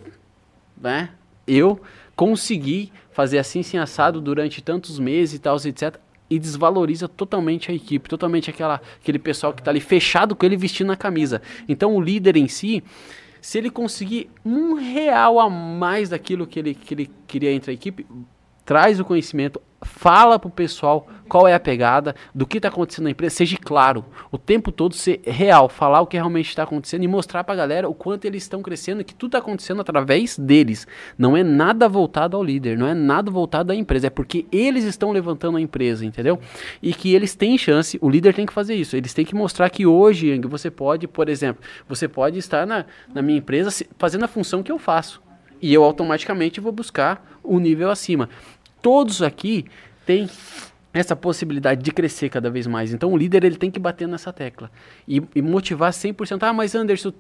consegui fazer assim, assado durante tantos meses e tal, etc., e desvaloriza totalmente a equipe, totalmente aquele pessoal que está ali fechado com ele vestindo a camisa. Então o líder em si, se ele conseguir R$1 a mais daquilo que ele queria entre a equipe, traz o conhecimento, fala pro pessoal qual é a pegada, do que tá acontecendo na empresa, seja claro, o tempo todo ser real, falar o que realmente está acontecendo e mostrar pra galera o quanto eles estão crescendo e que tudo tá acontecendo através deles. Não é nada voltado ao líder, não é nada voltado à empresa, é porque eles estão levantando a empresa, entendeu? E que eles têm chance, o líder tem que fazer isso, eles têm que mostrar que hoje, Yang, você pode, por exemplo, você pode estar na minha empresa fazendo a função que eu faço. E eu automaticamente vou buscar o nível acima. Todos aqui têm essa possibilidade de crescer cada vez mais. Então o líder ele tem que bater nessa tecla. E motivar 100%. Ah, mas Anderson,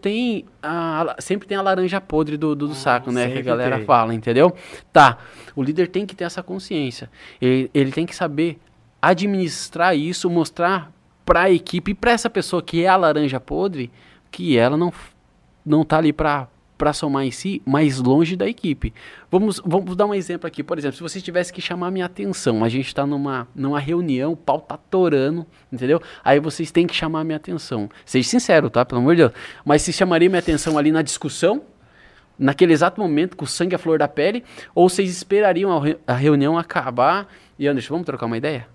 sempre tem a laranja podre do saco, né? Que a galera fala, entendeu? Tá, o líder tem que ter essa consciência. Ele tem que saber administrar isso, mostrar para a equipe e para essa pessoa que é a laranja podre, que ela não tá ali para somar em si, mais longe da equipe. Vamos dar um exemplo aqui. Por exemplo, se você tivesse que chamar minha atenção, a gente está numa reunião, o pau tá torando, entendeu? Aí vocês têm que chamar minha atenção. Seja sincero, tá? Pelo amor de Deus. Mas se chamaria minha atenção ali na discussão, naquele exato momento, com o sangue à flor da pele, ou vocês esperariam a reunião acabar e, Anderson, vamos trocar uma ideia?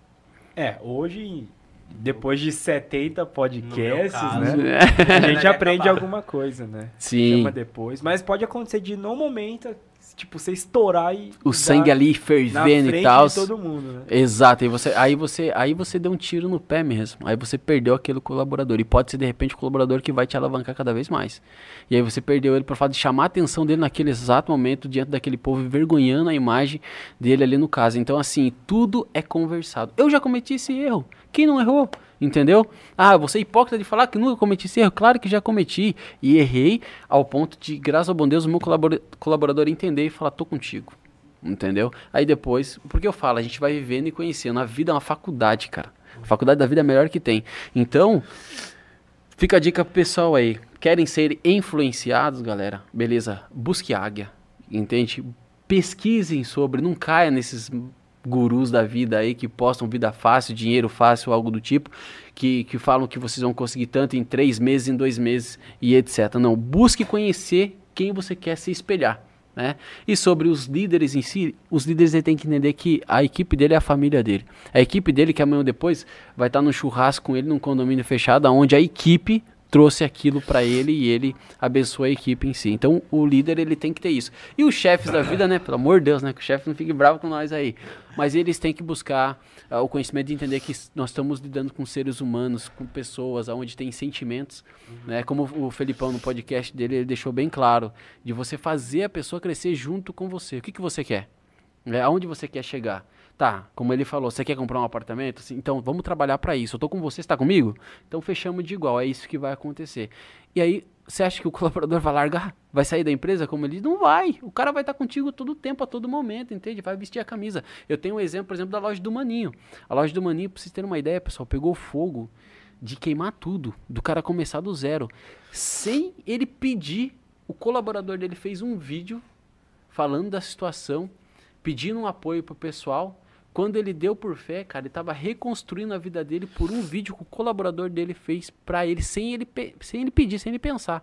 Hoje, depois de 70 podcasts, caso, né? A gente aprende alguma coisa, né? Sim. Chama depois. Mas pode acontecer de, no momento, tipo, você estourar e... O sangue ali fervendo e tal. de todo mundo, né? Exato. Aí você deu um tiro no pé mesmo. Aí você perdeu aquele colaborador. E pode ser, de repente, o colaborador que vai te alavancar cada vez mais. E aí você perdeu ele por fato de chamar a atenção dele naquele exato momento, diante daquele povo, envergonhando a imagem dele ali no caso. Então, assim, tudo é conversado. Eu já cometi esse erro. Quem não errou? Entendeu? Ah, você é hipócrita de falar que nunca cometi esse erro? Claro que já cometi. E errei ao ponto de, graças ao bom Deus, o meu colaborador entender e falar, tô contigo. Entendeu? Aí depois, porque eu falo, a gente vai vivendo e conhecendo. A vida é uma faculdade, cara. A faculdade da vida é a melhor que tem. Então, fica a dica pro pessoal aí. Querem ser influenciados, galera? Beleza, busque águia. Entende? Pesquisem sobre, não caia nesses gurus da vida aí que postam vida fácil, dinheiro fácil, algo do tipo, que falam que vocês vão conseguir tanto em 3 meses, em 2 meses e etc. Não, busque conhecer quem você quer se espelhar, né? E sobre os líderes em si, os líderes têm que entender que a equipe dele é a família dele. A equipe dele que amanhã ou depois vai estar no churrasco com ele num condomínio fechado, onde a equipe trouxe aquilo para ele e ele abençoa a equipe em si. Então, o líder, ele tem que ter isso. E os chefes da vida, né? Pelo amor de Deus, né? Que o chefe não fique bravo com nós aí. Mas eles têm que buscar o conhecimento de entender que nós estamos lidando com seres humanos, com pessoas, onde tem sentimentos, né? Como o Felipão, no podcast dele, ele deixou bem claro, de você fazer a pessoa crescer junto com você. O que você quer? Aonde você quer chegar? Tá, como ele falou, você quer comprar um apartamento? Então, vamos trabalhar para isso. Eu tô com você, você tá comigo? Então, fechamos de igual, é isso que vai acontecer. E aí, você acha que o colaborador vai largar? Vai sair da empresa, como ele diz? Não vai. O cara vai estar contigo todo o tempo, a todo momento, entende? Vai vestir a camisa. Eu tenho um exemplo, por exemplo, da loja do Maninho. A loja do Maninho, pra vocês terem uma ideia, pessoal, pegou fogo de queimar tudo, do cara começar do zero. Sem ele pedir, o colaborador dele fez um vídeo falando da situação, pedindo um apoio pro pessoal. Quando ele deu por fé, cara, ele tava reconstruindo a vida dele por um vídeo que o colaborador dele fez pra ele, sem ele pedir, sem ele pensar.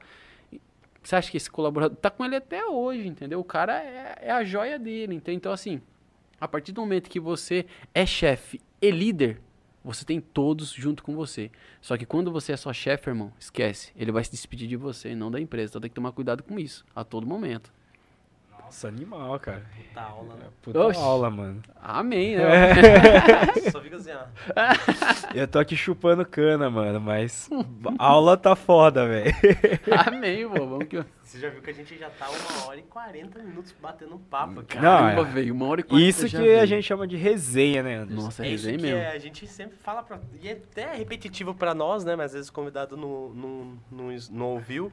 Você acha que esse colaborador tá com ele até hoje, entendeu? O cara é a joia dele, entendeu? Então, assim, a partir do momento que você é chefe e líder, você tem todos junto com você. Só que quando você é só chefe, irmão, esquece. Ele vai se despedir de você e não da empresa. Então tem que tomar cuidado com isso, a todo momento. Nossa, animal, cara. Puta aula, né? Puta aula, mano. Amém, né? Só fica assim, ó. Eu tô aqui chupando cana, mano, mas a aula tá foda, velho. Amém, pô. Vamos que... Você já viu que a gente já tá 1h40 batendo papo aqui. Caramba, Não, velho, 1h40 Isso que a gente chama de resenha, né, Anderson? Nossa, é É isso resenha que mesmo. a gente sempre fala pra... E é até repetitivo pra nós, né? Mas às vezes o convidado não ouviu.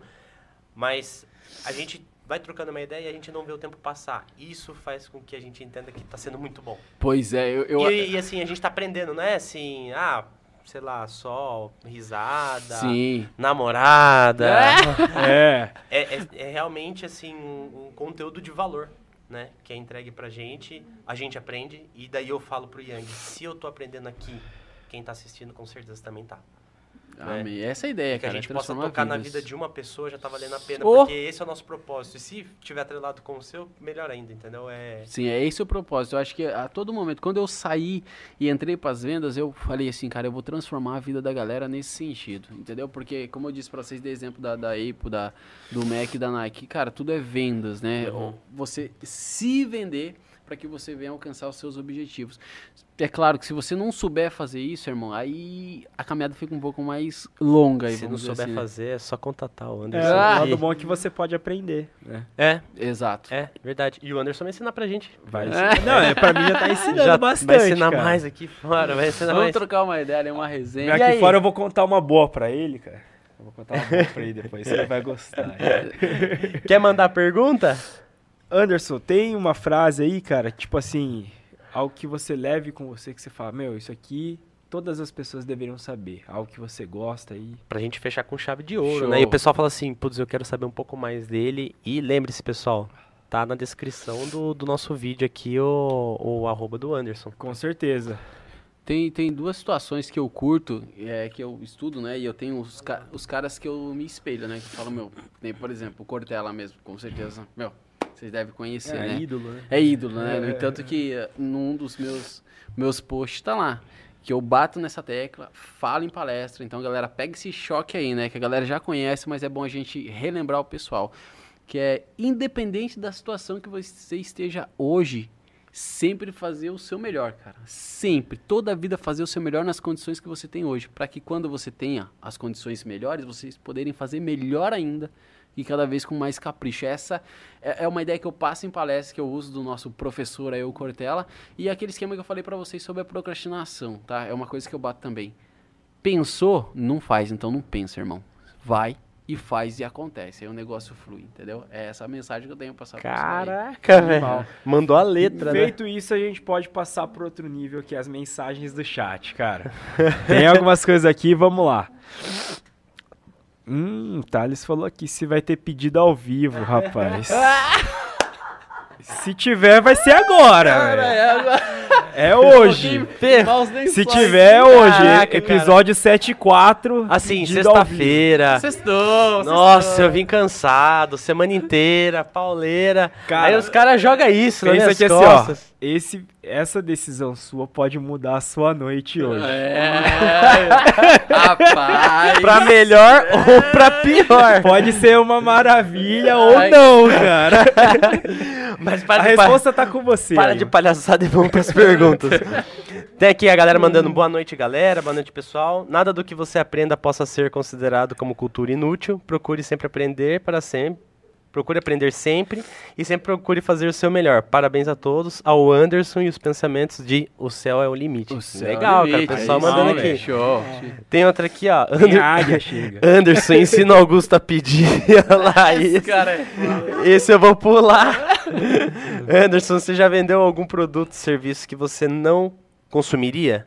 Mas a gente vai trocando uma ideia e a gente não vê o tempo passar. Isso faz com que a gente entenda que tá sendo muito bom. Pois é, E assim, a gente tá aprendendo, não é assim... sei lá, só risada, Sim. namorada. É. É realmente, assim, um conteúdo de valor, né? Que é entregue pra gente, a gente aprende, e daí eu falo pro Yang, se eu tô aprendendo aqui, quem tá assistindo com certeza também tá. Amém. Essa é a ideia, Que a cara. gente é possa transformar tocar na vidas. vida de uma pessoa já tá valendo a pena, Oh! porque esse é o nosso propósito. E se tiver atrelado com o seu, melhor ainda, entendeu? Sim, é esse o propósito. Eu acho que a todo momento, quando eu saí e entrei para as vendas, eu falei assim, cara, eu vou transformar a vida da galera nesse sentido, entendeu? Porque, como eu disse para vocês, de exemplo da Apple, do Mac, da Nike, cara, tudo é vendas, né? Você se vender para que você venha alcançar os seus objetivos. É claro que se você não souber fazer isso, irmão, aí a caminhada fica um pouco mais longa. Se não souber assim, fazer, é só contatar o É, Anderson. o Ah, lado bom é que você pode aprender, né? É, Exato. verdade. E o Anderson vai ensinar pra gente. Vai ensinar. Não, pra mim já tá ensinando Já bastante, vai ensinar cara. mais aqui fora, vai ensinar Vamos mais. trocar uma ideia, né? Uma resenha. Aqui E aí? fora eu vou contar uma boa pra ele, cara. Eu vou contar uma boa pra ele depois, você vai gostar. Quer mandar pergunta? Anderson, tem uma frase aí, cara, tipo assim, algo que você leve com você, que você fala, meu, isso aqui todas as pessoas deveriam saber, algo que você gosta aí. Pra gente fechar com chave de ouro, Show. né? E o pessoal fala assim, putz, eu quero saber um pouco mais dele. E lembre-se, pessoal, tá na descrição do nosso vídeo aqui o arroba do Anderson. Com certeza. Tem duas situações que eu curto, que eu estudo, né? E eu tenho os caras que eu me espelho, né? Que eu falo, meu, tem, por exemplo, o Cortella mesmo, com certeza. Meu, vocês devem conhecer, né? Ídolo, né? É ídolo, né? No entanto que num dos meus posts tá lá. Que eu bato nessa tecla, falo em palestra. Então, galera, pega esse choque aí, né? Que a galera já conhece, mas é bom a gente relembrar o pessoal. Que é, independente da situação que você esteja hoje, sempre fazer o seu melhor, cara. Sempre. Toda a vida fazer o seu melhor nas condições que você tem hoje. Para que quando você tenha as condições melhores, vocês poderem fazer melhor ainda e cada vez com mais capricho. Essa é uma ideia que eu passo em palestra, que eu uso do nosso professor aí, o Cortella, e aquele esquema que eu falei para vocês sobre a procrastinação, tá? É uma coisa que eu bato também. Pensou? Não faz, então não pensa, irmão. Vai e faz e acontece. Aí o negócio flui, entendeu? É essa a mensagem que eu tenho pra passar pra vocês aí. Caraca, velho. Animal. Mandou a letra, né? Feito isso, a gente pode passar para outro nível, que é as mensagens do chat, cara. Tem algumas coisas aqui, vamos lá. Thales falou aqui se vai ter pedido ao vivo, rapaz. Se tiver, vai ser agora, velho. É hoje. Se tiver, é hoje. Caraca, Episódio 7.4. Assim, pedido ao vivo. sexta-feira. Sextou, Nossa, eu vim cansado, semana inteira, pauleira. Cara, Aí os caras jogam isso nas Pensa minhas que assim, costas. ó, essa decisão sua pode mudar a sua noite hoje. Rapaz. Pra melhor ou pra pior. Pode ser uma maravilha ou não, cara. Mas A para de, resposta tá com você. para aí. de palhaçada e vamos pras perguntas. Tem aqui a galera mandando boa noite, galera. Boa noite, pessoal. Nada do que você aprenda possa ser considerado como cultura inútil. Procure sempre aprender para sempre. Procure aprender sempre e sempre procure fazer o seu melhor. Parabéns a todos, ao Anderson e os pensamentos de O Céu é o Limite. Legal, cara. O pessoal Aí mandando sim, aqui. velho. Show. Tem outra aqui, ó. Tem águia, chega. Anderson, ensina o Augusto a pedir. Olha lá, esse. Esse eu vou pular. Anderson, você já vendeu algum produto, serviço que você não consumiria?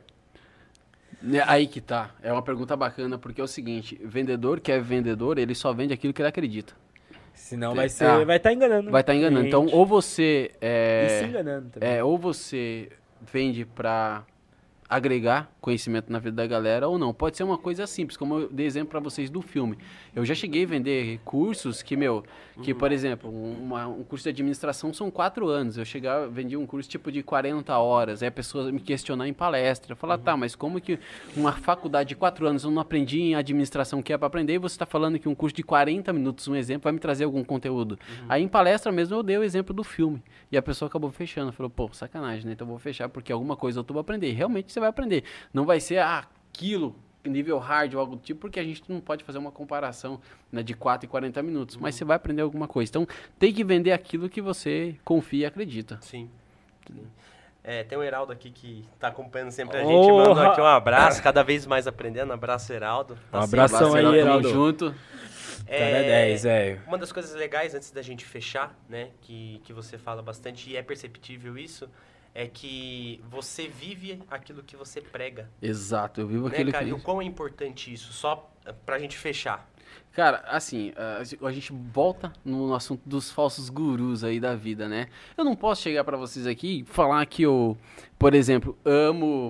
Aí que tá. É uma pergunta bacana, porque é o seguinte, vendedor que é vendedor, ele só vende aquilo que ele acredita. Senão Sim. vai ser, Ah. vai estar enganando. Vai estar enganando. o Então, cliente. ou você E se enganando também. ou você vende pra agregar conhecimento na vida da galera ou não. Pode ser uma coisa simples, como eu dei exemplo pra vocês do filme. Eu já cheguei a vender cursos que, por exemplo, um curso de administração são 4 anos. Eu vendi um curso tipo de 40 horas. Aí a pessoa me questionar em palestra. Eu falar, tá, mas como que uma faculdade de 4 anos eu não aprendi em administração que é pra aprender e você tá falando que um curso de 40 minutos, um exemplo, vai me trazer algum conteúdo? Aí em palestra mesmo eu dei o exemplo do filme. E a pessoa acabou fechando. Falou, pô, sacanagem, né? Então eu vou fechar porque alguma coisa eu tô pra aprender. E realmente você vai aprender. Não vai ser aquilo, nível hard ou algo do tipo, porque a gente não pode fazer uma comparação, né, de 4 e 40 minutos. Mas você vai aprender alguma coisa. Então tem que vender aquilo que você confia e acredita. Sim. Tem o Heraldo aqui que tá acompanhando sempre a gente. Oh, Mandou aqui um abraço, cada vez mais aprendendo. Abraço, Heraldo. Um abração aí, Tamo Heraldo. junto. Cara, é 10, velho. Uma das coisas legais, antes da gente fechar, né, que você fala bastante, e é perceptível isso, é que você vive aquilo que você prega. Exato, eu vivo Né, aquilo cara? E que... o quão é importante isso? Só pra gente fechar. Cara, assim, a gente volta no assunto dos falsos gurus aí da vida, né? Eu não posso chegar pra vocês aqui e falar que eu, por exemplo, amo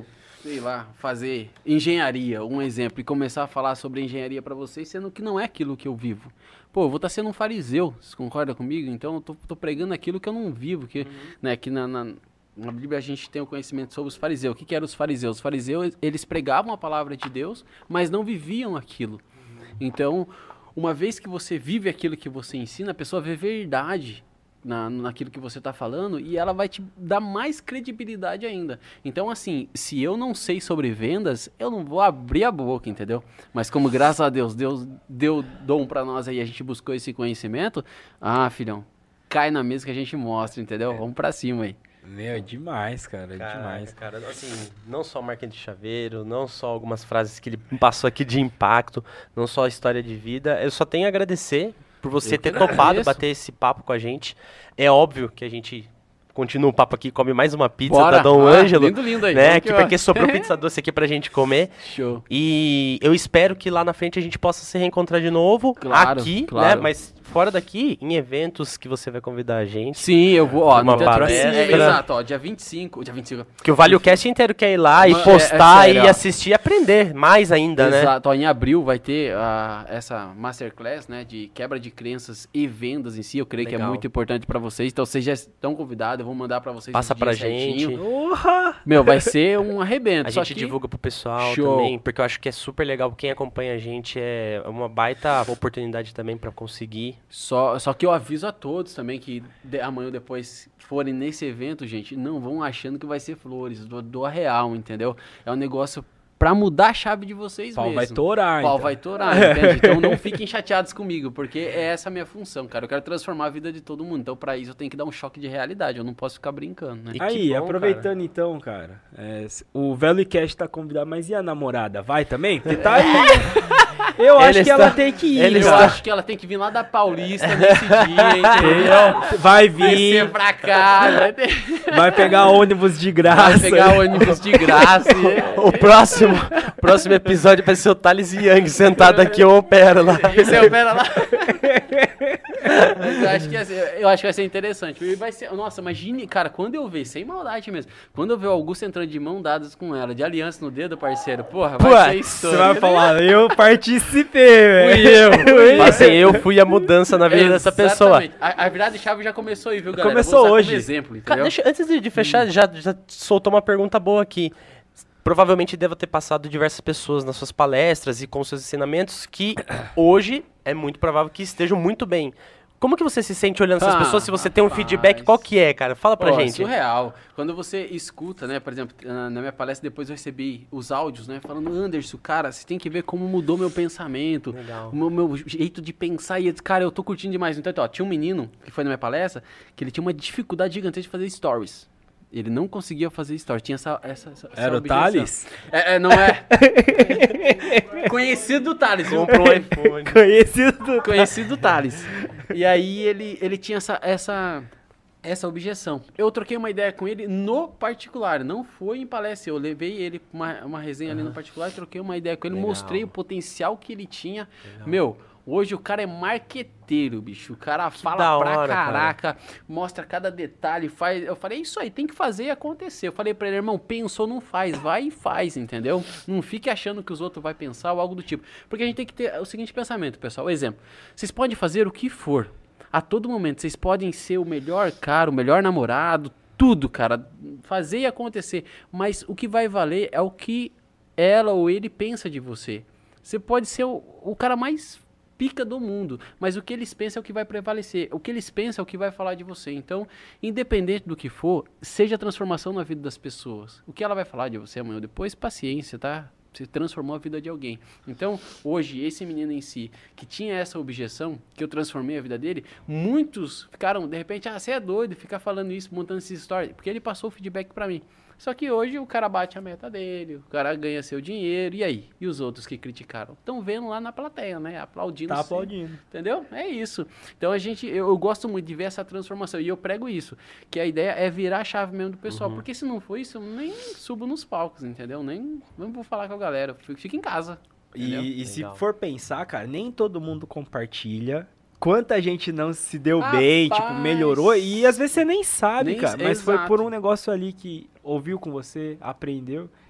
sei lá, fazer engenharia, um exemplo, e começar a falar sobre engenharia pra vocês, sendo que não é aquilo que eu vivo. Pô, eu vou estar sendo um fariseu, vocês concordam comigo? Então eu tô pregando aquilo que eu não vivo, que, né, que na Bíblia a gente tem o conhecimento sobre os fariseus. O que eram os fariseus? Os fariseus, eles pregavam a palavra de Deus, mas não viviam aquilo. Então, uma vez que você vive aquilo que você ensina, a pessoa vê verdade naquilo que você está falando e ela vai te dar mais credibilidade ainda. Então, assim, se eu não sei sobre vendas, eu não vou abrir a boca, entendeu? Mas como, graças a Deus, Deus deu dom para nós aí, a gente buscou esse conhecimento, filhão, cai na mesa que a gente mostra, entendeu? Vamos para cima aí. Meu, é demais, cara, é demais. Cara, assim, não só marca de chaveiro, não só algumas frases que ele passou aqui de impacto, não só a história de vida, eu só tenho a agradecer por você ter topado bater esse papo com a gente. É óbvio que a gente continua o papo aqui, come mais uma pizza da Dom Ângelo, lindo aí, né, porque sobrou pizza doce aqui pra gente comer. Show. E eu espero que lá na frente a gente possa se reencontrar de novo, aqui, né, mas fora daqui, em eventos que você vai convidar a gente. Sim, eu vou, ó, no Teatro exato, ó, dia 25, que o ValeoCast inteiro quer ir lá e postar e assistir e aprender mais ainda, né? Exato, ó, em abril vai ter essa Masterclass, né, de quebra de crenças e vendas em si, eu creio que é muito importante pra vocês, então vocês já estão convidados, eu vou mandar pra vocês. Passa pra gente. Meu, vai ser um arrebento. A gente divulga pro pessoal também, porque eu acho que é super legal, quem acompanha a gente é uma baita oportunidade também pra conseguir. Só que eu aviso a todos também que amanhã ou depois forem nesse evento, gente, não vão achando que vai ser flores, do real, entendeu? É um negócio pra mudar a chave de vocês mesmo. Vai torar, Pau vai torar, entende? Então não fiquem chateados comigo, porque é essa a minha função, cara. Eu quero transformar a vida de todo mundo. Então pra isso eu tenho que dar um choque de realidade. Eu não posso ficar brincando, né? Aí, bom, aproveitando então, cara, o ValeoCast tá convidado, mas e a namorada? Vai também? Porque tá aí. Eu acho que ela tem que ir. Eu acho que ela tem que vir lá da Paulista nesse dia, entendeu? Vai vir. Vai ser pra cá. Vai pegar ônibus de graça. Vai pegar ônibus de graça. O próximo episódio vai ser o Thales Young sentado aqui, eu opero lá. Você opera lá. Mas eu acho que vai ser interessante. E vai ser, nossa, imagine, cara, quando eu ver, sem maldade mesmo, quando eu ver o Augusto entrando de mão dadas com ela, de aliança no dedo, parceiro, porra, vai ser história. Você vai falar, eu participei, velho. Assim, eu fui a mudança na vida dessa pessoa. A virada de chave já começou aí, viu, galera? Começou hoje. Como exemplo, cara, antes de fechar, já soltou uma pergunta boa aqui. Provavelmente deva ter passado diversas pessoas nas suas palestras e com seus ensinamentos que hoje é muito provável que estejam muito bem. Como que você se sente olhando essas pessoas? Se você tem um feedback, qual que é, cara? Fala pra gente. É surreal. Quando você escuta, né, por exemplo, na minha palestra depois eu recebi os áudios, né, falando, Anderson, cara, você tem que ver como mudou meu pensamento, o meu jeito de pensar, e cara, eu tô curtindo demais. Então, ó, tinha um menino que foi na minha palestra, que ele tinha uma dificuldade gigantesca de fazer stories. Ele não conseguia fazer stories, tinha essa Era o Thales? Não é. Conhecido do Thales. Comprou um iPhone. Conhecido do Thales. E aí ele tinha essa objeção. Eu troquei uma ideia com ele no particular, não foi em palestra. Eu levei ele pra uma resenha ali no particular, troquei uma ideia com ele, mostrei o potencial que ele tinha. Meu, hoje o cara é marqueteiro, bicho. O cara fala pra caraca, cara. Mostra cada detalhe, faz. Eu falei, é isso aí, tem que fazer e acontecer. Eu falei pra ele, irmão, pensou, não faz, vai e faz, entendeu? Não fique achando que os outros vão pensar ou algo do tipo. Porque a gente tem que ter o seguinte pensamento, pessoal. Exemplo, vocês podem fazer o que for. A todo momento, vocês podem ser o melhor cara, o melhor namorado, tudo, cara. Fazer e acontecer. Mas o que vai valer é o que ela ou ele pensa de você. Você pode ser o cara mais pica do mundo, mas o que eles pensam é o que vai prevalecer, o que eles pensam é o que vai falar de você. Então, independente do que for, seja transformação na vida das pessoas. O que ela vai falar de você amanhã ou depois, paciência, tá? Você transformou a vida de alguém. Então, hoje, esse menino em si, que tinha essa objeção, que eu transformei a vida dele, muitos ficaram, de repente, você é doido, ficar falando isso, montando essa história, porque ele passou o feedback pra mim. Só que hoje o cara bate a meta dele, o cara ganha seu dinheiro, e aí? E os outros que criticaram? Estão vendo lá na plateia, né? Aplaudindo. Tá aplaudindo. Entendeu? É isso. Então eu gosto muito de ver essa transformação, e eu prego isso, que a ideia é virar a chave mesmo do pessoal, porque se não for isso, eu nem subo nos palcos, entendeu? Nem vou falar com a galera, fica em casa. E se for pensar, cara, nem todo mundo compartilha. Quanta gente não se deu bem, tipo, melhorou, e às vezes você nem sabe, cara, mas foi por um negócio ali que ouviu com você, aprendeu,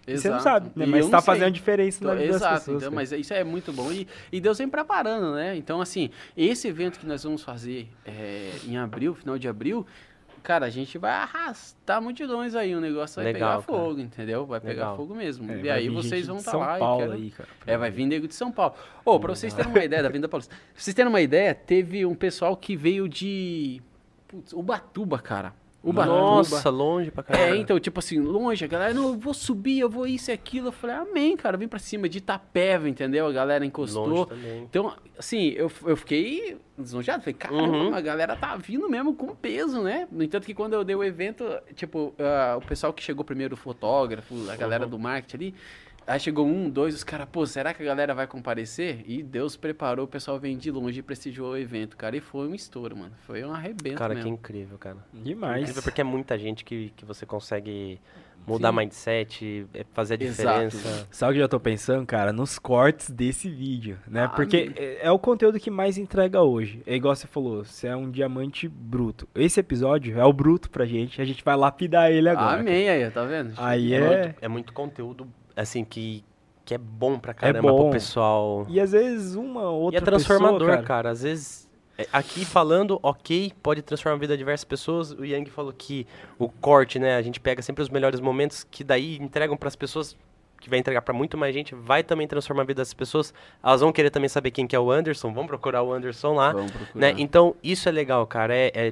E você não Exato. sabe, né? E Mas eu tá não sei. fazendo diferença na vida das Exato, pessoas. então, cara. mas isso é muito bom. E Deus vem preparando, né? Então, assim, esse evento que nós vamos fazer em abril, final de abril, cara, a gente vai arrastar multidões aí. O negócio vai Legal, pegar fogo, entendeu? Vai pegar Legal. fogo mesmo. É, e vai aí vir vocês gente vão de estar São lá. Paulo eu quero- aí, cara. vai vir nego de São Paulo. Ô, pra vocês terem uma ideia da Vinda Paulista. Pra vocês terem uma ideia, teve um pessoal que veio de Ubatuba, cara. Ubatuba. Nossa, longe pra caramba. Então, tipo assim, longe, a galera, não, eu vou subir, eu vou isso e aquilo. Eu falei, amém, cara, vem pra cima, de Itapeva, entendeu? A galera encostou. Longe também. Então, assim, eu fiquei desonjado, falei, caramba, a galera tá vindo mesmo com peso, né? No entanto que quando eu dei o evento, tipo, o pessoal que chegou primeiro, o fotógrafo, a galera do marketing ali, aí chegou 1, 2, os caras, pô, será que a galera vai comparecer? E Deus preparou, o pessoal veio de longe e prestigiou o evento, cara, e foi um estouro, mano. Foi um arrebento Cara, que mesmo. incrível, cara. Demais. Incrível porque é muita gente que você consegue mudar Sim. mindset, fazer a Exato. diferença. Sabe o que eu já tô pensando, cara? Nos cortes desse vídeo, né? Ah, Porque é o conteúdo que mais entrega hoje. É igual você falou, você é um diamante bruto. Esse episódio é o bruto pra gente, a gente vai lapidar ele agora. Amém aí, tá vendo? Aí É muito conteúdo, assim, que é bom pra caramba bom. pro pessoal. E às vezes uma ou outra E é transformador, pessoa, cara. Às vezes, aqui falando, ok, pode transformar a vida de diversas pessoas. O Yang falou que o corte, né? A gente pega sempre os melhores momentos que daí entregam pras pessoas, que vai entregar pra muito mais gente, vai também transformar a vida das pessoas. Elas vão querer também saber quem que é o Anderson, vão procurar o Anderson lá. Vamos procurar. Né? Então, isso é legal, cara.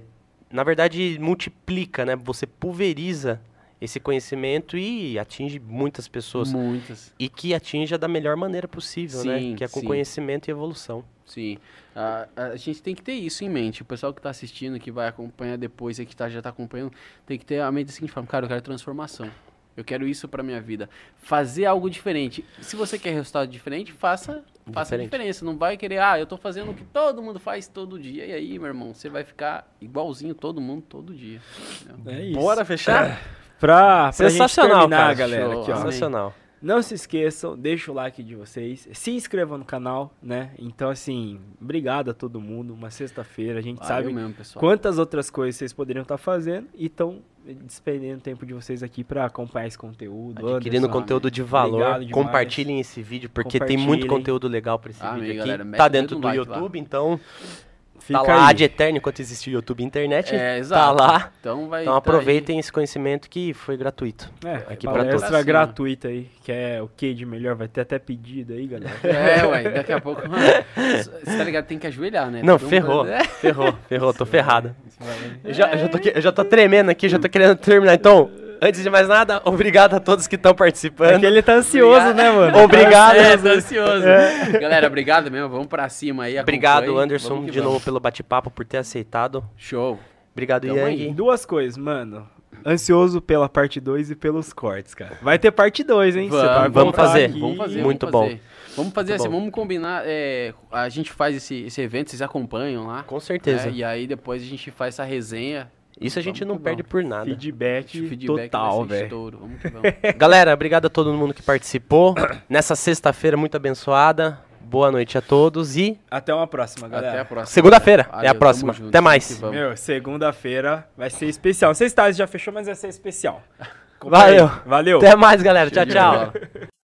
Na verdade, multiplica, né? Você pulveriza esse conhecimento e atinge muitas pessoas. Muitas. E que atinja da melhor maneira possível, né? Sim, Que é com sim. conhecimento e evolução. Sim. A gente tem que ter isso em mente. O pessoal que está assistindo, que vai acompanhar depois e que já está acompanhando, tem que ter a mente da seguinte forma, cara, eu quero transformação. Eu quero isso para minha vida. Fazer algo diferente. Se você quer resultado diferente, faça a Diferente. diferença. Não vai querer, eu tô fazendo o que todo mundo faz todo dia. E aí, meu irmão, você vai ficar igualzinho todo mundo todo dia. Entendeu? É isso. Bora fechar? Pra gente Sensacional, terminar, cara. galera. Show. Aqui, ó. Amém. Sensacional. Não se esqueçam, deixa o like de vocês, se inscrevam no canal, né? Então, assim, obrigado a todo mundo. Uma sexta-feira, a gente Valeu sabe mesmo, pessoal. quantas outras coisas vocês poderiam estar fazendo e estão despendendo tempo de vocês aqui pra acompanhar esse conteúdo. Adquirindo Anderson, conteúdo de obrigado valor. demais. Compartilhem esse vídeo, porque tem muito Compartilhem. conteúdo legal pra esse Amém, vídeo aqui. galera. Mete Tá o dedo dentro no do like lá. YouTube, então fica tá lá aí. de eterno enquanto existir YouTube e internet. Exato. Tá lá. Então, vai Então tá aproveitem esse conhecimento que foi gratuito. Aqui pra palestra todos. gratuita aí, que é o que de melhor, vai ter até pedido aí, galera. Ué, daqui a pouco, você tá ligado, tem que ajoelhar, né? Não, Todo mundo- ferrou, ferrou, tô ferrado. Eu já tô tremendo aqui, já tô querendo terminar. Então, antes de mais nada, obrigado a todos que estão É participando. que ele tá ansioso, né, mano? Obrigado. Tô ansioso. Galera, obrigado mesmo, vamos pra cima aí. Obrigado, acompanhe. Anderson, Vamos que de vamos. novo pelo bate-papo, por ter aceitado. Show. Obrigado, Tamo Yang. aí. Duas coisas, mano. Ansioso pela parte 2 e pelos cortes, cara. Vai ter parte 2, hein? Você vai vamos voltar fazer. aqui. Vamos fazer. Muito vamos fazer. bom. Vamos fazer Muito assim, bom. vamos combinar. A gente faz esse evento, vocês acompanham lá. Com certeza. E aí depois a gente faz essa resenha. Isso a gente Vamos não que perde vamos. por nada. Feedback, Feedback total, vai ser velho. estouro. Vamos que vamos. Galera, obrigado a todo mundo que participou. Nessa sexta-feira muito abençoada. Boa noite a todos e Até uma próxima, galera. Até a próxima. segunda-feira é Valeu, a próxima. tamo junto, Até vamos mais. que vamos. Meu, segunda-feira vai ser especial. Não sei se já fechou, mas vai ser especial. Valeu. Valeu. Até mais, galera. Tchau, Show de tchau. bola.